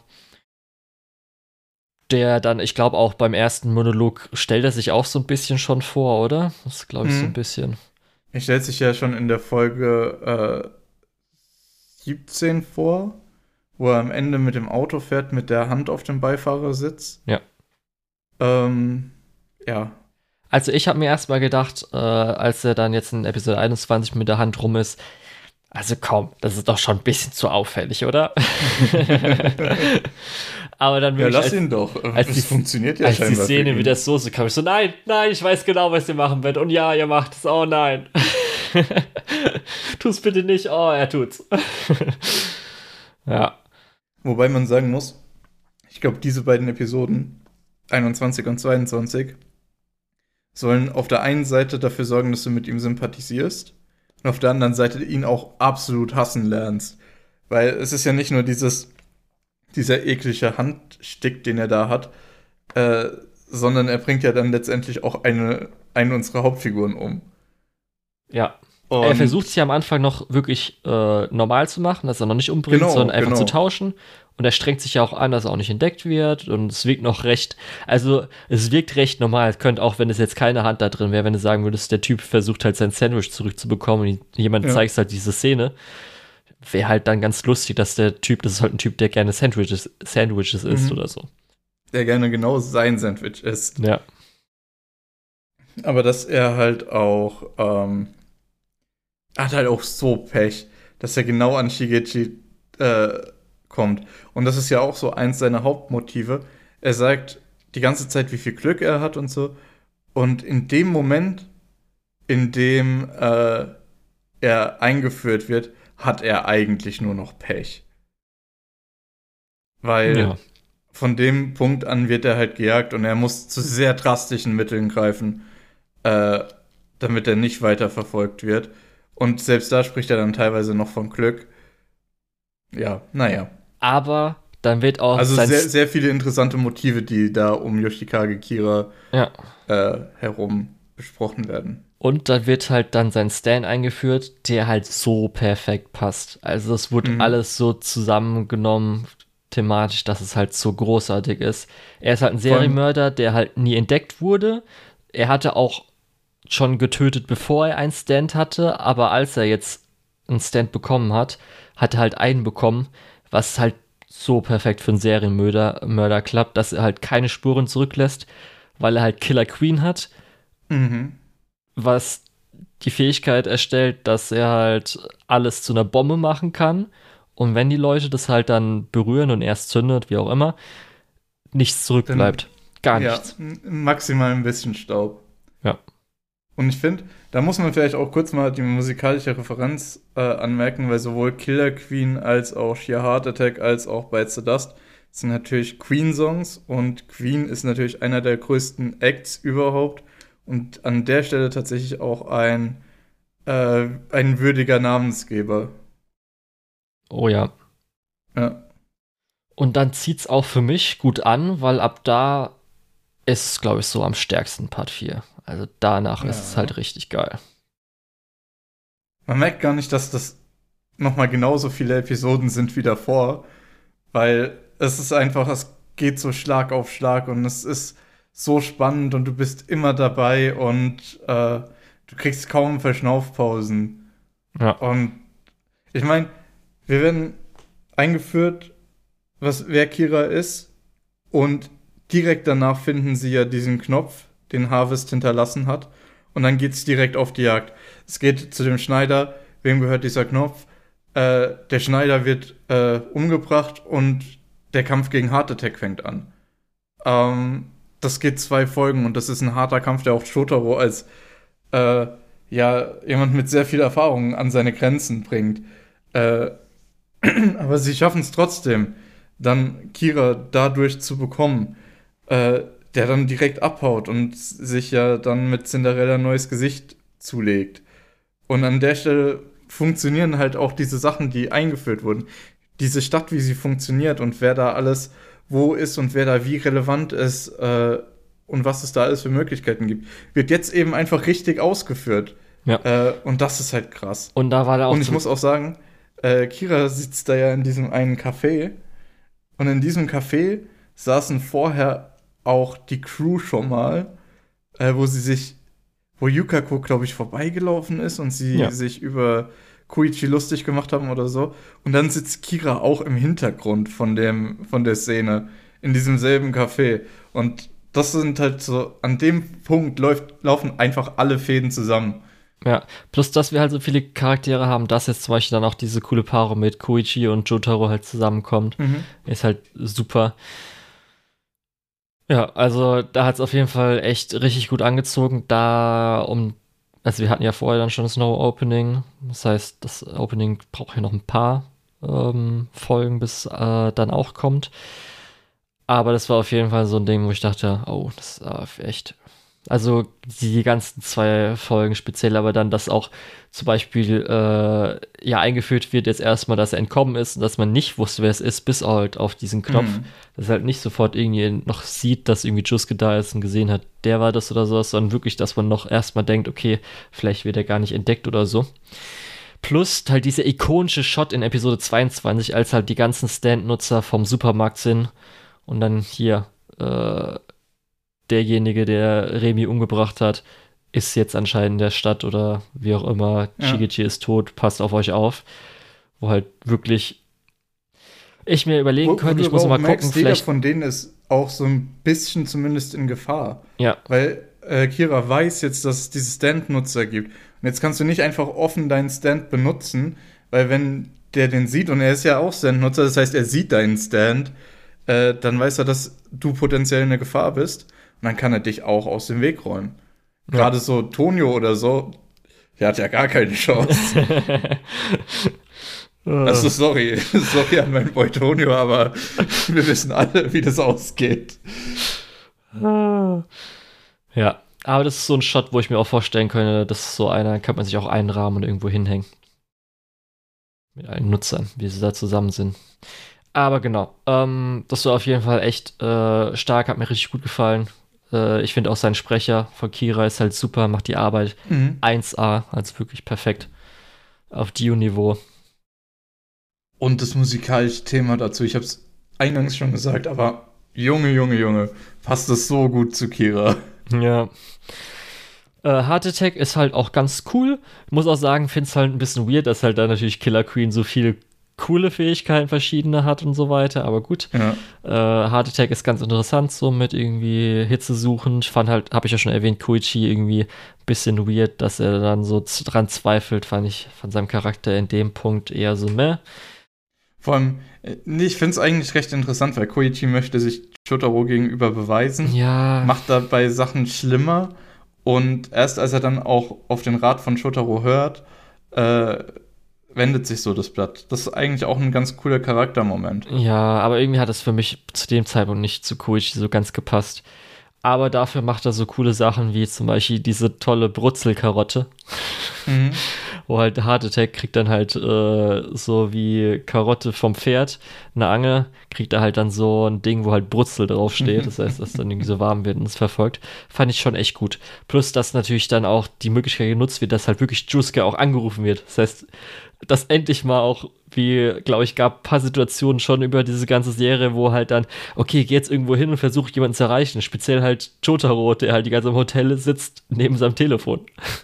Der dann, ich glaube auch beim ersten Monolog stellt er sich auch so ein bisschen schon vor, oder? Das glaube ich so ein bisschen. Er stellt sich ja schon in der Folge 17 vor, wo er am Ende mit dem Auto fährt, mit der Hand auf dem Beifahrersitz. Ja. Ja. Also ich habe mir erstmal gedacht, als er dann jetzt in Episode 21 mit der Hand rum ist, also komm, das ist doch schon ein bisschen zu auffällig, oder? Aber dann wirklich, lass ihn doch. Das funktioniert ja scheinbar. Als die Szene mit der Soße kam, ich so, nein, ich weiß genau, was ihr machen werdet. Und ja, ihr macht es, oh nein. Tu's bitte nicht, oh, er tut's. Ja. Wobei man sagen muss, ich glaube, diese beiden Episoden, 21 und 22, sollen auf der einen Seite dafür sorgen, dass du mit ihm sympathisierst und auf der anderen Seite ihn auch absolut hassen lernst. Weil es ist ja nicht nur dieser eklige Handstick, den er da hat, sondern er bringt ja dann letztendlich auch eine unserer Hauptfiguren um. Ja. Und er versucht es ja am Anfang noch wirklich normal zu machen, dass er noch nicht umbringt, sondern einfach zu tauschen. Und er strengt sich ja auch an, dass er auch nicht entdeckt wird. Und es wirkt noch recht, also es wirkt recht normal. Es könnte auch, wenn es jetzt keine Hand da drin wäre, wenn du sagen würdest, der Typ versucht halt sein Sandwich zurückzubekommen und jemand zeigt halt diese Szene, wäre halt dann ganz lustig, dass das ist halt ein Typ, der gerne Sandwiches isst oder so. Der gerne genau sein Sandwich isst. Ja. Aber dass er halt auch, hat halt auch so Pech, dass er genau an Shigechi kommt. Und das ist ja auch so eins seiner Hauptmotive. Er sagt die ganze Zeit, wie viel Glück er hat und so. Und in dem Moment, in dem er eingeführt wird, hat er eigentlich nur noch Pech. Weil von dem Punkt an wird er halt gejagt und er muss zu sehr drastischen Mitteln greifen, damit er nicht weiter verfolgt wird. Und selbst da spricht er dann teilweise noch von Glück. Ja, naja. Aber dann wird auch... Also sehr, sehr viele interessante Motive, die da um Yoshikage Kira herum besprochen werden. Und dann wird halt dann sein Stan eingeführt, der halt so perfekt passt. Also es wurde alles so zusammengenommen, thematisch, dass es halt so großartig ist. Er ist halt ein Serienmörder, der halt nie entdeckt wurde. Er hatte auch schon getötet, bevor er einen Stand hatte, aber als er jetzt einen Stand bekommen hat, hat er halt einen bekommen, was halt so perfekt für einen Serienmörder klappt, dass er halt keine Spuren zurücklässt, weil er halt Killer Queen hat Was die Fähigkeit erstellt, dass er halt alles zu einer Bombe machen kann. Und wenn die Leute das halt dann berühren und erst zündet, wie auch immer, nichts zurückbleibt. Gar nichts. Ja, maximal ein bisschen Staub. Ja. Und ich finde, da muss man vielleicht auch kurz mal die musikalische Referenz anmerken, weil sowohl Killer Queen als auch Sheer Heart Attack als auch Bites the Dust sind natürlich Queen-Songs und Queen ist natürlich einer der größten Acts überhaupt und an der Stelle tatsächlich auch ein würdiger Namensgeber. Oh ja. Ja. Und dann zieht's auch für mich gut an, weil ab da ist es, glaube ich, so am stärksten Part 4. Also danach ist es halt richtig geil. Man merkt gar nicht, dass das nochmal genauso viele Episoden sind wie davor, weil es ist einfach, es geht so Schlag auf Schlag und es ist so spannend und du bist immer dabei und du kriegst kaum Verschnaufpausen. Ja. Und ich meine, wir werden eingeführt, wer Kira ist und direkt danach finden sie ja diesen Knopf, den Harvest hinterlassen hat und dann geht's direkt auf die Jagd. Es geht zu dem Schneider, wem gehört dieser Knopf? Der Schneider wird umgebracht und der Kampf gegen Heart Attack fängt an. Das geht 2 Folgen und das ist ein harter Kampf, der auch Shotaro als jemand mit sehr viel Erfahrung an seine Grenzen bringt. Aber sie schaffen es trotzdem, dann Kira dadurch zu bekommen, der dann direkt abhaut und sich ja dann mit Cinderella ein neues Gesicht zulegt. Und an der Stelle funktionieren halt auch diese Sachen, die eingeführt wurden. Diese Stadt, wie sie funktioniert und wer da alles wo ist und wer da wie relevant ist und was es da alles für Möglichkeiten gibt, wird jetzt eben einfach richtig ausgeführt. Ja. Und das ist halt krass. Und da war da auch. Und ich muss auch sagen, Kira sitzt da ja in diesem einen Café. Und in diesem Café saßen vorher auch die Crew schon mal, wo Yukako, glaube ich, vorbeigelaufen ist und sie sich über Koichi lustig gemacht haben oder so. Und dann sitzt Kira auch im Hintergrund von der Szene in diesem selben Café. Und das sind halt so, an dem Punkt laufen einfach alle Fäden zusammen. Ja, plus, dass wir halt so viele Charaktere haben, dass jetzt zum Beispiel dann auch diese coole Paarung mit Koichi und Jotaro halt zusammenkommt, ist halt super. Ja, also da hat es auf jeden Fall echt richtig gut angezogen, also wir hatten ja vorher dann schon das No-Opening, das heißt, das Opening braucht ja noch ein paar Folgen, bis dann auch kommt. Aber das war auf jeden Fall so ein Ding, wo ich dachte, oh, das ist echt. Also die ganzen 2 Folgen speziell, aber dann, dass auch zum Beispiel eingeführt wird jetzt erstmal, dass er entkommen ist und dass man nicht wusste, wer es ist, bis halt auf diesen Knopf. Dass er halt nicht sofort irgendwie noch sieht, dass irgendwie Jusuke da ist und gesehen hat, der war das oder sowas, sondern wirklich, dass man noch erstmal denkt, okay, vielleicht wird er gar nicht entdeckt oder so. Plus halt dieser ikonische Shot in Episode 22, als halt die ganzen Stand-Nutzer vom Supermarkt sind und dann hier derjenige, der Remi umgebracht hat, ist jetzt anscheinend in der Stadt oder wie auch immer. Shigechi ist tot, passt auf euch auf. Wo halt wirklich ich mir überlegen könnte, ich muss mal gucken, vielleicht... Jeder von denen ist auch so ein bisschen zumindest in Gefahr. Ja. Weil Kira weiß jetzt, dass es diese Stand-Nutzer gibt. Und jetzt kannst du nicht einfach offen deinen Stand benutzen, weil wenn der den sieht, und er ist ja auch Stand-Nutzer, das heißt, er sieht deinen Stand, dann weiß er, dass du potenziell eine Gefahr bist. Und dann kann er dich auch aus dem Weg räumen. Ja. Gerade so Tonio oder so, der hat ja gar keine Chance. Also sorry an meinen Boy Tonio, aber wir wissen alle, wie das ausgeht. Ja, aber das ist so ein Shot, wo ich mir auch vorstellen könnte, das ist so einer, kann man sich auch einrahmen und irgendwo hinhängen. Mit allen Nutzern, wie sie da zusammen sind. Aber genau, das war auf jeden Fall echt stark, hat mir richtig gut gefallen. Ich finde auch sein Sprecher von Kira ist halt super, macht die Arbeit 1A, also wirklich perfekt auf Dio-Niveau. Und das musikalische Thema dazu, ich habe es eingangs schon gesagt, aber Junge, passt das so gut zu Kira. Ja. Heart Attack ist halt auch ganz cool. Ich muss auch sagen, finde es halt ein bisschen weird, dass halt da natürlich Killer Queen so viel coole Fähigkeiten verschiedene hat und so weiter, aber gut. Ja. Heart Attack ist ganz interessant, so mit irgendwie Hitze suchen. Ich fand halt, habe ich ja schon erwähnt, Koichi irgendwie ein bisschen weird, dass er dann so dran zweifelt, fand ich von seinem Charakter in dem Punkt eher so meh. Vor allem, ich finde es eigentlich recht interessant, weil Koichi möchte sich Shotaro gegenüber beweisen, macht dabei Sachen schlimmer und erst als er dann auch auf den Rat von Shotaro hört, wendet sich so das Blatt. Das ist eigentlich auch ein ganz cooler Charaktermoment. Ja, aber irgendwie hat es für mich zu dem Zeitpunkt nicht zu Koichi so ganz gepasst. Aber dafür macht er so coole Sachen wie zum Beispiel diese tolle Brutzelkarotte. Mhm. Wo halt Heart Attack kriegt dann halt so wie Karotte vom Pferd eine Angel, kriegt er halt dann so ein Ding, wo halt Brutzel draufsteht. Das heißt, dass dann irgendwie so warm wird und es verfolgt. Fand ich schon echt gut. Plus, dass natürlich dann auch die Möglichkeit genutzt wird, dass halt wirklich Jusuke auch angerufen wird. Das heißt, dass endlich mal auch, wie, glaube ich, gab ein paar Situationen schon über diese ganze Serie, wo halt dann, okay, geh jetzt irgendwo hin und versuch jemanden zu erreichen. Speziell halt Jotaro, der halt die ganze Zeit im Hotel sitzt, neben seinem Telefon.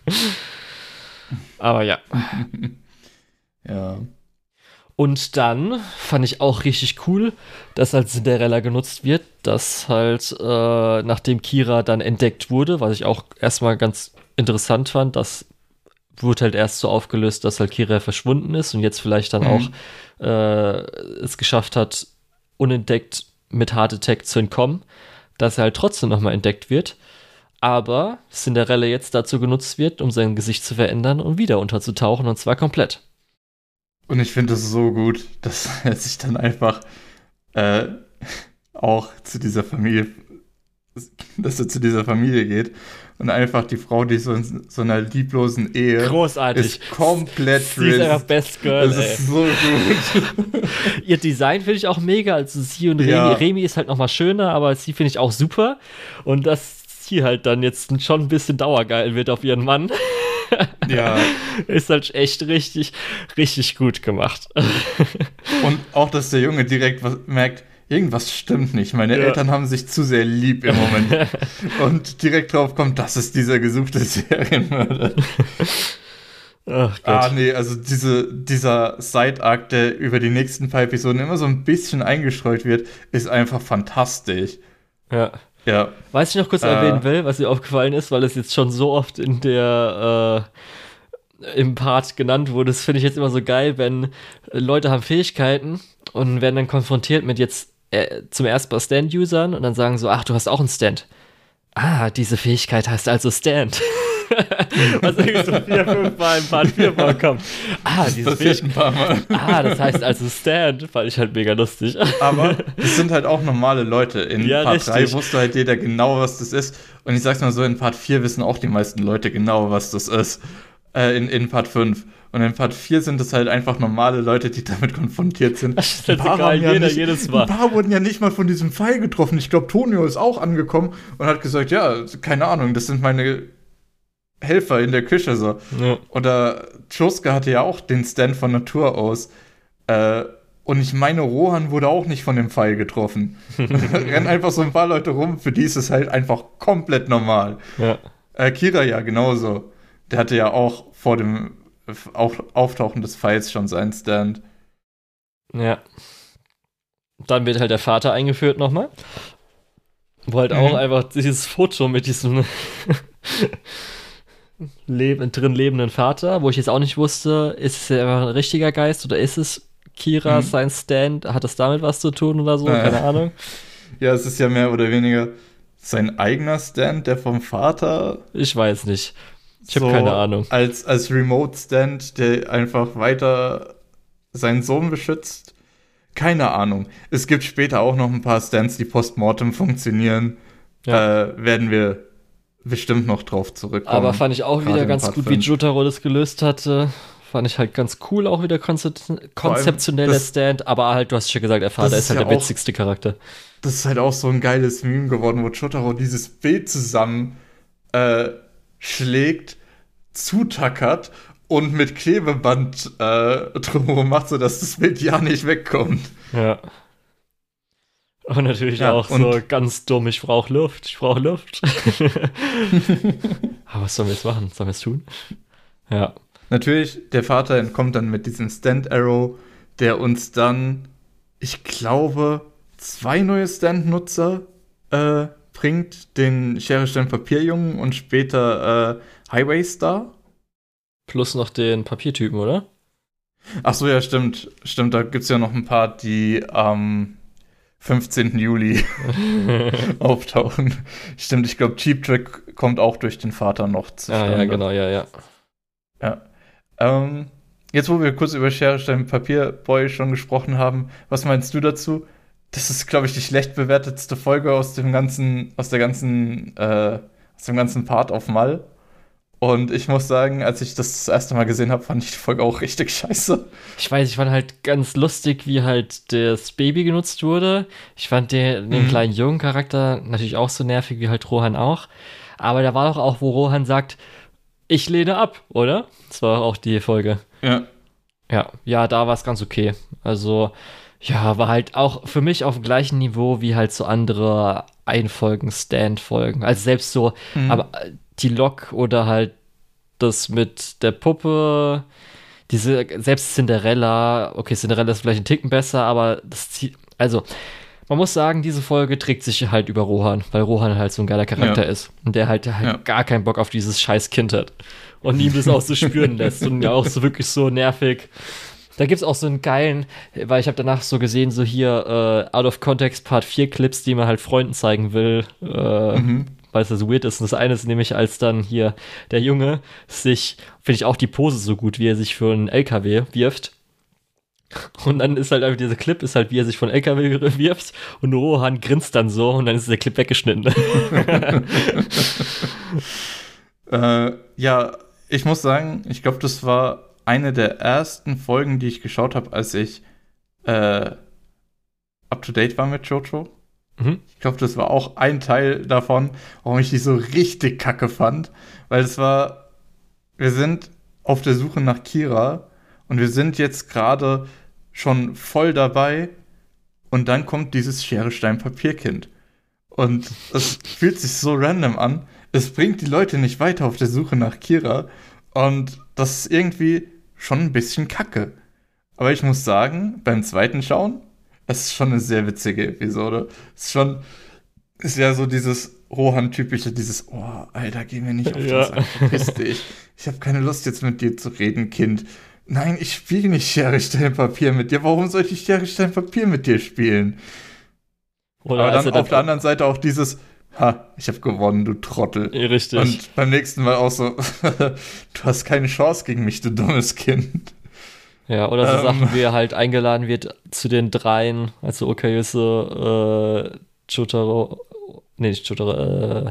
Aber ja. Ja. Und dann fand ich auch richtig cool, dass halt Cinderella genutzt wird, dass halt, nachdem Kira dann entdeckt wurde, was ich auch erstmal ganz interessant fand, das wurde halt erst so aufgelöst, dass halt Kira verschwunden ist und jetzt vielleicht dann auch es geschafft hat, unentdeckt mit Heart Attack zu entkommen, dass er halt trotzdem nochmal entdeckt wird, aber Cinderella jetzt dazu genutzt wird, um sein Gesicht zu verändern und wieder unterzutauchen, und zwar komplett. Und ich finde es so gut, dass er sich dann einfach auch zu dieser Familie, dass er zu dieser Familie geht und einfach die Frau, die so in so einer lieblosen Ehe großartig ist, komplett sie ist einfach Best Girl, das ist so gut. Ihr Design finde ich auch mega, also sie und Remy ist halt nochmal schöner, aber sie finde ich auch super, und dass sie halt dann jetzt schon ein bisschen dauergeil wird auf ihren Mann. Ja. Ist halt echt richtig, richtig gut gemacht. Und auch, dass der Junge direkt merkt, irgendwas stimmt nicht. Meine Eltern haben sich zu sehr lieb im Moment. Und direkt drauf kommt, das ist dieser gesuchte Serienmörder. Ach Gott. Nee, also dieser Side-Arc, der über die nächsten paar Episoden immer so ein bisschen eingestreut wird, ist einfach fantastisch. Ja. Was ich noch kurz erwähnen will, was mir aufgefallen ist, weil es jetzt schon so oft in der im Part genannt wurde, das finde ich jetzt immer so geil, wenn Leute haben Fähigkeiten und werden dann konfrontiert mit jetzt zum ersten Mal Stand-Usern und dann sagen so, ach, du hast auch einen Stand. Ah, diese Fähigkeit heißt also Stand. Was irgendwie so 4-5 Mal im Part 4 vorkommt. Das passiert ein paar Mal. Das heißt also Stand, fand ich halt mega lustig. Aber es sind halt auch normale Leute. In Part richtig. 3 wusste halt jeder genau, was das ist. Und ich sag's mal so, in Part 4 wissen auch die meisten Leute genau, was das ist. In Part 5. Und in Part 4 sind es halt einfach normale Leute, die damit konfrontiert sind. Das ist halt so geil, jedes Mal. Ein paar wurden ja nicht mal von diesem Pfeil getroffen. Ich glaube, Tonio ist auch angekommen und hat gesagt, ja, keine Ahnung, das sind meine Helfer in der Küche so. Ja. Oder Josuke hatte ja auch den Stand von Natur aus. Und ich meine, Rohan wurde auch nicht von dem Pfeil getroffen. Rennen einfach so ein paar Leute rum, für die ist es halt einfach komplett normal. Ja. Kira ja genauso. Der hatte ja auch vor dem Auftauchen des Pfeils schon seinen Stand. Ja. Dann wird halt der Vater eingeführt nochmal. Wo halt auch einfach dieses Foto mit diesem drin lebenden Vater, wo ich jetzt auch nicht wusste, ist es einfach ein richtiger Geist oder ist es Kira sein Stand? Hat das damit was zu tun oder so? Keine Ahnung. Ja, es ist ja mehr oder weniger sein eigener Stand, der vom Vater. Ich weiß nicht. Ich habe keine Ahnung. Als Remote-Stand, der einfach weiter seinen Sohn beschützt. Keine Ahnung. Es gibt später auch noch ein paar Stands, die postmortem funktionieren. Ja. Werden wir bestimmt noch drauf zurückkommen. Aber fand ich auch wieder ganz gut, wie Jotaro das gelöst hatte. Fand ich halt ganz cool, auch wieder konzeptioneller Stand. Aber halt, du hast schon gesagt, der Vater ist halt der witzigste Charakter. Das ist halt auch so ein geiles Meme geworden, wo Jotaro dieses Bild zusammen schlägt, zutackert und mit Klebeband drumherum macht, sodass das Bild ja nicht wegkommt. Ja. Und natürlich auch so ganz dumm, ich brauche Luft. Aber was sollen wir jetzt machen? Sollen wir es tun? Ja. Natürlich, der Vater entkommt dann mit diesem Stand-Arrow der uns dann, ich glaube, 2 neue Stand-Nutzer bringt, den Schere, Stein, Papierjungen und später Highway Star. Plus noch den Papiertypen, oder? Ach so, ja, stimmt. Stimmt, da gibt es ja noch ein paar, die am 15. Juli auftauchen. Stimmt, ich glaube, Cheap Trick kommt auch durch den Vater noch zustande. Ja, genau, ja. Ja. Jetzt, wo wir kurz über Schere, Stein, Papier Boy schon gesprochen haben, was meinst du dazu? Das ist, glaube ich, die schlecht bewertetste Folge aus dem ganzen Part auf Mal. Und ich muss sagen, als ich das erste Mal gesehen habe, fand ich die Folge auch richtig scheiße. Ich fand halt ganz lustig, wie halt das Baby genutzt wurde. Ich fand den kleinen jungen Charakter natürlich auch so nervig, wie halt Rohan auch. Aber da war doch auch, wo Rohan sagt, ich lehne ab, oder? Das war auch die Folge. Ja. Ja, da war es ganz okay. Also, ja, war halt auch für mich auf dem gleichen Niveau wie halt so andere Einfolgen, Stand-Folgen. Also selbst so, aber die Lok oder halt das mit der Puppe, selbst Cinderella, okay, Cinderella ist vielleicht ein Ticken besser, aber also, man muss sagen, diese Folge trägt sich halt über Rohan, weil Rohan halt so ein geiler Charakter ist und der halt gar keinen Bock auf dieses scheiß Kind hat und ihm das auch so spüren lässt und ja auch so wirklich so nervig. Da gibt's auch so einen geilen, weil ich habe danach so gesehen, so hier Out of Context Part 4 Clips, die man halt Freunden zeigen will, weil es so weird ist. Und das eine ist nämlich, als dann hier der Junge sich, finde ich auch die Pose so gut, wie er sich für einen LKW wirft. Und dann ist halt einfach dieser Clip, ist halt, wie er sich von LKW wirft und Rohan grinst dann so und dann ist der Clip weggeschnitten. Ja, ich muss sagen, ich glaube, das war eine der ersten Folgen, die ich geschaut habe, als ich up-to-date war mit Jojo. Ich glaube, das war auch ein Teil davon, warum ich die so richtig kacke fand. Weil wir sind auf der Suche nach Kira und wir sind jetzt gerade schon voll dabei und dann kommt dieses Schere, Stein, Papierkind. Und es fühlt sich so random an. Es bringt die Leute nicht weiter auf der Suche nach Kira und das ist irgendwie schon ein bisschen kacke. Aber ich muss sagen, beim zweiten Schauen, es ist schon eine sehr witzige Episode. Ist ja so dieses Rohan-typische, dieses, oh, Alter, geh mir nicht auf den Sack, verpiss dich. Ich habe keine Lust, jetzt mit dir zu reden, Kind. Nein, ich spiele nicht Schere, Stein, Papier mit dir. Warum sollte ich Schere, Stein, Papier mit dir spielen? Oder aber dann auf der anderen Seite auch dieses, ich habe gewonnen, du Trottel. Richtig. Und beim nächsten Mal auch so, du hast keine Chance gegen mich, du dummes Kind. Ja, oder so Sachen, wie er halt eingeladen wird zu den dreien, also Okayuse, Jotaro, nicht Jotaro,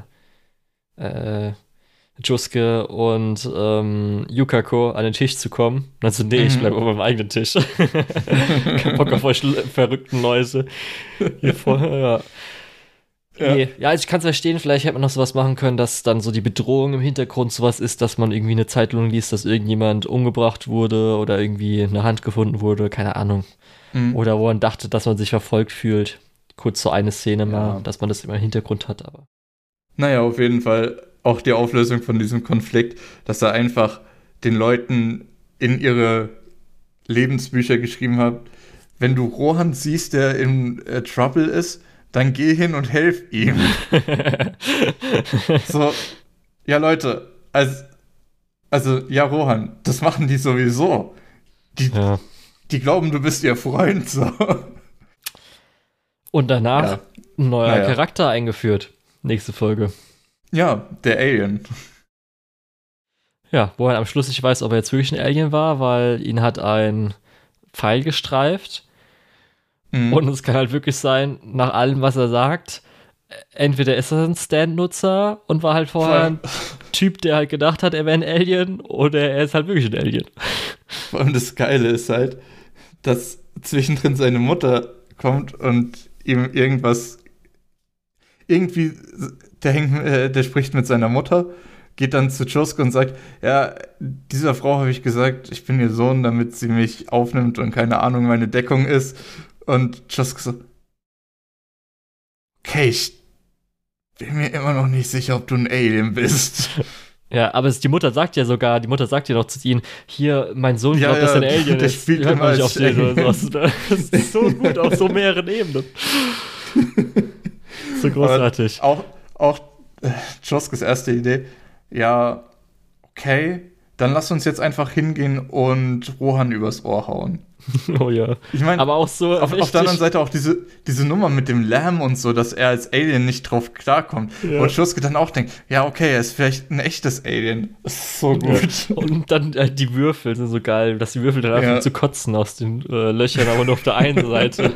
Josuke und Yukako an den Tisch zu kommen. Und dann so, nee, ich bleib auf meinem eigenen Tisch. Kein Bock auf euch verrückten Läuse. Hier vorher, ja. Nee. Ja, also ich kann es verstehen, vielleicht hätte man noch sowas machen können, dass dann so die Bedrohung im Hintergrund sowas ist, dass man irgendwie eine Zeitung liest, dass irgendjemand umgebracht wurde oder irgendwie eine Hand gefunden wurde, keine Ahnung. Oder wo man dachte, dass man sich verfolgt fühlt. Kurz so eine Szene mal, dass man das immer im Hintergrund hat, aber. Naja, auf jeden Fall auch die Auflösung von diesem Konflikt, dass er einfach den Leuten in ihre Lebensbücher geschrieben hat, wenn du Rohan siehst, der in Trouble ist, dann geh hin und helf ihm. So, ja Leute, also ja Rohan, das machen die sowieso. Die glauben, du bist ihr Freund, so. Und danach ein neuer Charakter eingeführt. Nächste Folge. Ja, der Alien. Ja, wo er am Schluss nicht weiß, ob er jetzt wirklich ein Alien war, weil ihn hat ein Pfeil gestreift. Und es kann halt wirklich sein, nach allem, was er sagt, entweder ist er ein Stand-Nutzer und war halt vorher ein Typ, der halt gedacht hat, er wäre ein Alien, oder er ist halt wirklich ein Alien. Vor allem das Geile ist halt, dass zwischendrin seine Mutter kommt und ihm der spricht mit seiner Mutter, geht dann zu Josuke und sagt, ja, dieser Frau habe ich gesagt, ich bin ihr Sohn, damit sie mich aufnimmt und keine Ahnung, meine Deckung ist. Und Josuke so, okay, ich bin mir immer noch nicht sicher, ob du ein Alien bist. Ja, aber die Mutter sagt ja noch zu ihnen, hier, mein Sohn glaubt, dass er ein Alien der ist. spielt immer nicht auf den oder sowas. Das ist so gut, auf so mehreren Ebenen. So großartig. Aber auch Joskes erste Idee, ja, okay, dann lass uns jetzt einfach hingehen und Rohan übers Ohr hauen. Oh ja. Ich meine, aber auch so auf der anderen Seite auch diese Nummer mit dem Lärm und so, dass er als Alien nicht drauf klarkommt. Ja. Und Joske dann auch denkt, ja, okay, er ist vielleicht ein echtes Alien. Das ist so gut. Ja. Und dann die Würfel sind so geil, dass die Würfel dann einfach zu kotzen aus den Löchern, aber nur auf der einen Seite.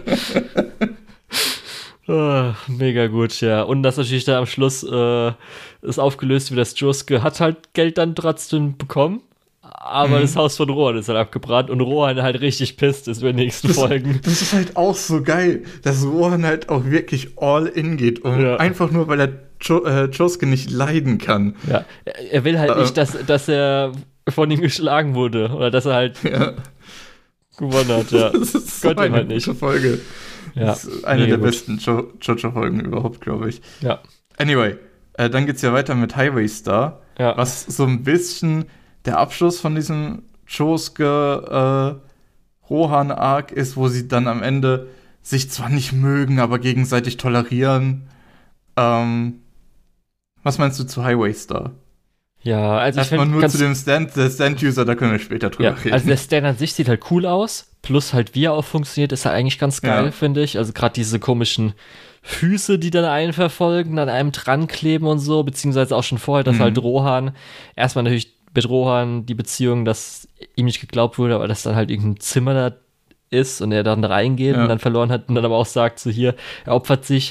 Mega gut, ja. Und das natürlich dann am Schluss ist aufgelöst, wie das Joske hat halt Geld dann trotzdem bekommen. Aber das Haus von Rohan ist halt abgebrannt und Rohan halt richtig pisst ist für die nächsten Folgen. Das ist halt auch so geil, dass Rohan halt auch wirklich all in geht. Einfach nur, weil er Joske nicht leiden kann. Ja, er will halt nicht, dass er von ihm geschlagen wurde. Oder dass er halt gewonnen hat, ja. Das ist so eine halt nicht. gute Folge. Ja, das ist eine der besten Jojo-Folgen überhaupt, glaube ich. Ja. Anyway, dann geht's ja weiter mit Highway Star. Ja. Was so ein bisschen der Abschluss von diesem Joske Rohan-Arc ist, wo sie dann am Ende sich zwar nicht mögen, aber gegenseitig tolerieren. Was meinst du zu Highway Star? Ja, also ich finde nur zu dem Stand-User, da können wir später drüber reden. Also der Stand an sich sieht halt cool aus, plus halt wie er auch funktioniert, ist halt eigentlich ganz geil, finde ich. Also gerade diese komischen Füße, die dann einen verfolgen, an einem dran kleben und so, beziehungsweise auch schon vorher, dass halt Rohan erstmal natürlich mit Rohan die Beziehung, dass ihm nicht geglaubt wurde, aber dass dann halt irgendein Zimmer da ist und er dann reingeht und dann verloren hat und dann aber auch sagt, so hier, er opfert sich,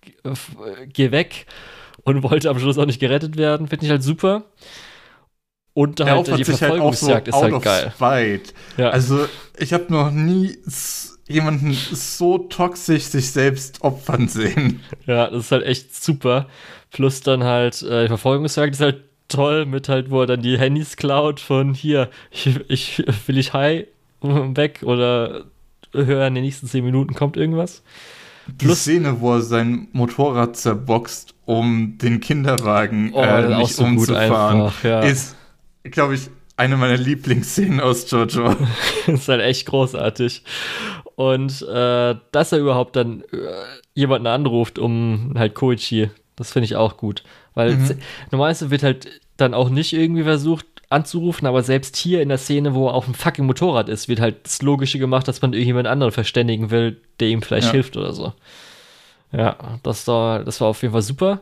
geh weg und wollte am Schluss auch nicht gerettet werden, finde ich halt super. Und halt die Verfolgungsjagd ist halt geil. Spite. Ja. Also ich habe noch nie jemanden so toxisch sich selbst opfern sehen. Ja, das ist halt echt super. Plus dann halt die Verfolgungsjagd ist halt toll, mit halt, wo er dann die Handys klaut von hier, ich will weg oder höre in den nächsten 10 Minuten kommt irgendwas. Die Szene, wo er sein Motorrad zerboxt, um den Kinderwagen nicht so umzufahren, einfach, ist, glaube ich, eine meiner Lieblingsszenen aus Jojo. Das ist halt echt großartig. Und dass er überhaupt dann jemanden anruft, um halt Koichi, das finde ich auch gut. Weil normalerweise wird halt dann auch nicht irgendwie versucht anzurufen, aber selbst hier in der Szene, wo er auf dem fucking Motorrad ist, wird halt das Logische gemacht, dass man irgendjemand anderen verständigen will, der ihm vielleicht hilft oder so. Ja, das war auf jeden Fall super.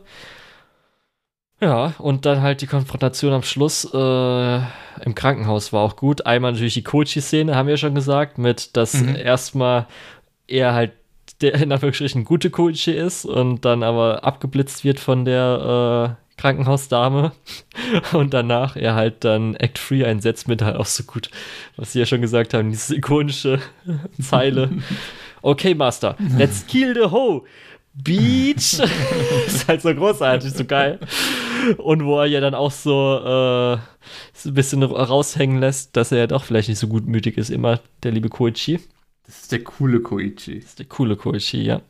Ja, und dann halt die Konfrontation am Schluss im Krankenhaus war auch gut. Einmal natürlich die Koichi-Szene, haben wir ja schon gesagt, mit, dass erstmal er halt der in Anführungsstrichen gute Koichi ist und dann aber abgeblitzt wird von der Krankenhausdame und danach er halt dann Act 3 einsetzt mit halt auch so gut, was sie ja schon gesagt haben, diese ikonische Zeile. Okay, Master, let's kill the hoe. Beach. Ist halt so großartig, so geil. Und wo er ja dann auch so ein bisschen raushängen lässt, dass er ja doch vielleicht nicht so gutmütig ist, immer der liebe Koichi. Das ist der coole Koichi. Das ist der coole Koichi, ja.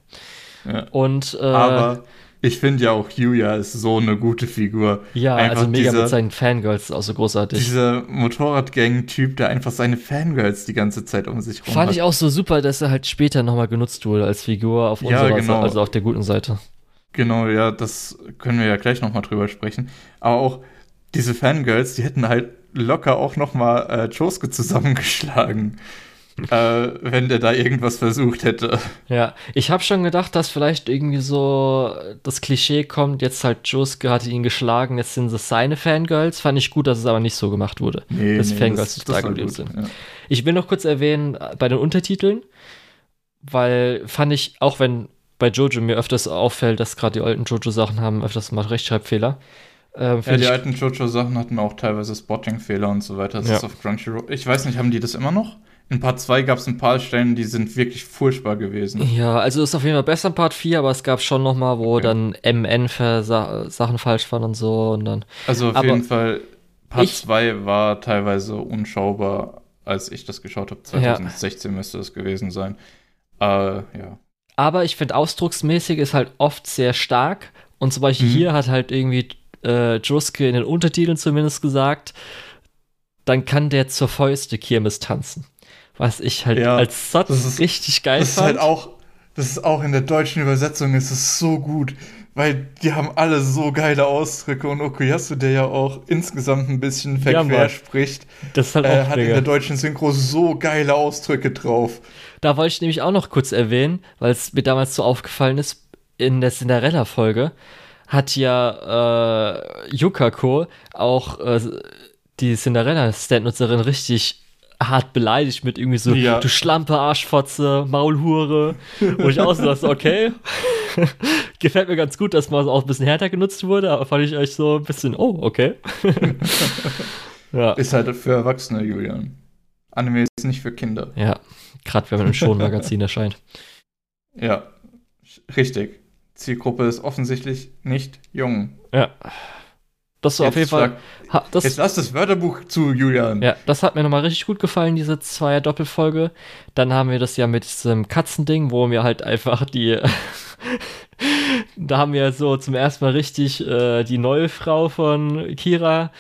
Und, aber ich finde ja auch Yuya ist so eine gute Figur. Ja, einfach also mega mit seinen Fangirls, ist auch so großartig. Dieser Motorradgang-Typ, der einfach seine Fangirls die ganze Zeit um sich rum hat. Fand ich auch so super, dass er halt später nochmal genutzt wurde als Figur auf unserer Seite, also auf der guten Seite. Genau, ja, das können wir ja gleich nochmal drüber sprechen. Aber auch diese Fangirls, die hätten halt locker auch nochmal Josuke zusammengeschlagen. Wenn der da irgendwas versucht hätte. Ja, ich habe schon gedacht, dass vielleicht irgendwie so das Klischee kommt, jetzt halt Josuke hatte ihn geschlagen, jetzt sind es seine Fangirls. Fand ich gut, dass es aber nicht so gemacht wurde. Dass Fangirls total gut sind. Ja. Ich will noch kurz erwähnen, bei den Untertiteln, weil fand ich, auch wenn bei Jojo mir öfters auffällt, dass gerade die alten Jojo-Sachen haben öfters mal Rechtschreibfehler. Die alten Jojo-Sachen hatten auch teilweise Spotting-Fehler und so weiter. Das ist auf Crunchyroll. Ich weiß nicht, haben die das immer noch? In Part 2 gab es ein paar Stellen, die sind wirklich furchtbar gewesen. Ja, also ist auf jeden Fall besser in Part 4, aber es gab schon noch mal, wo dann MN für Sachen falsch waren und so. Und dann. Also auf jeden Fall, Part 2 war teilweise unschaubar, als ich das geschaut habe. 2016 müsste das gewesen sein. Ja. Aber ich finde, ausdrucksmäßig ist halt oft sehr stark. Und zum Beispiel hier hat halt irgendwie Josuke in den Untertiteln zumindest gesagt, dann kann der zur Fäuste Kirmes tanzen. Was ich halt als Satz richtig geil fand. Das ist auch in der deutschen Übersetzung ist es so gut, weil die haben alle so geile Ausdrücke und Okuyasu, der ja auch insgesamt ein bisschen verquer spricht, das ist halt auch hat in der deutschen Synchro so geile Ausdrücke drauf. Da wollte ich nämlich auch noch kurz erwähnen, weil es mir damals so aufgefallen ist, in der Cinderella-Folge hat ja Yukako auch die Cinderella-Stand-Nutzerin richtig hart beleidigt mit irgendwie so, du Schlampe, Arschfotze, Maulhure. Wo ich auch so dachte, okay, gefällt mir ganz gut, dass mal auch ein bisschen härter genutzt wurde, aber fand ich euch so ein bisschen, oh, okay. Ja. Ist halt für Erwachsene, Julian. Anime ist nicht für Kinder. Ja, gerade wenn man im Shonen-Magazin erscheint. Ja, richtig. Zielgruppe ist offensichtlich nicht jung. Ja. Das so auf jeden Fall. Jetzt lass das Wörterbuch zu, Julian. Ja, das hat mir nochmal richtig gut gefallen, diese Zweier-Doppelfolge. Dann haben wir das ja mit diesem Katzending, wo wir halt einfach da haben wir so zum ersten Mal richtig die neue Frau von Kira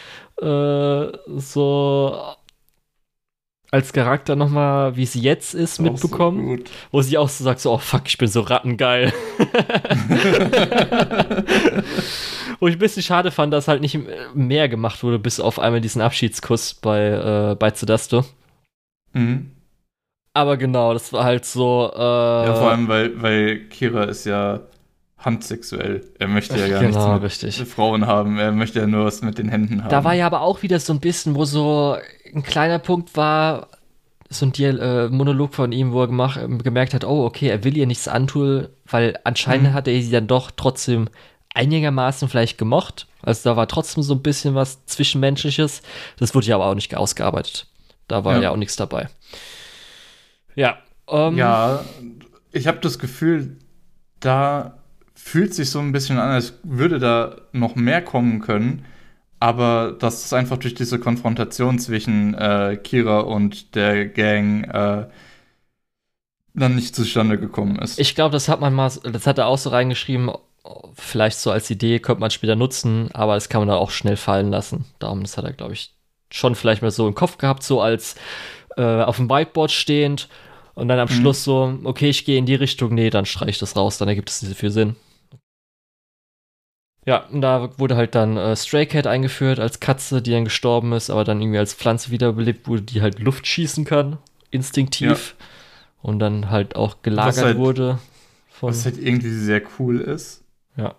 so als Charakter nochmal, wie sie jetzt ist, mitbekommen. So wo sie auch so sagt, so, oh fuck, ich bin so rattengeil. Wo ich ein bisschen schade fand, dass halt nicht mehr gemacht wurde, bis auf einmal diesen Abschiedskuss bei Tsudasto. Mhm. Aber genau, das war halt so. Ja, vor allem, weil Kira ist ja handsexuell. Er möchte ja gar nichts mit Frauen haben. Er möchte ja nur was mit den Händen haben. Da war ja aber auch wieder so ein bisschen, wo so ein kleiner Punkt war, so ein Monolog von ihm, wo er gemerkt hat, oh, okay, er will ihr nichts antun, weil anscheinend hat er sie dann doch trotzdem einigermaßen vielleicht gemocht. Also da war trotzdem so ein bisschen was Zwischenmenschliches. Das wurde ja aber auch nicht ausgearbeitet. Da war ja auch nichts dabei. Ja. Ja, ich habe das Gefühl, da fühlt sich so ein bisschen an, als würde da noch mehr kommen können. Aber das ist einfach durch diese Konfrontation zwischen Kira und der Gang dann nicht zustande gekommen ist. Ich glaube, das hat er auch so reingeschrieben, vielleicht so als Idee, könnte man später nutzen, aber das kann man dann auch schnell fallen lassen. Darum, das hat er, glaube ich, schon vielleicht mal so im Kopf gehabt, so als auf dem Whiteboard stehend und dann am Schluss so, okay, ich gehe in die Richtung, nee, dann streiche ich das raus, dann ergibt es nicht so viel Sinn. Ja, und da wurde halt dann Stray Cat eingeführt als Katze, die dann gestorben ist, aber dann irgendwie als Pflanze wiederbelebt wurde, die halt Luft schießen kann, instinktiv. Ja. Und dann halt auch gelagert wurde. Was halt irgendwie sehr cool ist. Ja.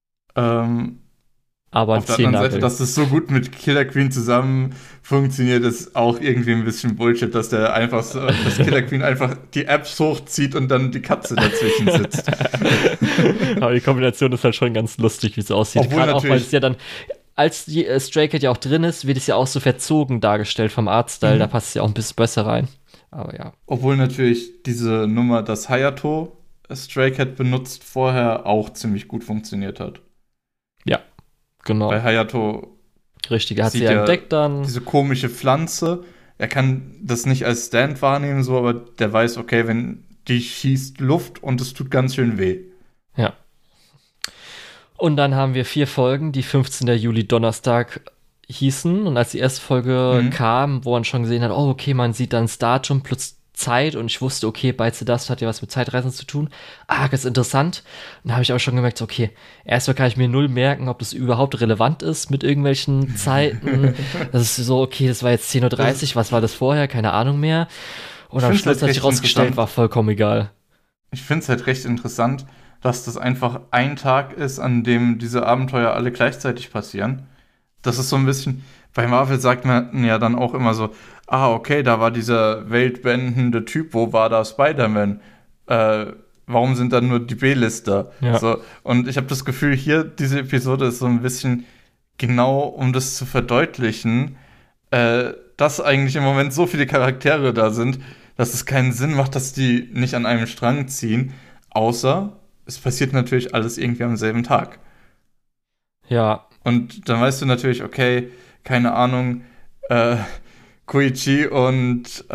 Aber auf der anderen Seite, dass das so gut mit Killer Queen zusammen funktioniert, ist auch irgendwie ein bisschen Bullshit, dass dass Killer Queen einfach die Apps hochzieht und dann die Katze dazwischen sitzt. Aber die Kombination ist halt schon ganz lustig, wie es aussieht. Gerade auch, weil es ja dann, als die Stray Cat ja auch drin ist, wird es ja auch so verzogen dargestellt vom Artstyle. Da passt es ja auch ein bisschen besser rein. Aber ja. Obwohl natürlich diese Nummer, dass Hayato Stray Cat benutzt, vorher auch ziemlich gut funktioniert hat. Ja. Genau. Bei Hayato richtig, er hat sie ja entdeckt dann. Diese komische Pflanze. Er kann das nicht als Stand wahrnehmen, so, aber der weiß, okay, wenn die schießt Luft und es tut ganz schön weh. Ja. Und dann haben wir 4 Folgen, die 15. Juli Donnerstag hießen. Und als die erste Folge kam, wo man schon gesehen hat, oh, okay, man sieht dann das Datum plus Zeit und ich wusste, okay, Beize das hat ja was mit Zeitreisen zu tun. Ah, ganz interessant. Und da habe ich auch schon gemerkt, okay, erstmal kann ich mir null merken, ob das überhaupt relevant ist mit irgendwelchen Zeiten. Das ist so, okay, das war jetzt 10:30 Uhr, was war das vorher? Keine Ahnung mehr. Und am Schluss hat sich rausgestellt, war vollkommen egal. Ich finde es halt recht interessant, dass das einfach ein Tag ist, an dem diese Abenteuer alle gleichzeitig passieren. Das ist so ein bisschen, bei Marvel sagt man ja dann auch immer so, okay, da war dieser weltbeendende Typ, wo war da Spider-Man? Warum sind dann nur die B-Lister? Ja. So, und ich habe das Gefühl, hier, diese Episode ist so ein bisschen genau, um das zu verdeutlichen, dass eigentlich im Moment so viele Charaktere da sind, dass es keinen Sinn macht, dass die nicht an einem Strang ziehen, außer es passiert natürlich alles irgendwie am selben Tag. Ja. Und dann weißt du natürlich, okay, keine Ahnung, Koichi und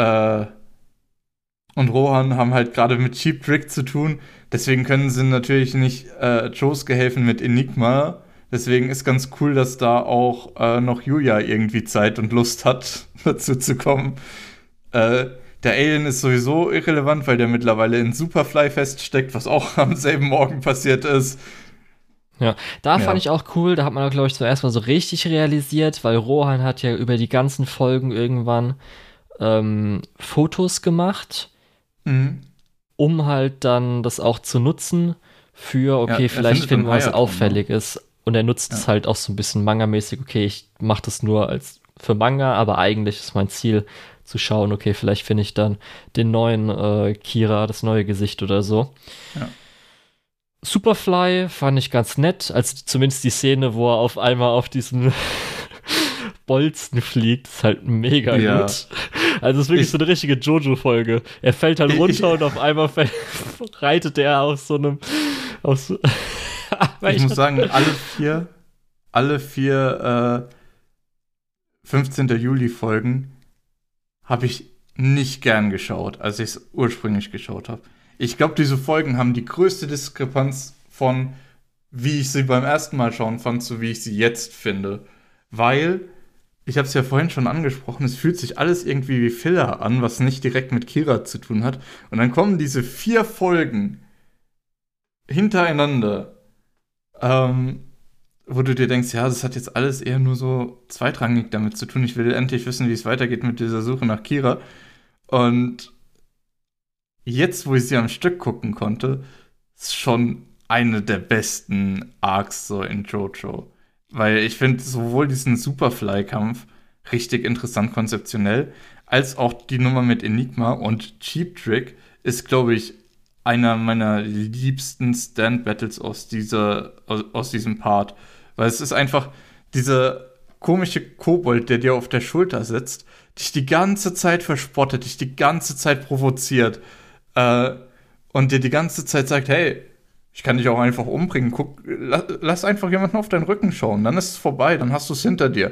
Rohan haben halt gerade mit Cheap Trick zu tun. Deswegen können sie natürlich nicht Josuke helfen mit Enigma, Deswegen ist ganz cool, dass da auch noch Julia irgendwie Zeit und Lust hat, dazu zu kommen. Der Alien ist sowieso irrelevant, weil der mittlerweile in Superfly feststeckt, was auch am selben Morgen passiert ist. Ja, da fand ich auch cool, da hat man, glaube ich, zuerst mal so richtig realisiert, weil Rohan hat ja über die ganzen Folgen irgendwann Fotos gemacht, um halt dann das auch zu nutzen für, okay, vielleicht finden wir was Auffälliges. Und er nutzt es halt auch so ein bisschen Manga-mäßig, okay, ich mache das nur als für Manga, aber eigentlich ist mein Ziel zu schauen, okay, vielleicht finde ich dann den neuen Kira, das neue Gesicht oder so. Ja. Superfly fand ich ganz nett, also zumindest die Szene, wo er auf einmal auf diesen Bolzen fliegt, ist halt mega gut. Also es ist wirklich so eine richtige Jojo-Folge. Er fällt halt runter und auf einmal reitet er auf so einem ich muss sagen, alle vier 15. Juli-Folgen habe ich nicht gern geschaut, als ich es ursprünglich geschaut habe. Ich glaube, diese Folgen haben die größte Diskrepanz von, wie ich sie beim ersten Mal schauen fand, zu wie ich sie jetzt finde. Weil, ich habe es ja vorhin schon angesprochen, es fühlt sich alles irgendwie wie Filler an, was nicht direkt mit Kira zu tun hat. Und dann kommen diese 4 Folgen hintereinander, wo du dir denkst, ja, das hat jetzt alles eher nur so zweitrangig damit zu tun. Ich will endlich wissen, wie es weitergeht mit dieser Suche nach Kira. Und jetzt, wo ich sie am Stück gucken konnte, ist schon eine der besten Arcs so in JoJo. Weil ich finde sowohl diesen Superfly-Kampf richtig interessant konzeptionell, als auch die Nummer mit Enigma und Cheap Trick ist, glaube ich, einer meiner liebsten Stand-Battles aus diesem Part. Weil es ist einfach dieser komische Kobold, der dir auf der Schulter sitzt, dich die ganze Zeit verspottet, dich die ganze Zeit provoziert und dir die ganze Zeit sagt, hey, ich kann dich auch einfach umbringen, lass einfach jemanden auf deinen Rücken schauen, dann ist es vorbei, dann hast du es hinter dir.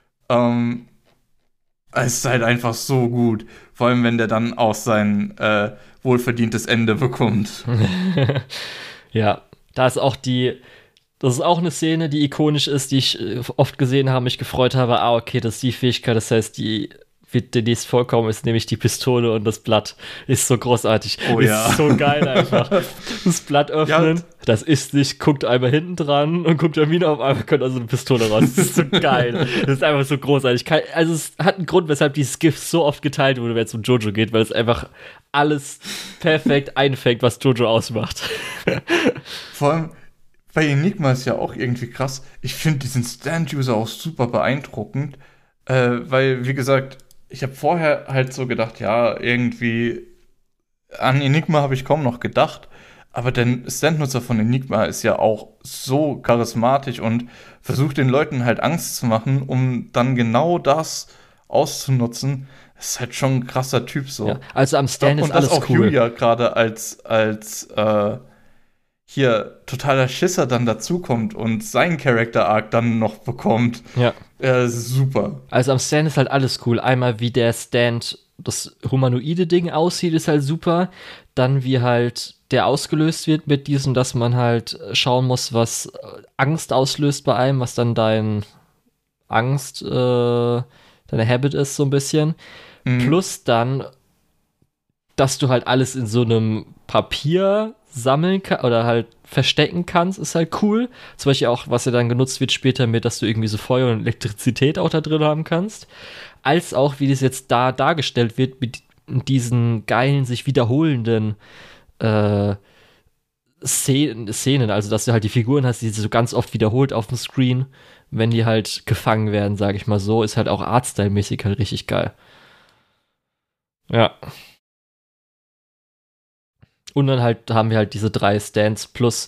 Es ist halt einfach so gut, vor allem wenn der dann auch sein wohlverdientes Ende bekommt. Ja, das ist auch eine Szene, die ikonisch ist, die ich oft gesehen habe, mich gefreut habe, okay, das ist die Fähigkeit, das heißt, die wird demnächst vorkommen, ist nämlich die Pistole und das Blatt. Ist so großartig. Ist so geil einfach. Das Blatt öffnen, das ist nicht, guckt einmal hinten dran und guckt dann wieder auf einmal, kommt also eine Pistole raus. Das ist so geil. Das ist einfach so großartig. Also es hat einen Grund, weshalb dieses GIF so oft geteilt wurde, wenn es um Jojo geht, weil es einfach alles perfekt einfängt, was Jojo ausmacht. Vor allem bei Enigma ist ja auch irgendwie krass. Ich finde diesen Stand-User auch super beeindruckend, weil, wie gesagt, ich habe vorher halt so gedacht, ja, irgendwie an Enigma habe ich kaum noch gedacht, aber der Stand-Nutzer von Enigma ist ja auch so charismatisch und versucht den Leuten halt Angst zu machen, um dann genau das auszunutzen. Das ist halt schon ein krasser Typ so. Ja, also am Stand ist alles cool. Und dass auch Julia gerade als hier totaler Schisser dann dazukommt und seinen Character-Arc dann noch bekommt. Ja. Super. Also am Stand ist halt alles cool. Einmal, wie der Stand, das humanoide Ding aussieht, ist halt super. Dann, wie halt der ausgelöst wird mit diesem, dass man halt schauen muss, was Angst auslöst bei einem, was dann deine Habit ist, so ein bisschen. Plus dann, dass du halt alles in so einem Papier sammeln oder halt verstecken kannst, ist halt cool. Zum Beispiel auch, was ja dann genutzt wird später mit, dass du irgendwie so Feuer und Elektrizität auch da drin haben kannst. Als auch, wie das jetzt da dargestellt wird, mit diesen geilen, sich wiederholenden Szenen. Also, dass du halt die Figuren hast, die sich so ganz oft wiederholt auf dem Screen, wenn die halt gefangen werden, sage ich mal so, ist halt auch Artstyle-mäßig halt richtig geil. Ja. Und dann halt haben wir halt diese 3 Stands plus,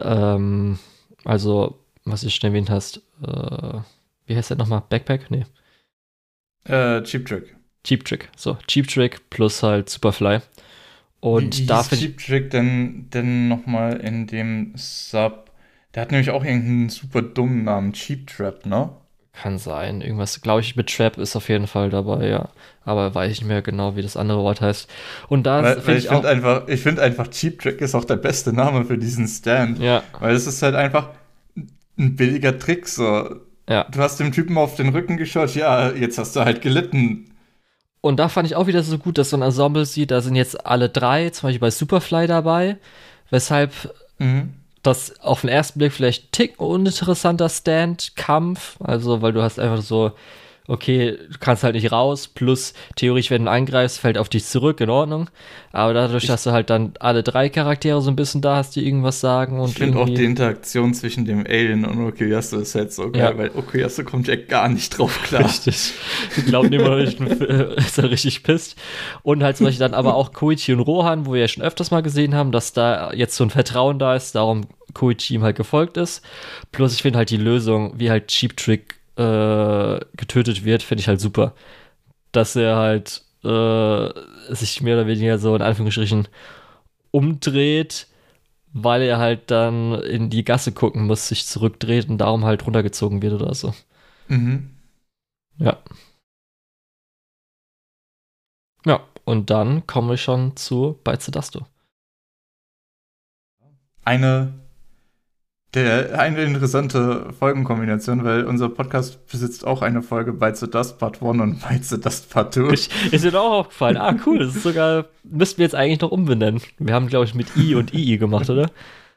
also, was du schon erwähnt hast, wie heißt der nochmal? Backpack? Nee. Cheap Trick. Cheap Trick, so. Cheap Trick plus halt Superfly. Und wie hieß Cheap Trick denn nochmal in dem Sub? Der hat nämlich auch irgendeinen super dummen Namen. Cheap Trap, ne? Kann sein. Irgendwas, glaube ich, mit Trap ist auf jeden Fall dabei, ja. Aber weiß ich nicht mehr genau, wie das andere Wort heißt. Und da finde ich finde einfach, Cheap Trick ist auch der beste Name für diesen Stand. Ja. Weil es ist halt einfach, ein billiger Trick, so. Ja. Du hast dem Typen auf den Rücken geschaut, ja, jetzt hast du halt gelitten. Und da fand ich auch wieder so gut, dass so ein Ensemble sieht, da sind jetzt alle drei, zum Beispiel bei Superfly dabei, weshalb das auf den ersten Blick vielleicht ein Tick uninteressanter Stand-Kampf, also weil du hast einfach so, okay, du kannst halt nicht raus, plus theoretisch, wenn du angreifst, fällt auf dich zurück, in Ordnung. Aber dadurch, dass du halt dann alle drei Charaktere so ein bisschen da hast, die irgendwas sagen. Und ich finde auch die Interaktion zwischen dem Alien und Okuyasu ist halt so geil, weil Okuyasu kommt ja gar nicht drauf klar. Richtig. Die glauben immer noch nicht, ist er richtig pisst. Und halt zum Beispiel dann aber auch Koichi und Rohan, wo wir ja schon öfters mal gesehen haben, dass da jetzt so ein Vertrauen da ist, darum Koichi ihm halt gefolgt ist. Plus ich finde halt die Lösung, wie halt Cheap Trick getötet wird, finde ich halt super. Dass er halt sich mehr oder weniger so in Anführungsstrichen umdreht, weil er halt dann in die Gasse gucken muss, sich zurückdreht und darum halt runtergezogen wird oder so. Ja. Ja, und dann kommen wir schon zu Beizedasto. Eine interessante Folgenkombination, weil unser Podcast besitzt auch eine Folge Bites the Dust Part 1 und Bites the Dust Part 2. Ist mir auch aufgefallen. Ah, cool. Das ist sogar, müssten wir jetzt eigentlich noch umbenennen. Wir haben, glaube ich, mit I und II gemacht, oder?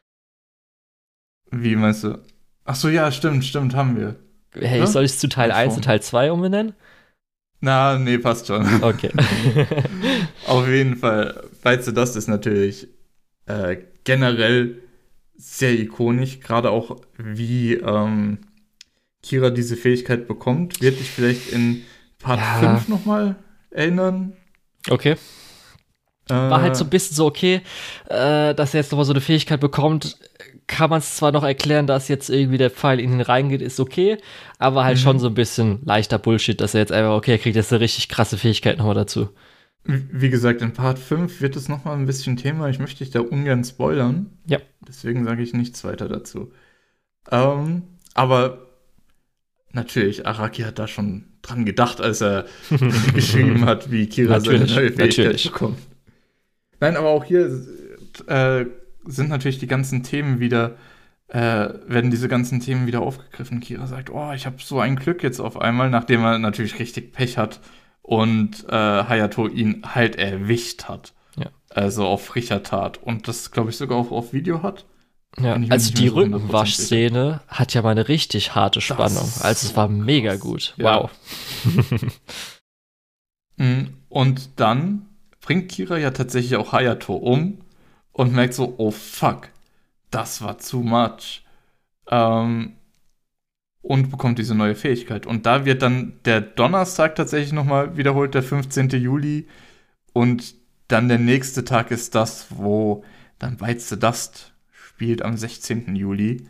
Wie meinst du? Ach so, ja, stimmt, haben wir. Hey, soll ich es zu Teil 1 und Teil 2 umbenennen? Na, nee, passt schon. Okay. Auf jeden Fall. Bites the Dust ist natürlich generell sehr ikonisch, gerade auch wie Kira diese Fähigkeit bekommt. Wird dich vielleicht in Part 5 nochmal erinnern? Okay. War halt so ein bisschen so, okay, dass er jetzt nochmal so eine Fähigkeit bekommt, kann man es zwar noch erklären, dass jetzt irgendwie der Pfeil in ihn reingeht, ist okay, aber halt schon so ein bisschen leichter Bullshit, dass er jetzt einfach, okay, er kriegt jetzt eine richtig krasse Fähigkeit nochmal dazu. Wie gesagt, in Part 5 wird es nochmal ein bisschen Thema. Ich möchte dich da ungern spoilern. Ja. Deswegen sage ich nichts weiter dazu. Aber natürlich, Araki hat da schon dran gedacht, als er geschrieben hat, wie Kira seine neue Fähigkeit bekommt. Nein, aber auch hier sind natürlich die ganzen Themen wieder, werden diese ganzen Themen wieder aufgegriffen. Kira sagt, oh, ich habe so ein Glück jetzt auf einmal, nachdem er natürlich richtig Pech hat und Hayato ihn halt erwischt hat. Ja. Also auf frischer Tat. Und das, glaube ich, sogar auch auf Video hat. Ja, also die Rückenwaschszene hat ja mal eine richtig harte Spannung. Also es war mega gut. Ja. Wow. Und dann bringt Kira ja tatsächlich auch Hayato um und merkt so, oh fuck, das war too much. Und bekommt diese neue Fähigkeit. Und da wird dann der Donnerstag tatsächlich nochmal wiederholt, der 15. Juli. Und dann der nächste Tag ist das, wo dann Bites the Dust spielt am 16. Juli.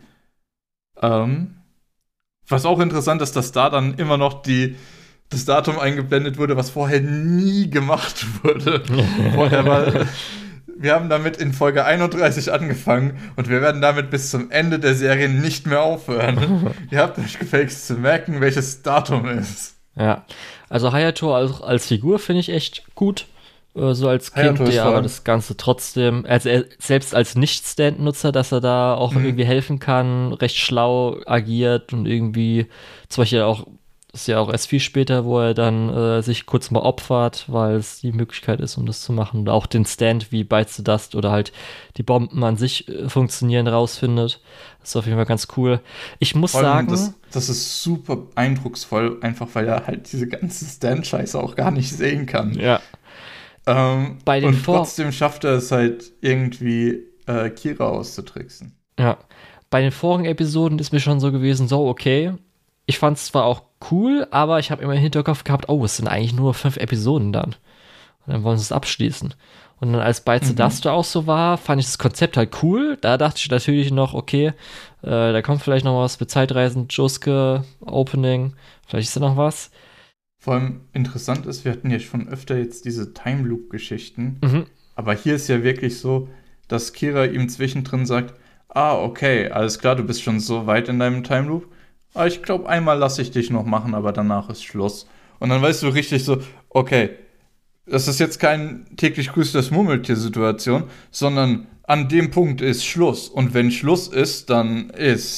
Was auch interessant ist, dass da dann immer noch das Datum eingeblendet wurde, was vorher nie gemacht wurde. Vorher war... Wir haben damit in Folge 31 angefangen und wir werden damit bis zum Ende der Serie nicht mehr aufhören. Ihr habt euch gefälligst zu merken, welches Datum ist. Ja, also Hayato als Figur finde ich echt gut. So als Kind, der aber das Ganze trotzdem, also er selbst als Nicht-Stand-Nutzer, dass er da auch irgendwie helfen kann, recht schlau agiert und irgendwie, zum Beispiel auch, das ist ja auch erst viel später, wo er dann sich kurz mal opfert, weil es die Möglichkeit ist, um das zu machen. Und auch den Stand wie Bites the Dust oder halt die Bomben an sich funktionieren, rausfindet. Das ist auf jeden Fall ganz cool. Ich muss sagen... Das ist super eindrucksvoll, einfach weil er halt diese ganze Stand-Scheiße auch gar nicht sehen kann. Ja. Und trotzdem schafft er es halt irgendwie, Kira auszutricksen. Ja. Bei den vorigen Episoden ist mir schon so gewesen, so okay, ich fand es zwar auch cool, aber ich habe immer im Hinterkopf gehabt, oh, es sind eigentlich nur 5 Episoden dann. Und dann wollen sie es abschließen. Und dann als Bites the Dust auch so war, fand ich das Konzept halt cool. Da dachte ich natürlich noch, okay, da kommt vielleicht noch was mit Zeitreisen, Josuke, Opening, vielleicht ist da noch was. Vor allem interessant ist, wir hatten ja schon öfter jetzt diese Time Loop-Geschichten. Aber hier ist ja wirklich so, dass Kira ihm zwischendrin sagt, okay, alles klar, du bist schon so weit in deinem Time Loop. Aber ich glaube, einmal lasse ich dich noch machen, aber danach ist Schluss. Und dann weißt du richtig so, okay, das ist jetzt kein täglich grüßt das Murmeltier-Situation, sondern an dem Punkt ist Schluss. Und wenn Schluss ist, dann ist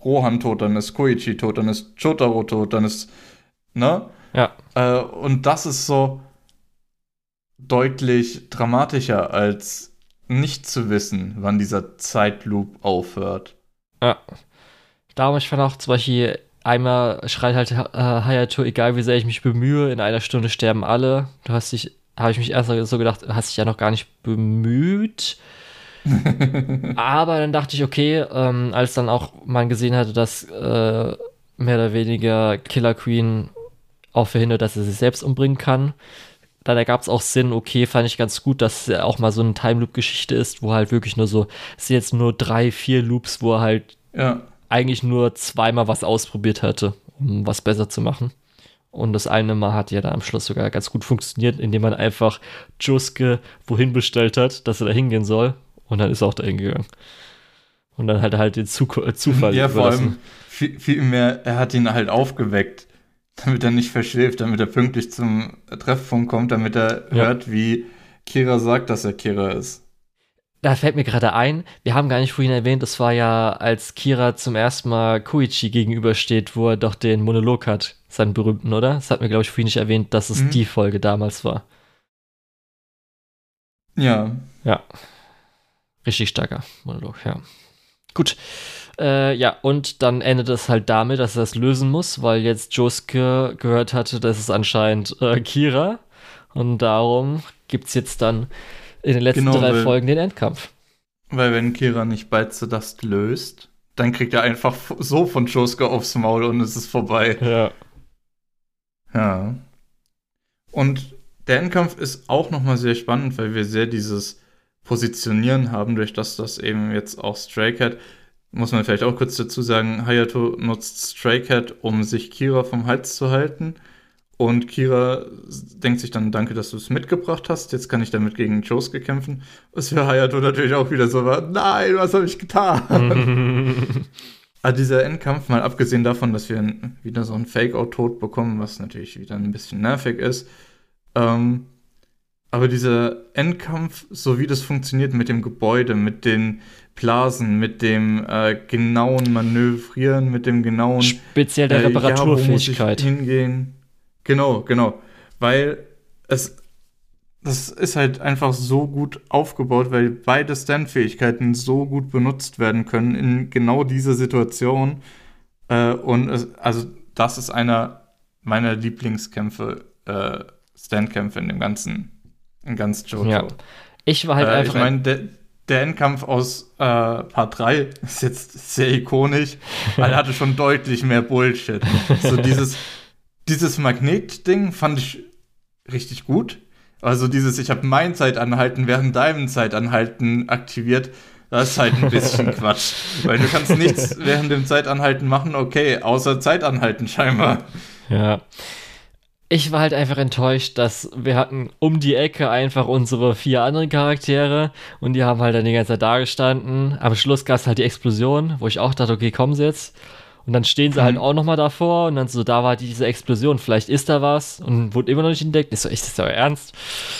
Rohan tot, dann ist Koichi tot, dann ist Jotaro tot, dann ist, ne? Ja. Und das ist so deutlich dramatischer, als nicht zu wissen, wann dieser Zeitloop aufhört. Ja. Darum, ich fand auch zum Beispiel, einmal schreit halt Hayato, egal wie sehr ich mich bemühe, in einer Stunde sterben alle. Habe ich mich erst so gedacht, du hast dich ja noch gar nicht bemüht. Aber dann dachte ich, okay, als dann auch man gesehen hatte, dass mehr oder weniger Killer Queen auch verhindert, dass er sich selbst umbringen kann, dann ergab es auch Sinn, okay, fand ich ganz gut, dass es auch mal so eine Time-Loop-Geschichte ist, wo halt wirklich nur so, es sind jetzt nur 3, 4 Loops, wo er halt eigentlich nur zweimal was ausprobiert hatte, um was besser zu machen. Und das eine Mal hat ja dann am Schluss sogar ganz gut funktioniert, indem man einfach Josuke wohin bestellt hat, dass er da hingehen soll. Und dann ist er auch da hingegangen. Und dann hat er halt den Zufall Ja, vor allem viel mehr, er hat ihn halt aufgeweckt, damit er nicht verschläft, damit er pünktlich zum Treffpunkt kommt, damit er hört, wie Kira sagt, dass er Kira ist. Da fällt mir gerade ein, wir haben gar nicht vorhin erwähnt, das war ja, als Kira zum ersten Mal Koichi gegenübersteht, wo er doch den Monolog hat, seinen berühmten, oder? Das hat mir, glaube ich, vorhin nicht erwähnt, dass es die Folge damals war. Ja. Ja. Richtig starker Monolog, ja. Gut. Ja, und dann endet es halt damit, dass er das lösen muss, weil jetzt Josuke gehört hatte, dass es anscheinend Kira. Und darum gibt es jetzt dann in den letzten 3 Folgen den Endkampf. Weil wenn Kira nicht Bite the Dust löst, dann kriegt er einfach so von Josuke aufs Maul und es ist vorbei. Ja. Ja. Und der Endkampf ist auch nochmal sehr spannend, weil wir sehr dieses Positionieren haben, durch das eben jetzt auch Stray Cat, muss man vielleicht auch kurz dazu sagen, Hayato nutzt Stray Cat, um sich Kira vom Hals zu halten. Und Kira denkt sich dann, danke, dass du es mitgebracht hast, jetzt kann ich damit gegen Josuke kämpfen. Was für Hayato natürlich auch wieder so war, nein, was habe ich getan? Also dieser Endkampf, mal abgesehen davon, dass wir wieder so einen Fake-Out-Tod bekommen, was natürlich wieder ein bisschen nervig ist, aber dieser Endkampf, so wie das funktioniert mit dem Gebäude, mit den Blasen, mit dem genauen Manövrieren, mit dem genauen speziell der Reparaturfähigkeit. Wo muss ich hingehen? Genau. Weil das ist halt einfach so gut aufgebaut, weil beide Stand-Fähigkeiten so gut benutzt werden können in genau dieser Situation. Also das ist einer meiner Lieblingskämpfe, Stand-Kämpfe in ganz Jojo. Ja. Ich war halt einfach. Ich meine, der Endkampf aus Part 3 ist jetzt sehr ikonisch, weil er hatte schon deutlich mehr Bullshit. So dieses Magnet-Ding fand ich richtig gut. Also ich habe mein Zeitanhalten während deinem Zeitanhalten aktiviert. Das ist halt ein bisschen Quatsch. Weil du kannst nichts während dem Zeitanhalten machen, okay, außer Zeitanhalten scheinbar. Ja. Ich war halt einfach enttäuscht, dass wir hatten um die Ecke einfach unsere 4 anderen Charaktere und die haben halt dann die ganze Zeit da gestanden. Am Schluss gab es halt die Explosion, wo ich auch dachte, okay, kommen sie jetzt. Und dann stehen sie halt auch nochmal davor und dann so, da war diese Explosion, vielleicht ist da was und wurde immer noch nicht entdeckt. Ich so, ist das aber ernst?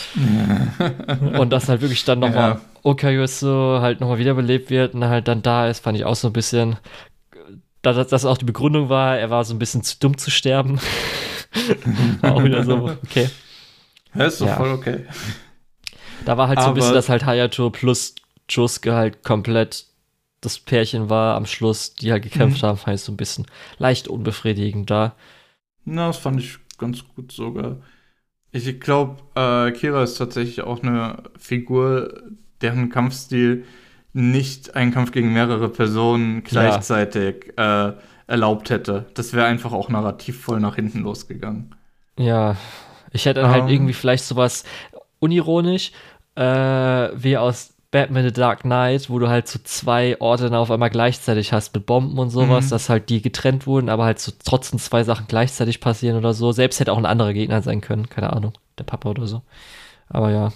Und dass halt wirklich dann nochmal Okayasu halt nochmal wiederbelebt wird und halt dann da ist, fand ich auch so ein bisschen, dass das auch die Begründung war, er war so ein bisschen zu dumm zu sterben. War auch wieder so, okay. Ja, ist doch voll okay. Da war halt so ein bisschen, dass halt Hayato plus Josuke halt komplett das Pärchen war am Schluss, die halt gekämpft haben, fand ich so ein bisschen leicht unbefriedigend da. Na, das fand ich ganz gut sogar. Ich glaube, Kira ist tatsächlich auch eine Figur, deren Kampfstil nicht einen Kampf gegen mehrere Personen gleichzeitig erlaubt hätte. Das wäre einfach auch narrativ voll nach hinten losgegangen. Ja, ich hätte halt irgendwie vielleicht sowas unironisch, wie aus Batman The Dark Knight, wo du halt so 2 Orte auf einmal gleichzeitig hast mit Bomben und sowas, dass halt die getrennt wurden, aber halt so trotzdem 2 Sachen gleichzeitig passieren oder so. Selbst hätte auch ein anderer Gegner sein können, keine Ahnung, der Papa oder so. Aber ja.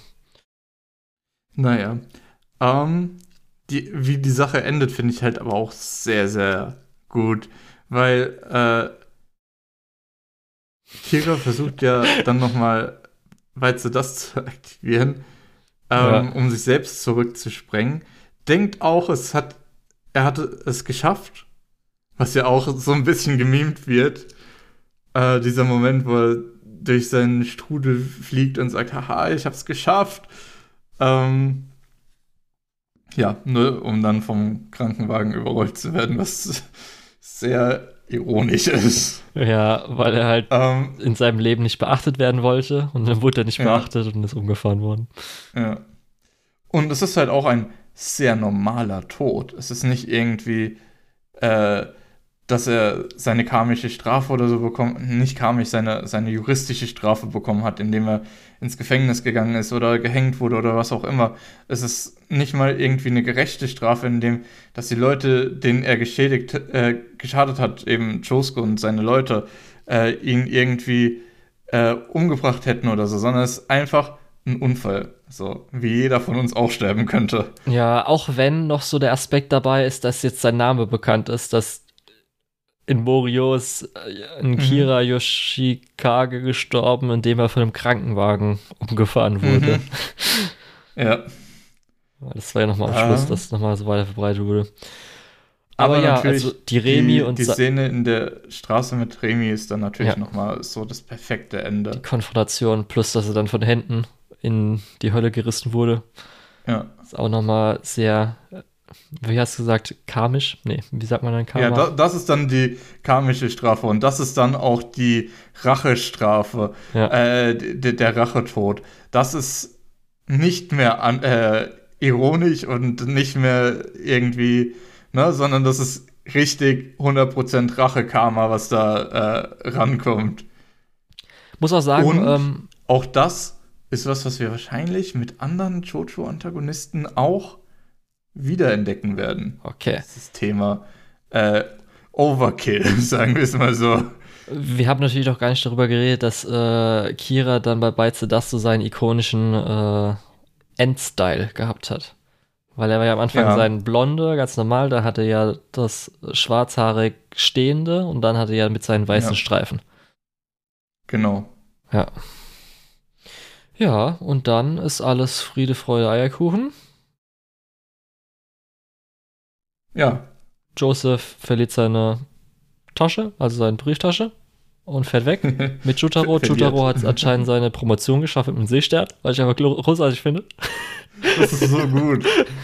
Naja. Wie die Sache endet, finde ich halt aber auch sehr, sehr gut, weil Kira versucht ja dann nochmal weiter das zu aktivieren, um sich selbst zurückzusprengen. Denkt auch, er hatte es geschafft, was ja auch so ein bisschen gemimt wird. Dieser Moment, wo er durch seinen Strudel fliegt und sagt, haha, ich hab's geschafft. Ja, ne, um dann vom Krankenwagen überrollt zu werden, was sehr ironisch ist. Ja, weil er halt in seinem Leben nicht beachtet werden wollte und dann wurde er nicht beachtet und ist umgefahren worden. Ja. Und es ist halt auch ein sehr normaler Tod. Es ist nicht irgendwie, dass er seine karmische Strafe oder so bekommt, nicht karmisch, seine juristische Strafe bekommen hat, indem er ins Gefängnis gegangen ist oder gehängt wurde oder was auch immer. Es ist nicht mal irgendwie eine gerechte Strafe, indem, dass die Leute, denen er geschadet hat, eben Chosuke und seine Leute, ihn irgendwie umgebracht hätten oder so, sondern es ist einfach ein Unfall, so wie jeder von uns auch sterben könnte. Ja, auch wenn noch so der Aspekt dabei ist, dass jetzt sein Name bekannt ist, dass in Morio ist ein Kira Yoshikage gestorben, indem er von einem Krankenwagen umgefahren wurde. Ja. Das war ja nochmal am Schluss, dass nochmal so weiter verbreitet wurde. Aber ja, also die Remi und die Szene in der Straße mit Remi ist dann natürlich nochmal so das perfekte Ende. Die Konfrontation, plus dass er dann von Händen in die Hölle gerissen wurde. Ja. Ist auch nochmal sehr, wie hast du gesagt, karmisch? Nee, wie sagt man dann Karma? Ja, das ist dann die karmische Strafe und das ist dann auch die Rachestrafe, der Rachetod. Das ist nicht mehr ironisch und nicht mehr irgendwie, ne, sondern das ist richtig 100% Rache-Karma, was da rankommt. Muss auch sagen, und auch das ist was wir wahrscheinlich mit anderen JoJo-Antagonisten auch wiederentdecken werden. Okay. Das Thema Overkill, sagen wir es mal so. Wir haben natürlich auch gar nicht darüber geredet, dass Kira dann bei Beize das so seinen ikonischen End-Style gehabt hat. Weil er war ja am Anfang sein Blonde, ganz normal, da hatte er ja das schwarzhaarig Stehende und dann hatte er ja mit seinen weißen Streifen. Genau. Ja. Ja, und dann ist alles Friede, Freude, Eierkuchen. Ja. Joseph verliert seine Tasche, also seine Brieftasche, und fährt weg mit Jotaro. Jotaro hat anscheinend seine Promotion geschafft mit einem Seestern, was ich einfach großartig finde. Das ist so gut.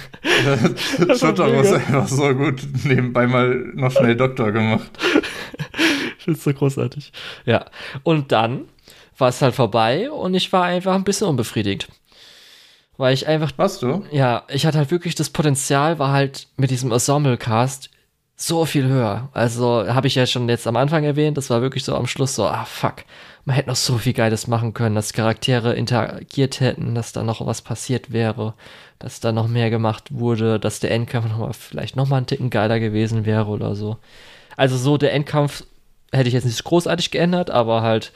Jotaro ist einfach so gut. Nebenbei mal noch schnell Doktor gemacht. Das ist so großartig. Ja, und dann war es halt vorbei und ich war einfach ein bisschen unbefriedigt. Weil ich einfach... Warst du? Ja, ich hatte halt wirklich das Potenzial, war halt mit diesem Ensemble-Cast so viel höher. Also, habe ich ja schon jetzt am Anfang erwähnt, das war wirklich so am Schluss so, fuck, man hätte noch so viel Geiles machen können, dass Charaktere interagiert hätten, dass da noch was passiert wäre, dass da noch mehr gemacht wurde, dass der Endkampf vielleicht noch mal einen Ticken geiler gewesen wäre oder so. Also so, der Endkampf hätte ich jetzt nicht großartig geändert, aber halt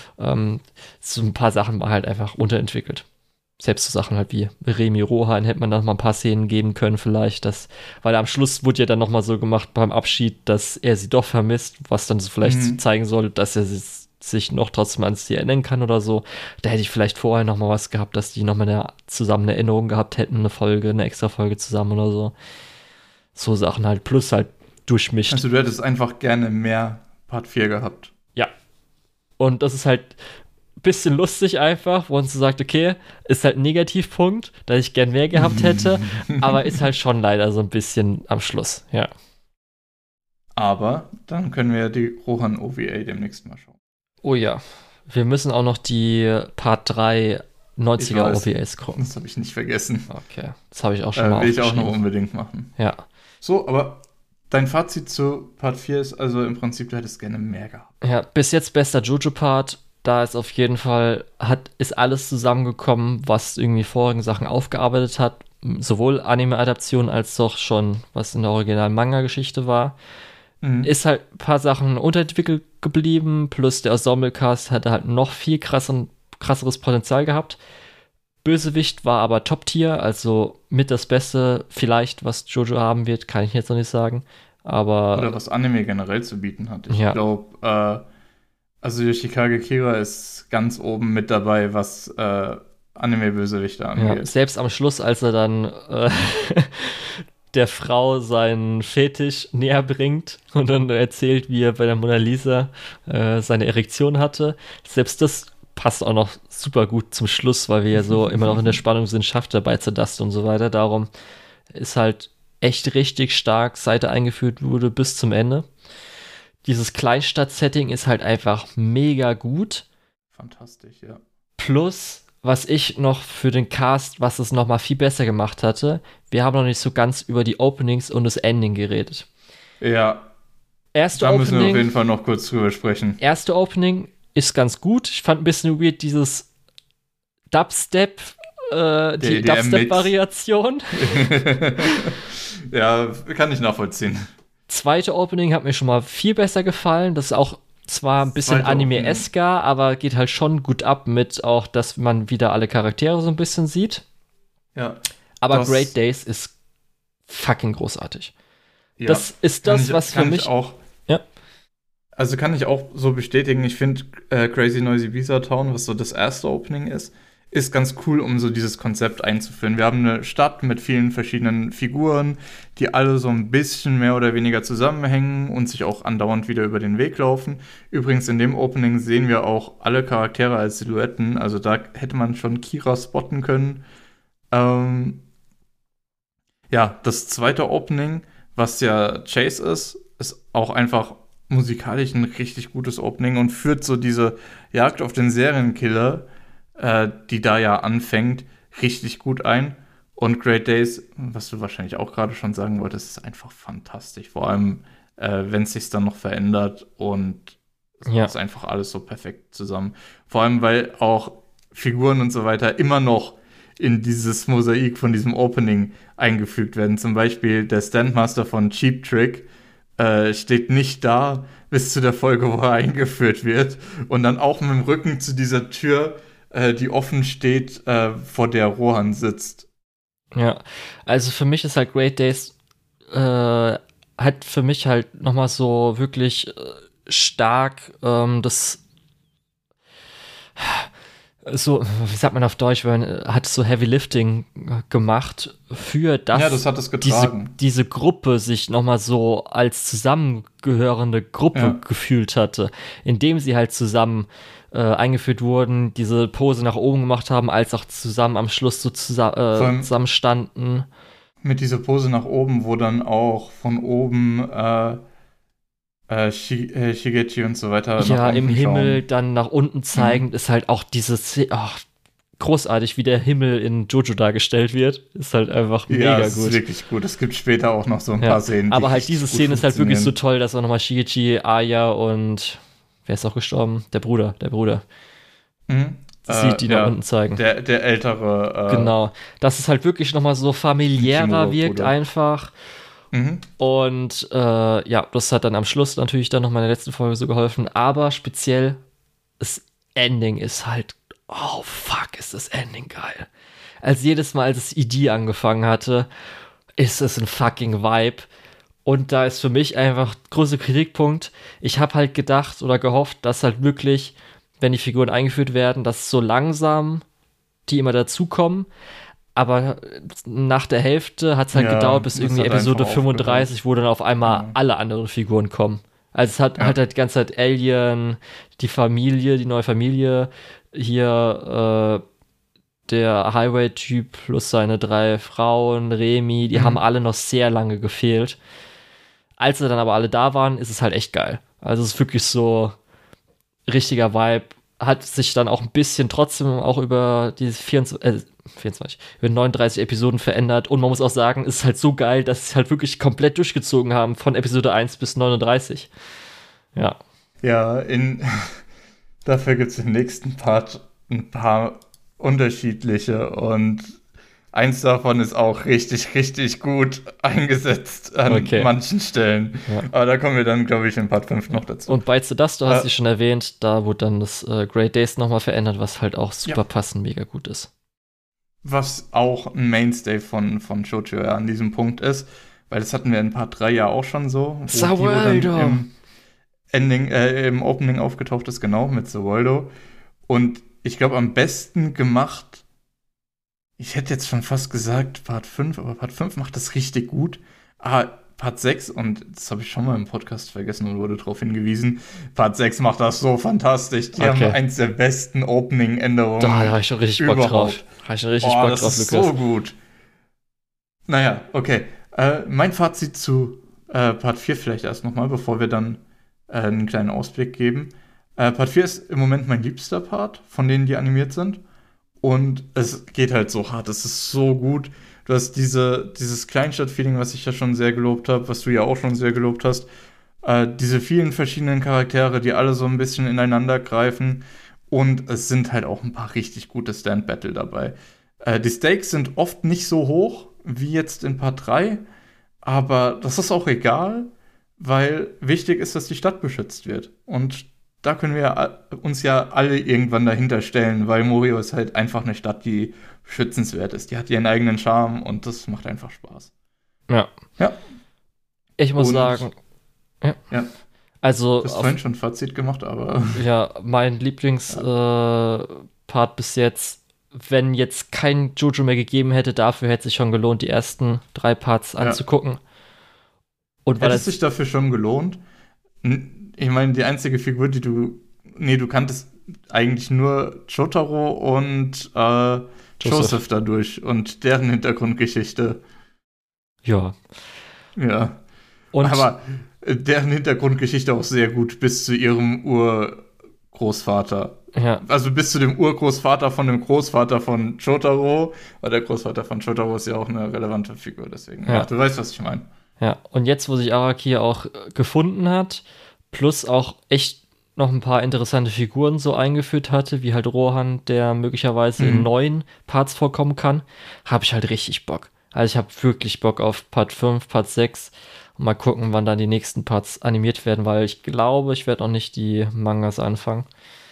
so ein paar Sachen war halt einfach unterentwickelt. Selbst so Sachen halt wie Remi Rohan hätte man dann mal ein paar Szenen geben können vielleicht, weil am Schluss wurde ja dann nochmal so gemacht beim Abschied, dass er sie doch vermisst, was dann so vielleicht zeigen soll, dass er sich noch trotzdem an sie erinnern kann oder so. Da hätte ich vielleicht vorher nochmal was gehabt, dass die nochmal zusammen eine Erinnerung gehabt hätten, eine extra Folge zusammen oder so. So Sachen halt, plus halt durchmischt. Also du hättest einfach gerne mehr Part 4 gehabt. Ja. Und das ist halt bisschen lustig einfach, wo uns so sagt, okay, ist halt ein Negativpunkt, dass ich gern mehr gehabt hätte, aber ist halt schon leider so ein bisschen am Schluss, ja. Aber dann können wir ja die Rohan OVA demnächst mal schauen. Oh ja, wir müssen auch noch die Part 3 90er OVAs gucken. Das habe ich nicht vergessen. Okay, das habe ich auch schon mal will ich auch noch unbedingt machen. Ja. So, aber dein Fazit zu Part 4 ist also im Prinzip, du hättest gerne mehr gehabt. Ja, bis jetzt bester Jojo-Part. Da ist auf jeden Fall, ist alles zusammengekommen, was irgendwie vorigen Sachen aufgearbeitet hat. Sowohl Anime-Adaption als auch schon, was in der originalen Manga-Geschichte war. Ist halt ein paar Sachen unterentwickelt geblieben, plus der Ensemble-Cast hatte halt noch viel krasseres Potenzial gehabt. Bösewicht war aber Top-Tier, also mit das Beste vielleicht, was Jojo haben wird, kann ich jetzt noch nicht sagen. Aber oder was Anime generell zu bieten hat. Ich glaube, also Yoshikage Kira ist ganz oben mit dabei, was Anime-Bösewichte angeht. Ja, selbst am Schluss, als er dann der Frau seinen Fetisch näher bringt und dann erzählt, wie er bei der Mona Lisa seine Erektion hatte. Selbst das passt auch noch super gut zum Schluss, weil wir ja so immer noch in der Spannung sind, schafft er bei Dust und so weiter. Darum ist halt echt richtig stark, seit er eingeführt wurde, bis zum Ende. Dieses Kleinstadt-Setting ist halt einfach mega gut. Fantastisch, ja. Plus, was ich noch für den Cast, was es noch mal viel besser gemacht hatte, wir haben noch nicht so ganz über die Openings und das Ending geredet. Ja, erste da Opening, müssen wir auf jeden Fall noch kurz drüber sprechen. Erste Opening ist ganz gut. Ich fand ein bisschen weird dieses Dubstep, die Dubstep-Variation. Ja, kann ich nachvollziehen. Zweite Opening hat mir schon mal viel besser gefallen. Das ist auch zwar ein bisschen Anime-esker, aber geht halt schon gut ab mit auch, dass man wieder alle Charaktere so ein bisschen sieht. Ja. Aber Great Days ist fucking großartig. Ja, das ist das, was für mich auch. Ja. Also kann ich auch so bestätigen, ich finde Crazy Noisy Bizarre Town, was so das erste Opening ist ganz cool, um so dieses Konzept einzuführen. Wir haben eine Stadt mit vielen verschiedenen Figuren, die alle so ein bisschen mehr oder weniger zusammenhängen und sich auch andauernd wieder über den Weg laufen. Übrigens, in dem Opening sehen wir auch alle Charaktere als Silhouetten, also da hätte man schon Kira spotten können. Ja, das zweite Opening, was ja Chase ist auch einfach musikalisch ein richtig gutes Opening und führt so diese Jagd auf den Serienkiller, die da ja anfängt, richtig gut ein. Und Great Days, was du wahrscheinlich auch gerade schon sagen wolltest, ist einfach fantastisch. Vor allem, wenn es sich dann noch verändert und es ist einfach alles so perfekt zusammen. Vor allem, weil auch Figuren und so weiter immer noch in dieses Mosaik von diesem Opening eingefügt werden. Zum Beispiel der Standmaster von Cheap Trick steht nicht da bis zu der Folge, wo er eingeführt wird. Und dann auch mit dem Rücken zu dieser Tür, die offen steht, vor der Rohan sitzt. Ja, also für mich ist halt Great Days hat für mich halt nochmal so wirklich stark das so, wie sagt man auf Deutsch, hat so Heavy Lifting gemacht für das, ja, das hat es getragen. Diese Gruppe sich nochmal so als zusammengehörende Gruppe gefühlt hatte, indem sie halt zusammen eingeführt wurden, diese Pose nach oben gemacht haben, als auch zusammen am Schluss so zusammen standen. Mit dieser Pose nach oben, wo dann auch von oben Shigechi und so weiter ja, im Himmel schauen. Dann nach unten zeigend ist halt auch dieses großartig, wie der Himmel in Jojo dargestellt wird. Ist halt einfach mega gut. Ja, ist wirklich gut. Es gibt später auch noch so ein paar Szenen, aber halt diese Szene ist halt wirklich so toll, dass auch nochmal Shigechi, Aya und wer ist auch gestorben? Der Bruder. Sieht, die nach unten zeigen. Der ältere. Genau. Dass es halt wirklich nochmal so familiärer wirkt einfach. Und das hat dann am Schluss natürlich dann noch in der letzten Folge so geholfen. Aber speziell das Ending ist halt, oh fuck, ist das Ending geil. Als jedes Mal, als es ID angefangen hatte, ist es ein fucking Vibe. Und da ist für mich einfach großer Kritikpunkt. Ich habe halt gedacht oder gehofft, dass halt wirklich, wenn die Figuren eingeführt werden, dass so langsam die immer dazukommen. Aber nach der Hälfte hat es halt gedauert, bis irgendwie Episode 35, wo dann auf einmal alle anderen Figuren kommen. Also es hat halt die ganze Zeit Alien, die neue Familie, hier der Highway-Typ plus seine 3 Frauen, Remy, die haben alle noch sehr lange gefehlt. Als sie dann aber alle da waren, ist es halt echt geil. Also es ist wirklich so richtiger Vibe. Hat sich dann auch ein bisschen trotzdem auch über die 39 Episoden verändert. Und man muss auch sagen, es ist halt so geil, dass sie halt wirklich komplett durchgezogen haben von Episode 1 bis 39. Ja. Ja, dafür gibt es im nächsten Part ein paar unterschiedliche und eins davon ist auch richtig, richtig gut eingesetzt an manchen Stellen. Ja. Aber da kommen wir dann, glaube ich, in Part 5 noch dazu. Und bei das, du hast sie schon erwähnt, da wurde dann das Great Days nochmal verändert, was halt auch super passend, mega gut ist. Was auch ein Mainstay von Shoujo an diesem Punkt ist, weil das hatten wir in Part 3 ja auch schon so. Sawaldo! Im Opening aufgetaucht ist, genau, mit Sawaldo. Und ich glaube, am besten gemacht ich hätte jetzt schon fast gesagt Part 5, aber Part 5 macht das richtig gut. Part 6, und das habe ich schon mal im Podcast vergessen und wurde darauf hingewiesen, Part 6 macht das so fantastisch. Die haben eins der besten Opening-Änderungen Da habe ich schon richtig Bock drauf. Das ist so gut. Naja, okay. Mein Fazit zu Part 4 vielleicht erst nochmal, bevor wir dann einen kleinen Ausblick geben. Part 4 ist im Moment mein liebster Part, von denen die animiert sind. Und es geht halt so hart, es ist so gut. Du hast dieses Kleinstadt-Feeling, was ich ja schon sehr gelobt habe, was du ja auch schon sehr gelobt hast. Diese vielen verschiedenen Charaktere, die alle so ein bisschen ineinander greifen. Und es sind halt auch ein paar richtig gute Stand-Battle dabei. Die Stakes sind oft nicht so hoch wie jetzt in Part 3, aber das ist auch egal, weil wichtig ist, dass die Stadt beschützt wird. Und da können wir uns ja alle irgendwann dahinter stellen, weil Morio ist halt einfach eine Stadt, die beschützenswert ist. Die hat ihren eigenen Charme und das macht einfach Spaß. Ja. Ich muss sagen, ja. Also, du hast vorhin schon ein Fazit gemacht, aber... Ja, mein Lieblingspart bis jetzt, wenn jetzt kein Jojo mehr gegeben hätte, dafür hätte es sich schon gelohnt, die ersten 3 Parts anzugucken. Und hätte es sich dafür schon gelohnt? Ich meine, die einzige Figur, die du kanntest eigentlich nur Jotaro und Joseph dadurch und deren Hintergrundgeschichte. Ja. Aber deren Hintergrundgeschichte auch sehr gut bis zu ihrem Urgroßvater. Ja. Also bis zu dem Urgroßvater von dem Großvater von Jotaro, weil der Großvater von Jotaro ist ja auch eine relevante Figur, deswegen. Ja, du weißt, was ich meine. Ja, und jetzt, wo sich Araki auch gefunden hat, plus auch echt noch ein paar interessante Figuren so eingeführt hatte, wie halt Rohan, der möglicherweise in 9 Parts vorkommen kann, habe ich halt richtig Bock. Also ich habe wirklich Bock auf Part 5, Part 6 und mal gucken, wann dann die nächsten Parts animiert werden, weil ich glaube, ich werde noch nicht die Mangas anfangen.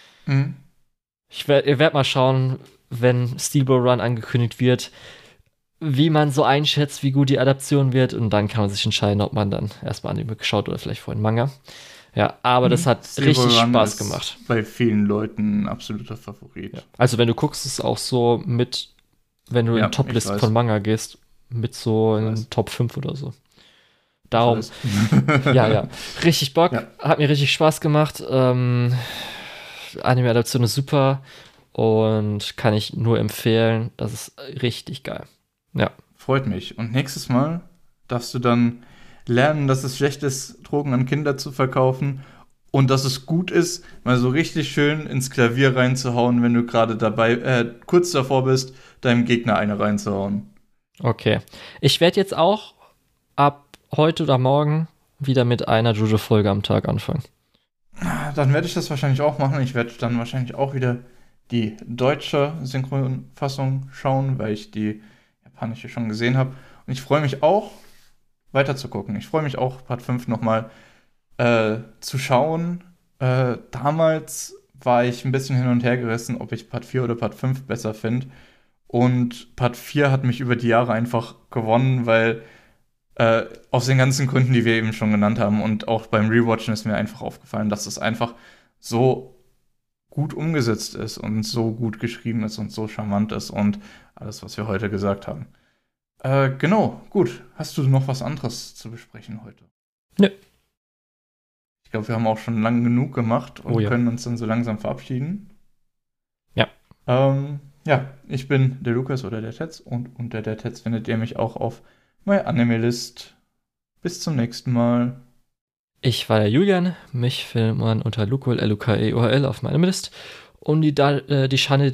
Ich werd mal schauen, wenn Steel Ball Run angekündigt wird, wie man so einschätzt, wie gut die Adaption wird, und dann kann man sich entscheiden, ob man dann erstmal Anime geschaut oder vielleicht vorhin Manga. Ja, aber das hat richtig Spaß gemacht. Bei vielen Leuten ein absoluter Favorit. Ja. Also wenn du guckst, ist es auch so mit, wenn du in Top-Listen von Manga gehst, mit so in Top 5 oder so. Darum, ja, richtig Bock, hat mir richtig Spaß gemacht. Anime-Adaption ist super und kann ich nur empfehlen. Das ist richtig geil. Ja. Freut mich. Und nächstes Mal darfst du dann lernen, dass es schlecht ist, Drogen an Kinder zu verkaufen und dass es gut ist, mal so richtig schön ins Klavier reinzuhauen, wenn du gerade kurz davor bist, deinem Gegner eine reinzuhauen. Okay. Ich werde jetzt auch ab heute oder morgen wieder mit einer Jojo-Folge am Tag anfangen. Dann werde ich das wahrscheinlich auch machen. Ich werde dann wahrscheinlich auch wieder die deutsche Synchronfassung schauen, weil ich die japanische schon gesehen habe. Und ich freue mich auch, weiter zu gucken. Ich freue mich auch, Part 5 nochmal zu schauen. Damals war ich ein bisschen hin und her gerissen, ob ich Part 4 oder Part 5 besser finde. Und Part 4 hat mich über die Jahre einfach gewonnen, weil aus den ganzen Gründen, die wir eben schon genannt haben, und auch beim Rewatchen ist mir einfach aufgefallen, dass es einfach so gut umgesetzt ist und so gut geschrieben ist und so charmant ist und alles, was wir heute gesagt haben. Genau, gut. Hast du noch was anderes zu besprechen heute? Nö. Ich glaube, wir haben auch schon lang genug gemacht und können uns dann so langsam verabschieden. Ja. Ich bin der Lukas oder der Tetz, und unter der Tetz findet ihr mich auch auf MyAnimeList. Bis zum nächsten Mal. Ich war der Julian. Mich findet man unter Lukol, LUKEOL auf MyAnimeList. Und die Schande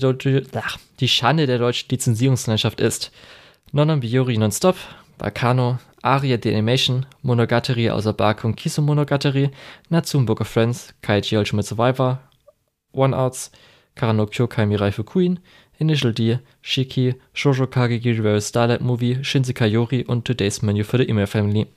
der deutschen Lizenzierungslandschaft ist Nonon Biyori Nonstop, Bakano, Aria the Animation, Monogatari außer Baku und Kisu Monogatari, Natsume Book of Friends, Kaiji Ultimate Survivor, One Arts, Karano Kyokai Mirai for Queen, Initial D, Shiki, Shoujo Kageki Reverse Starlight Movie, Shinsekai Yori und Today's Menu for the Email Family.